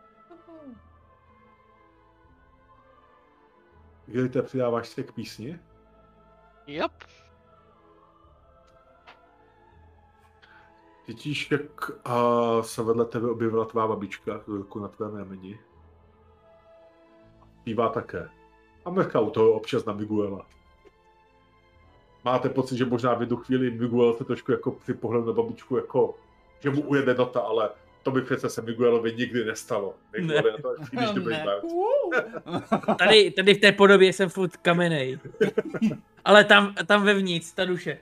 Kdy te přidáváš se k písni? Yep. Cítíš, jak se vedle tebe objevila tvá babička, ruku na tvém rameni. Zpívá také. A mrká u toho občas na Miguela. Máte pocit, že možná v jednu chvíli Miguel se trošku jako při pohledu na babičku, jako, že mu ujede nota, ale to by přece se Miguelovi nikdy nestalo. Miguel je na to příliš dobrý bard. Tady v té podobě jsem furt kamenej. Ale tam vevnitř, ta duše.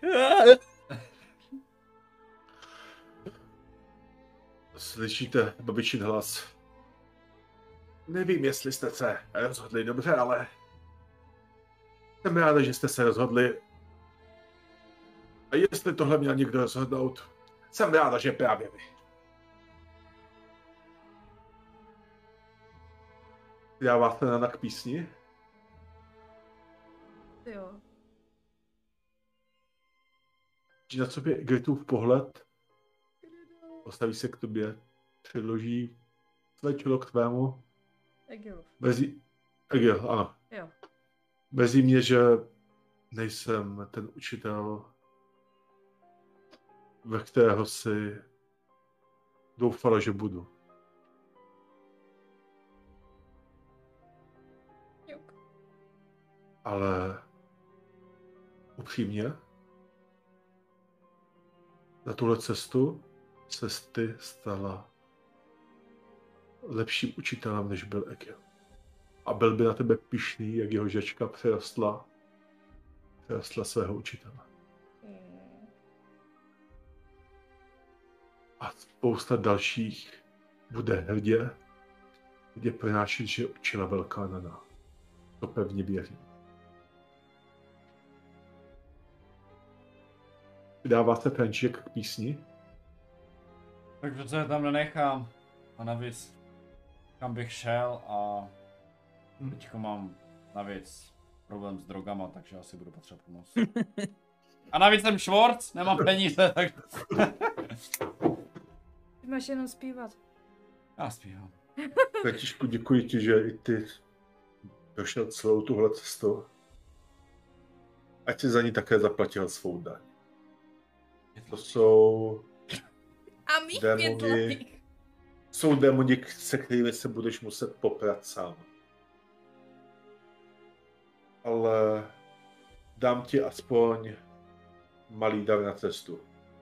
Slyšíte babičin hlas? Nevím, jestli jste se rozhodli dobře, ale jsem ráda, že jste se rozhodli. A jestli tohle měl někdo rozhodnout, jsem ráda, že právě vy. Dáváte na k písni? Jo. Na sobě Igritův pohled, postaví se k tobě, přiloží své čelo k tvému. Egil. Egil, ano. Jo. Mrzí mě, že nejsem ten učitel, ve kterého si doufala, že budu. Jo. Ale upřímně, na tuhle cestu se ty stala lepším učitelem, než byl Egil. A byl by na tebe pyšný, jak jeho žečka přerostla svého učitele. A spousta dalších bude hrdě pronášet, že učila velká Nana. To pevně věřím. Vydává se František k písni? Tak přece je tam nenechám. A navíc, kam bych šel a teďko mám navíc problém s drogama, takže asi budu potřebovat pomoc. A navíc jsem švorc, nemám peníze, tak... Ty máš jenom zpívat. Já zpívám. Františku, děkuji ti, že i ty došel celou tuhle cestu. Ať si za ní také zaplatil svou daň. To jsou A mých 5 démoni, zlatých. jsou démoni, se kterými se budeš muset poprat sám. Ale dám ti aspoň malý dar na cestu.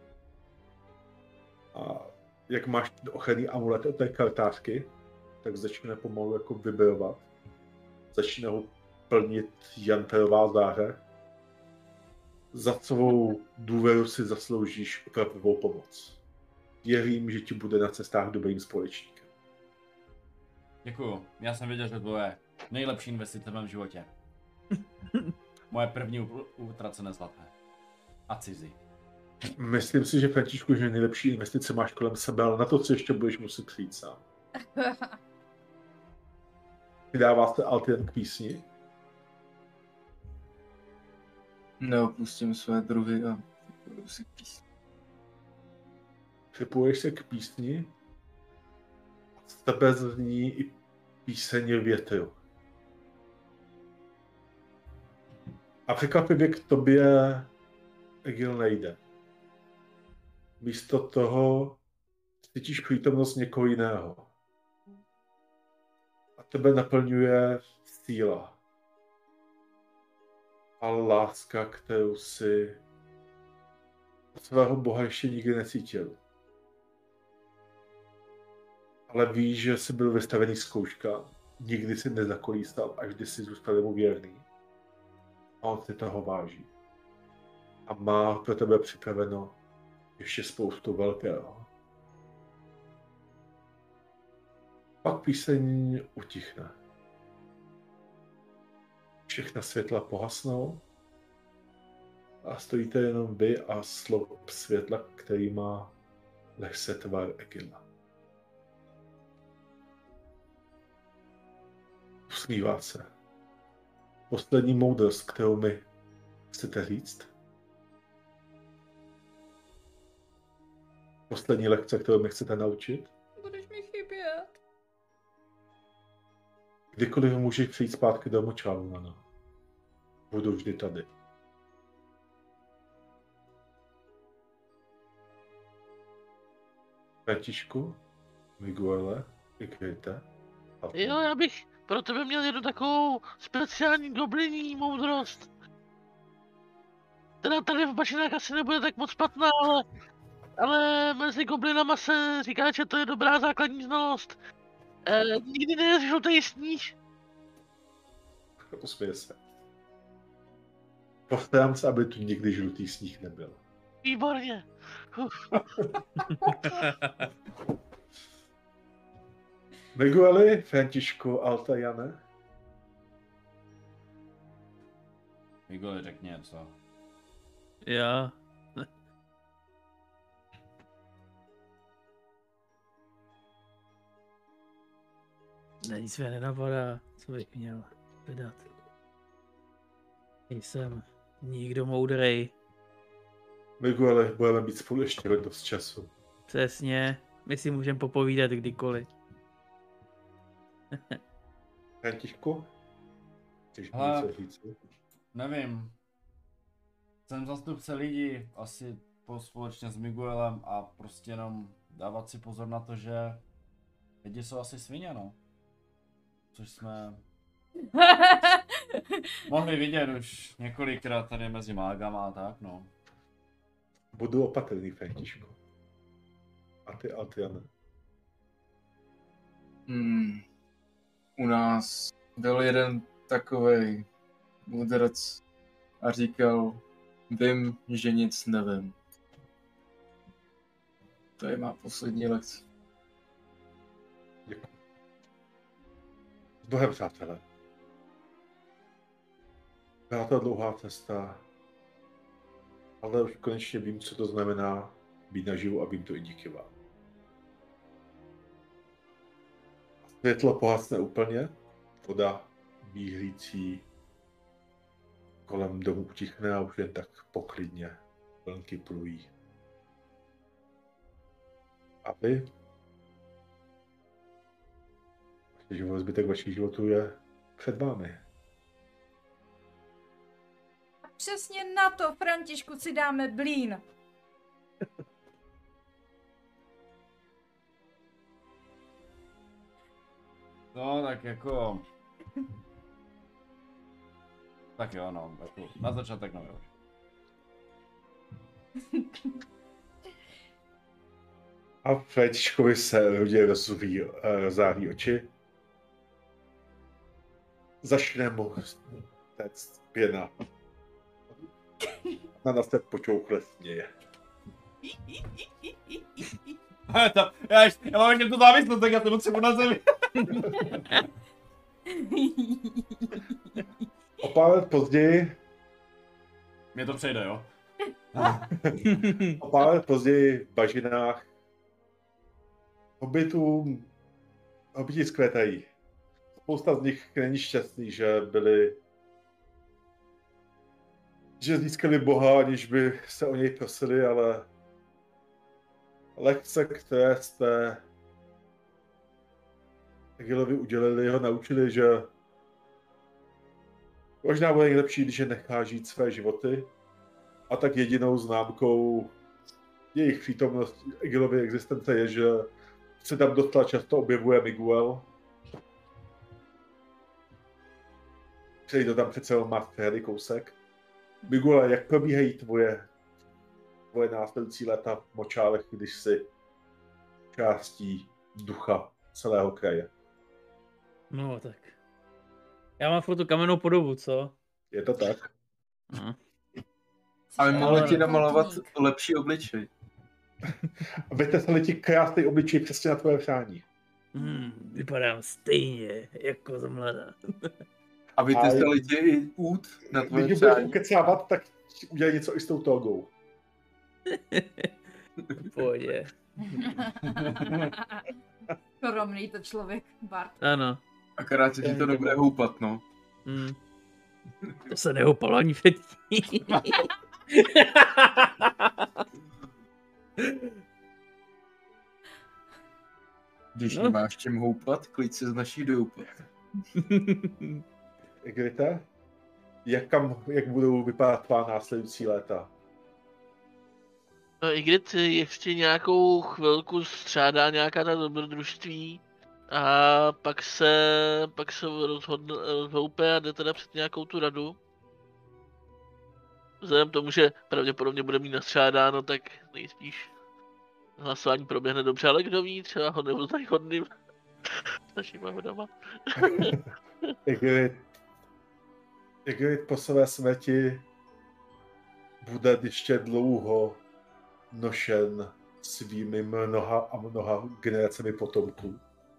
A jak máš ochranný amulet od té kartářky, tak začne pomalu jako vibrovat. Začne ho plnit jantarová záře. Za svou důvěru si zasloužíš opravdovou pomoc. Věřím, že ti bude na cestách dobrým společníkem. Děkuju. Já jsem věděl, že to je nejlepší investice v mém životě. Moje první utracené zlaté. A cizí. Myslím si, že Františku, že nejlepší investice máš kolem sebe, ale na to, co ještě budeš muset přijít sám. Vydává se Altian k písni? Neopustím své druhy a budu si písni. Připoješ se k písni a z tebe zní i píseň větru. A překvapivě k tobě Egil nejde. Místo toho cítíš přítomnost někoho jiného. A tebe naplňuje síla. A láska, kterou si od svého boha ještě nikdy necítil. Ale víš, že jsi byl vystavený zkouška. Nikdy si nezakolísal, až když jsi zůstal mu věrný. A on si toho váží. A má pro tebe připraveno ještě spoustu velkého. Pak píseň utichne. Všechna světla pohasnou a stojíte jenom vy a sloup světla, který má lehce tvar Egila. Usmívá se. Poslední moudrost, kterou mi chcete říct? Poslední lekce, kterou mi chcete naučit? Budeš mi chybět. Kdykoliv můžeš přijít zpátky domů, Čálumana. Budu vždy tady. Františku, Miguele, Igrite. Jo, já bych pro tebe měl jednu takovou speciální gobliní moudrost. Teda tady v bašinách asi nebude tak moc špatná, ale mezi goblinama se říká, že to je dobrá základní znalost. Nikdy nejsi žlutý sníh. Usměje se. Postarám se, aby tu nikdy žlutý sníh nebyl. Výborně. Migueli, Františku, Alta, Jane. Miguel, řekni něco. Já. Nic mě nenapadá, co bych měl vydat. Nejsem nikdo moudrej. Migueli, budeme být spolu ještě dost času. Přesně, my si můžeme popovídat kdykoliv. Františku? Chceš Hele. něco říct? Nevím. Jsem zastupce lidí, asi společně s Miguelem a prostě jenom dávat si pozor na to, že lidi jsou asi svině, no. Což jsme mohli vidět už několikrát tady mezi mágama a tak, no. Budu opatrný, Františku. A ty, Altiane? U nás byl jeden takovej mudrc a říkal, vím, že nic nevím. To je má poslední lekce. Děkuji. S Bohem, přátelé. Byla to dlouhá cesta, ale už konečně vím, co to znamená být naživu a vím to i díky vám. Světlo pohasne úplně, voda výhlící kolem domu utichne a už jen tak poklidně vlnky plují. A vy? Zbytek vašich životů je před vámi. A přesně na to, Františku, si dáme blín. No, tak jako... Tak jo, no, jako na začátek no jo. A Františkovi se hodně rozáří oči. Začne mu téct pěna. Na nás se počoukle směje. Já mám ještě tu závislost, tak já to potřebuji na zemi. O pár let později... Mě to přejde, jo? O pár let později v bažinách hobiti zkvétají. Spousta z nich není šťastný, že získali Boha, aniž by se o něj prosili, ale lekce, které jste Egilovi udělili, ho naučili, že možná bude nejlepší, když je nechá žít své životy. A tak jedinou známkou jejich přítomnosti Egilovy existence je, že se tam docela často objevuje Miguel, který to tam přece má v kousek. Miguel, jak probíhají tvoje následující léta v Močálech, když jsi částí ducha celého kraje? No tak. Já mám furt tu kamennou podobu, co? Je to tak? Ale mohli ti namalovat lepší obličej. Vytesali ti krásný obličej přesně na tvoje přání. Vypadám stejně, jako za mladá. A vytesali ti i út na tvoje Když přání. budeš ukecávat, tak udělej něco i s tou togou. V pohodě. Skromný to člověk, Bart. Ano. Akorát, že ti to nebude houpat, no. To se nehoupalo ani předtím. Když nemáš čím houpat, klid se z naší doupat. Egrita, jak budou vypadat tvá následující léta? No, Ygritte ještě nějakou chvilku střádá nějaká ta dobrodružství a pak se rozhoupe a jde teda před nějakou tu radu. Vzhledem k tomu, že pravděpodobně bude mít nastřádáno, tak nejspíš hlasování proběhne dobře, ale kdo ví, třeba ho neuznají hodným s našima hodama. Ygritte po své smrti bude ještě dlouho nošen svými mnoha a mnoha generacemi potomků.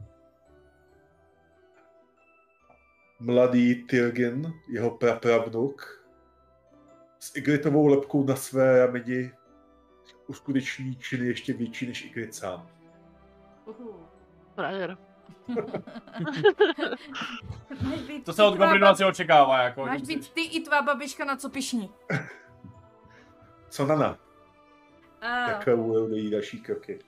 Mladý Tyrgin, jeho prapravnuk, s Ygrittovou lebkou na své rameni uskuteční činy ještě větší než Ygritte sám. Frajer. To se od kombinace očekává, jako. Máš být ty i tvá babička na co pišní. Co Nana? Jaké budou její další kroky?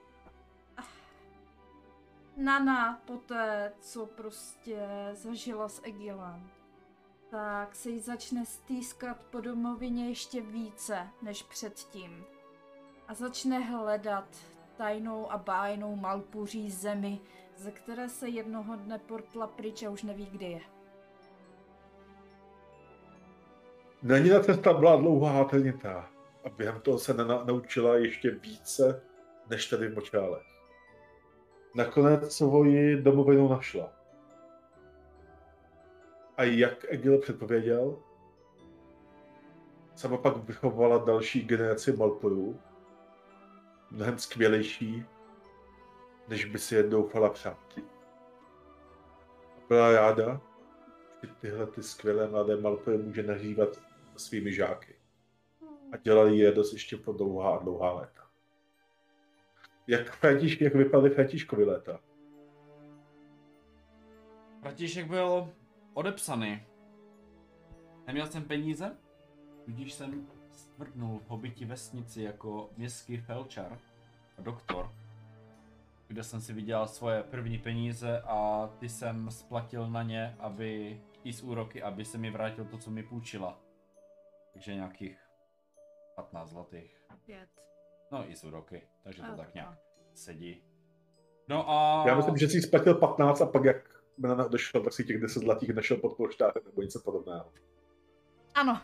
Nana poté, co prostě zažila s Egilem, tak se jí začne stýskat po domovině ještě více než předtím. A začne hledat tajnou a bájnou malpuří zemi, ze které se jednoho dne portla pryč a už neví, kdy je. Nanina cesta byla dlouhá a trnitá a během toho se naučila ještě více než tady v Močálech. Nakonec svoji domovinu našla. A jak Egil předpověděl, sama pak vychovala další generaci Malporů, mnohem skvělejší, než by si jen doufala přát. Byla ráda, že tyhle ty mladé Malpory může nařívat svými žáky. A dělali je dost ještě po dlouhá a dlouhá léta. Jak vypadaly Františkovy léta? František byl odepsaný. Neměl jsem peníze, tudíž jsem stvrdnul v hobiti vesnici jako městský felčar a doktor, kde jsem si vydělal svoje první peníze a ty jsem splatil na ně, aby i z úroky, aby se mi vrátil to, co mi půjčila. Takže nějakých 15 zlatých. 5. No i z úroky, takže to tak nějak sedí. No a... Já myslím, že jsi splatil 15 a pak jak jména došlo, tak si těch 10 zlatých našel pod polštářem nebo něco podobného. Ano.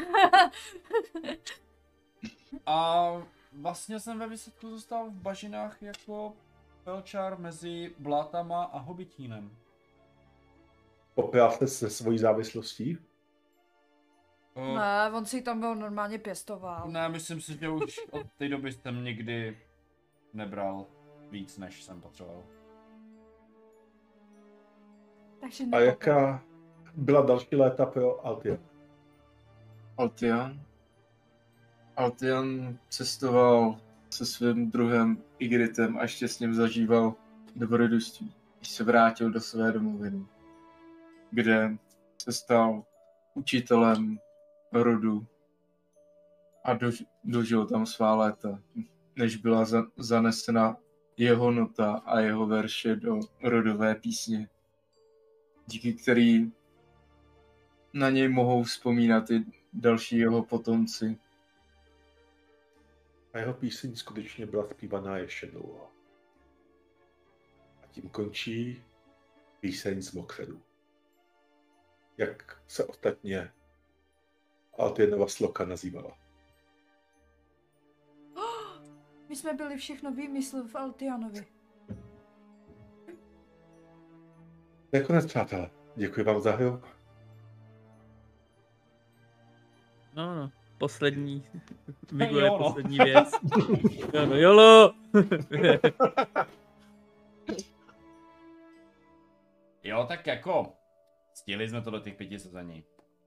A vlastně jsem ve výsledku zůstal v bažinách jako felčar mezi blátama a hobitínem. Popral jste se svojí závislostí? Ne, on si tam byl normálně pěstoval. Ne, myslím si, že už od té doby jsem nikdy nebral víc, než jsem potřeboval. Takže A jaká byla další léta pro Altia? Altian cestoval se svým druhem Igritem a ještě s ním zažíval dobrodružství, když se vrátil do své domoviny, kde se stal učitelem rodu a dožil tam svá léta, než byla zanesena jeho nota a jeho verše do rodové písně, díky který na něj mohou vzpomínat i další jeho potomci. A jeho píseň skutečně byla zpívaná ještě dlouho. A tím končí píseň z Mokřadu. Jak se ostatně Altienova sloka nazývala. My jsme byli všechno výmysl v Altianovi. To je konec, přátelé. Děkuji vám za hru. No, poslední. Miguel je poslední věc. No, jolo! Jo, tak jako, stihli jsme to do těch 5 sezení.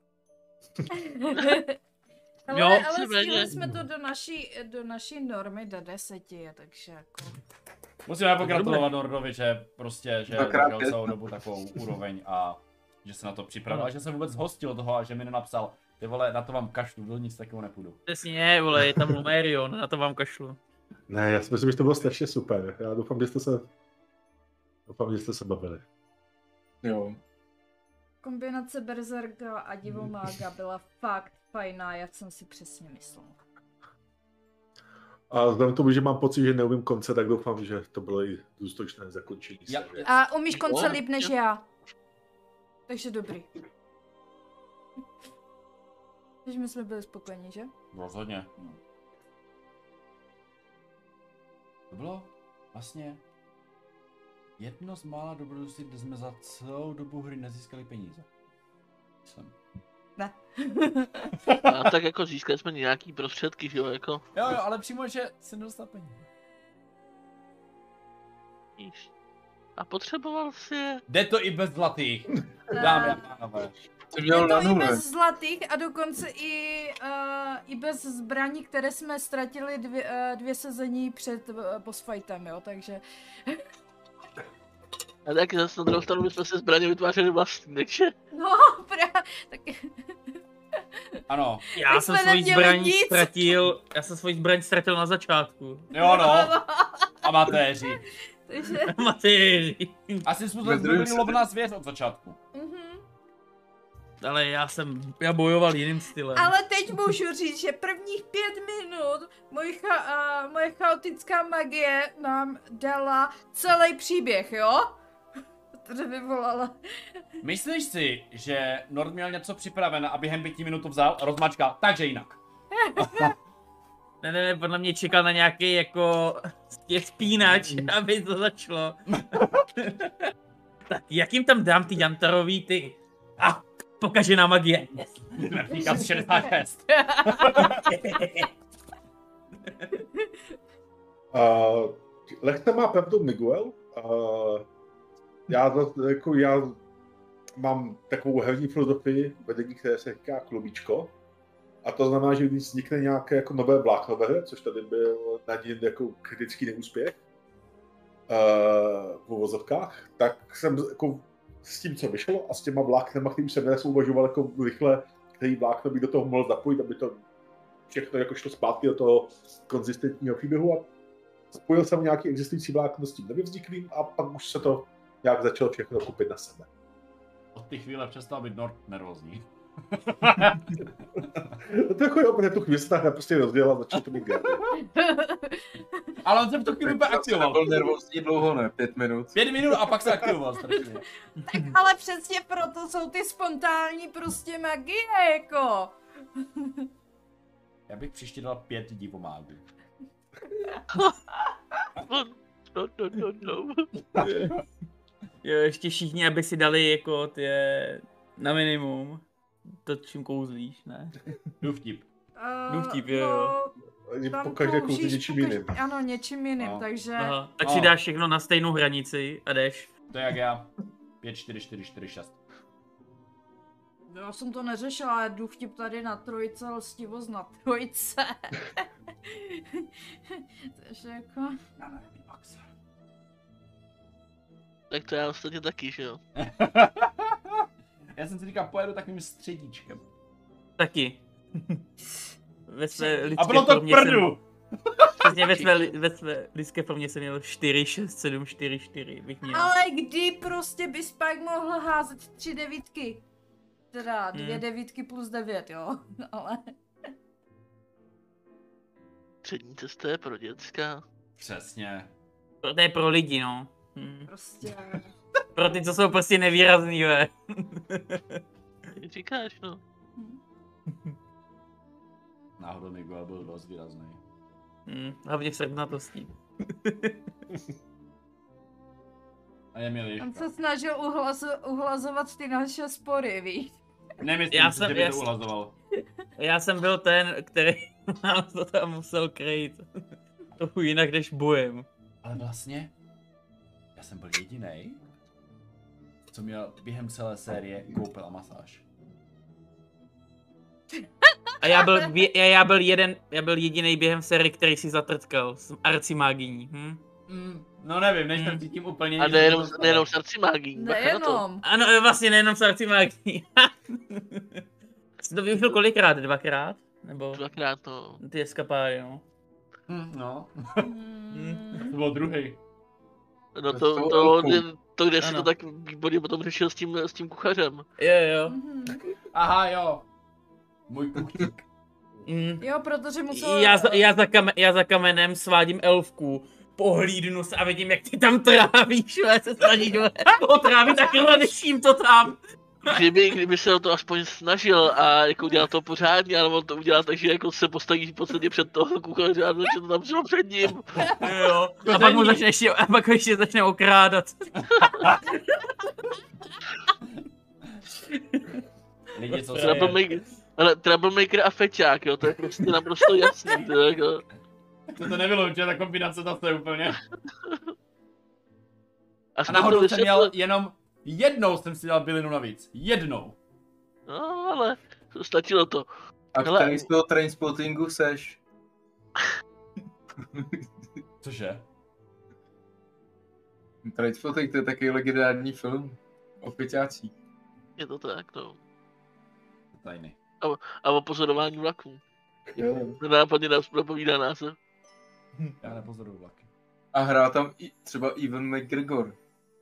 Ale stihli jsme to do naší normy do 10, takže jako... Musíme pogratulovat Nordovi, že prostě, že držel celou dobu takovou úroveň a že se na to připravil a že se vůbec zhostil toho a že mi nenapsal, ty vole, na to vám kašlu, do nic takového nepůjdu. Přesně, vole, je tam Lumerion, na to vám kašlu. Ne, já si myslím, že to bylo strašně super. Já doufám, že jste se bavili. Jo. Kombinace Berserka a Divomága byla fakt fajná, jak jsem si přesně myslel. A vzhledem k tomu, že mám pocit, že neumím konce, tak doufám, že to bylo i důstojné zakončení série. A umíš konce líp než já. Takže dobrý. Takže my jsme byli spokojení, že? Rozhodně. To bylo vlastně jedno z mála dobrodružství, kde jsme za celou dobu hry nezískali peníze. Ne. A tak jako získali jsme nějaký prostředky, že jo, jako. Jo, ale přímo, že jsem dostal peníze. A potřeboval si je. Jde to i bez zlatých, dámy a pánové. Je to i bez zlatých a dokonce i bez zbraní, které jsme ztratili 2 sezení před boss fightem, jo, takže... A taky zase na druhou stranu my jsme se zbraně vytvářeli vlastní, takže... No, tak... Ano. Já jsem svoji zbraň ztratil na začátku. Jo no, amatéři. Takže... Amatéři. Asi jsme byli lovná zvěř od začátku. Ale já bojoval jiným stylem. Ale teď můžu říct, že prvních 5 minut moje chaotická magie nám dala celý příběh, jo? To vyvolala. Myslíš si, že Nord měl něco připravené a během 5 minut to vzal a rozmačkal, takže jinak? Ne, podle mě čekal na nějaký jako spínač, aby to začalo. Tak jakým tam dám ty jantarový ty... pokažená magie. Říkal 66. Lehce má pravdu Miguel. Já mám takovou herní filozofii vedení, které se říká klubíčko. A to znamená, že když vznikne nějaké jako nové vlákno ve hře, což tady byl na něj jako kritický neúspěch v uvozovkách, tak jsem jako s tím, co vyšlo a s těma vláknema, kterým jsem uvažoval jako rychle, který vlákno bych do toho mohl zapojit, aby to všechno jako šlo zpátky do toho konzistentního příběhu a spojil jsem nějaký existující vlákno s tím nevyvzniklým a pak už se to nějak začalo všechno kupit na sebe. Od té chvíle přestal být Nord nervózní. No to jako opět tu chvíli se tak prostě rozdělil a začal to být gary. Ale on se v tu chvíli úplně aktivoval. Byl nervózní dlouho, ne? 5 minut. 5 minut a pak se aktivoval strašně. Tak ale přesně proto jsou ty spontánní prostě magie, jako. Já bych příště dal 5 divomágů. No. Jo, ještě všichni, aby si dali jako ty na minimum. To, čím kouzlíš, ne? Jdu vtip. Vtip, jo. Tam Po každé kouzli kouříš něčím jiným. Ano, něčím jiným, No. takže... Aha, tak No. si dáš všechno na stejnou hranici a jdeš. To je jak já. 5, 4, 4, 4, 6. Já jsem to neřešila, já jdu vtip tady na trojce, lstivost na trojce. Takže jako... Já nevím, Max. Tak to já ostatně taky, že jo. Já jsem si říkal, pojedu takovým středíčkem. Taky. Ve své lidské A bylo to formě prdu! Přesně ve své lidské formě jsem měl 4, 6, 7, 4, 4 bych měl. Ale kdy prostě bys pak mohl házet 3 devítky? Teda 2 devítky plus 9, jo, ale... Střední cesta je pro děcka. Přesně. To je pro lidi, no. Prostě... Pro ty, co jsou prostě nevýrazný, ve. Jak říkáš, no. Náhodou Miguel byl dost výrazný. Hlavně v srdnatosti. A je milý. On se snažil uhlazovat ty naše spory, víš? Nemyslím, že by to uhlazoval. Já jsem byl ten, který nám to tam musel krejt. To jinak než bojem. Ale vlastně, já jsem byl jedinej, co měl během celé série koupel a masáž. A já byl jediný během série, který si zatrtkal s arcimágyní. No nevím, než jsem tím úplně... A nejenom s arcimágií. Nejenom. Ano, vlastně nejenom s arcimágyní. Jsi to využil kolikrát? 2krát? Nebo 2krát, no. ty eskapády, no. No. To byl druhý. No to kde jsi to tak výborně potom řešil s tím kuchařem. Jo. Aha, jo. Můj kuchník. Jo, protože musel... Já za kamenem svádím elfku, pohlídnu se a vidím, jak ty tam trávíš, se snažíš otrávit a krvaneším to tam. Kdyby se o to aspoň snažil a jako udělal to pořádně, ale on to udělal tak, že jako se postaví v podstatě před toho kuchaře a začne to tam přímo před ním. Jo. A pak mu ještě začne okrádat. Lidi, co Troublemaker a feťák, jo, to je prostě naprosto jasný, to je jako... To nevyloučuje, ta kombinace zase úplně. A jsme náhodou to jsem měl jenom jednou jsem si dal bylinu navíc. Jednou. No, ale stačilo to. A který z toho Trainspottingu seš? Cože? Trainspotting, to je takový legendární film o pěťácích. Je to tak, no. Tajný. A o pozorování vlaků. Jo. Nápadně nás propovídá název. Já nepozoruju vlaky. A hrál tam i třeba Ewan McGregor.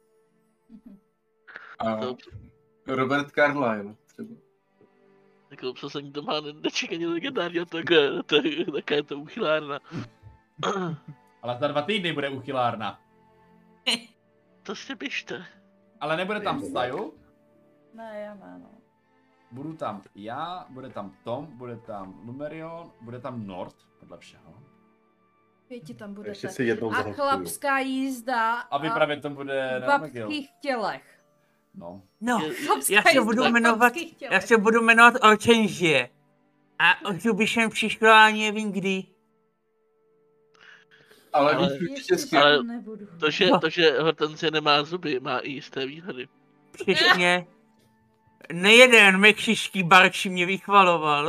A Robert Carlyle třeba. Jako obsazení to má nečekaně legendární a taká je to uchylárna. Ale za 2 týdny bude uchylárna. To si běžte. Ale nebude tam Style? Ne, já ne, no. Budu tam já, bude tam Tom, bude tam Lumerion, bude tam Nord, podle všeho. 5 tam budete. Ještě si jednou A zahostuju. chlapská jízda A vypravit to bude v babských tělech. No. No, Chlapská já se jízda budu v jmenovat, babských tělech. já se budu jmenovat Orčenžie. A o Žubišem přišla ani nevím kdy. Ale Ale- víš určitě Ještě skvěle. tam nebudu. To, že Hortensie nemá zuby, má i jisté výhody. Přesně. Nejeden mekšišský barči mě vychvaloval.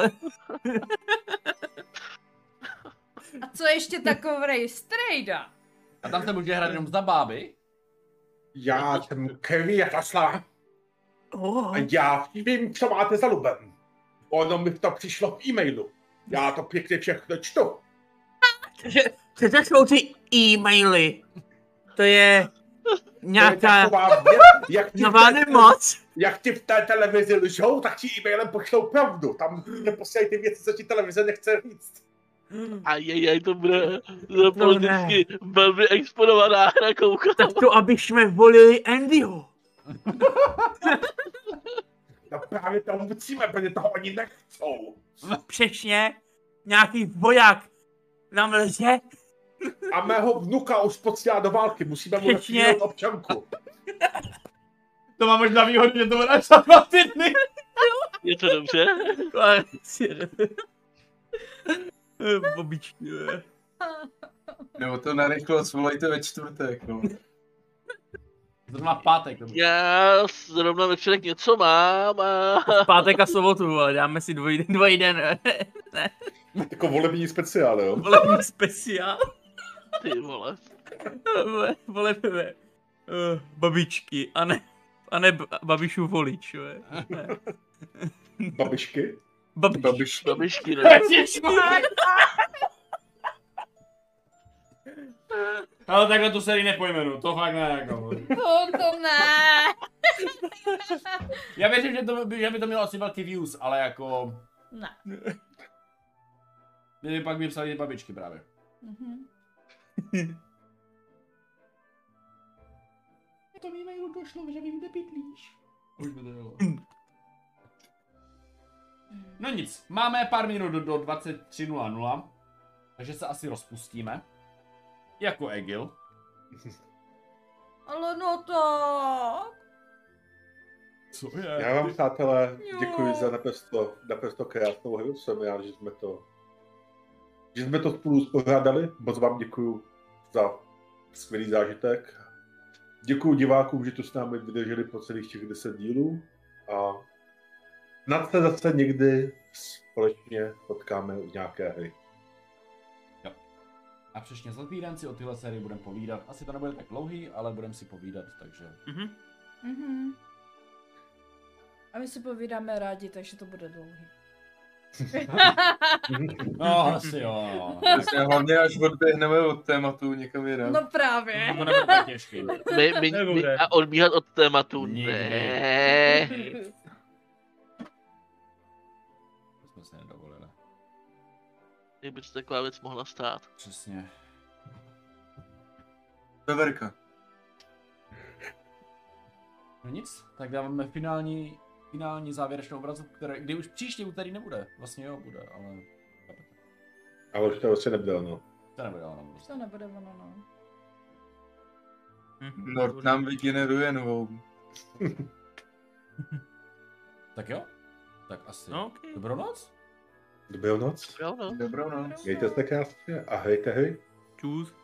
A co ještě takovej strejda? A tam se může hrát jenom za báby? Já jsem Kevin Jaroslav Oh. a já vím, co máte za lubem. Ono mi to přišlo v e-mailu. Já to pěkně všechno čtu. Co to jsou ty e-maily? To je To je nějaká taková věc, nová nemoc. jak ti v té televizi lžou, tak ti e-mailem pošlou pravdu. Tam neposílají ty věci, co ti televize nechce říct. Ajajaj, to bude politicky velmi exponovaná hra, koukám. Tak to, aby jsme volili Andyho. No právě to musíme, protože toho oni nechcou. Přesně. Nějaký voják nám lže. A mého vnuka už posílá do války, musíme mu Přesně. rozšířit občanku. To má možná výhodu, že to bude až za 2 týdny. Je to dobře? Bobičky, Nebo to narychlo svolejte ve čtvrtek, no. Zrovna v pátek. To bude. Já zrovna večerek něco mám a... pátek a sobotu, ale dáme si dvojí den. Jako volební speciál, jo? Volební speciál. Ty vole. Volebíme babičky a ne Babišův volič, jo. Babišky? Babišky, no. Ale takhle tu sérii nepojmenu, to fakt ne, jako. To ne. Já věřím, že by to mělo asi velký views, ale jako... Ne. Kdyby pak by psali babičky právě. Mhm. To v e-mailu došlo, že vím, kde bydlíš. Už by to bylo. No nic, máme pár minut do 23:00, takže se asi rozpustíme. Jako Egil. Ale no to. Co je? Já vám, přátelé, Jo. děkuji za naprosto krásnou hru. Jsem rád, že jsme to spolu uspořádali. Moc vám děkuji za skvělý zážitek. Děkuji divákům, že tu s námi vydrželi po celých těch 10 dílů. A snad se zase někdy společně potkáme u nějaké hry. A přesně za týden si o tyhle sérii budeme povídat. Asi to nebude tak dlouhý, ale budeme si povídat, takže... Mhm. A my si povídáme rádi, takže to bude dlouhý. No, asi jo. Přesně, hlavně až odběhneme od tématu někam jinam. No právě. To nebude tak těžký. My a odbíhat od tématu, Nikdy. ne. To jsme si nedovolili. Jak by se taková věc mohla stát? Přesně. Severka. No nic, tak dáváme finální závěrečnou obrazovku, kdy už příští úterý nebude. Vlastně jo, bude, ale... Ale už to vlastně nebylo, no. To nebude ono. To nebude ono, no. Nord nám vygeneruje novou. Tak jo? Tak asi. No, okay. Dobrou noc? Dobrou noc. Jo, no. Dobrou noc. Mějte se krásně a hrajte hry. Čus.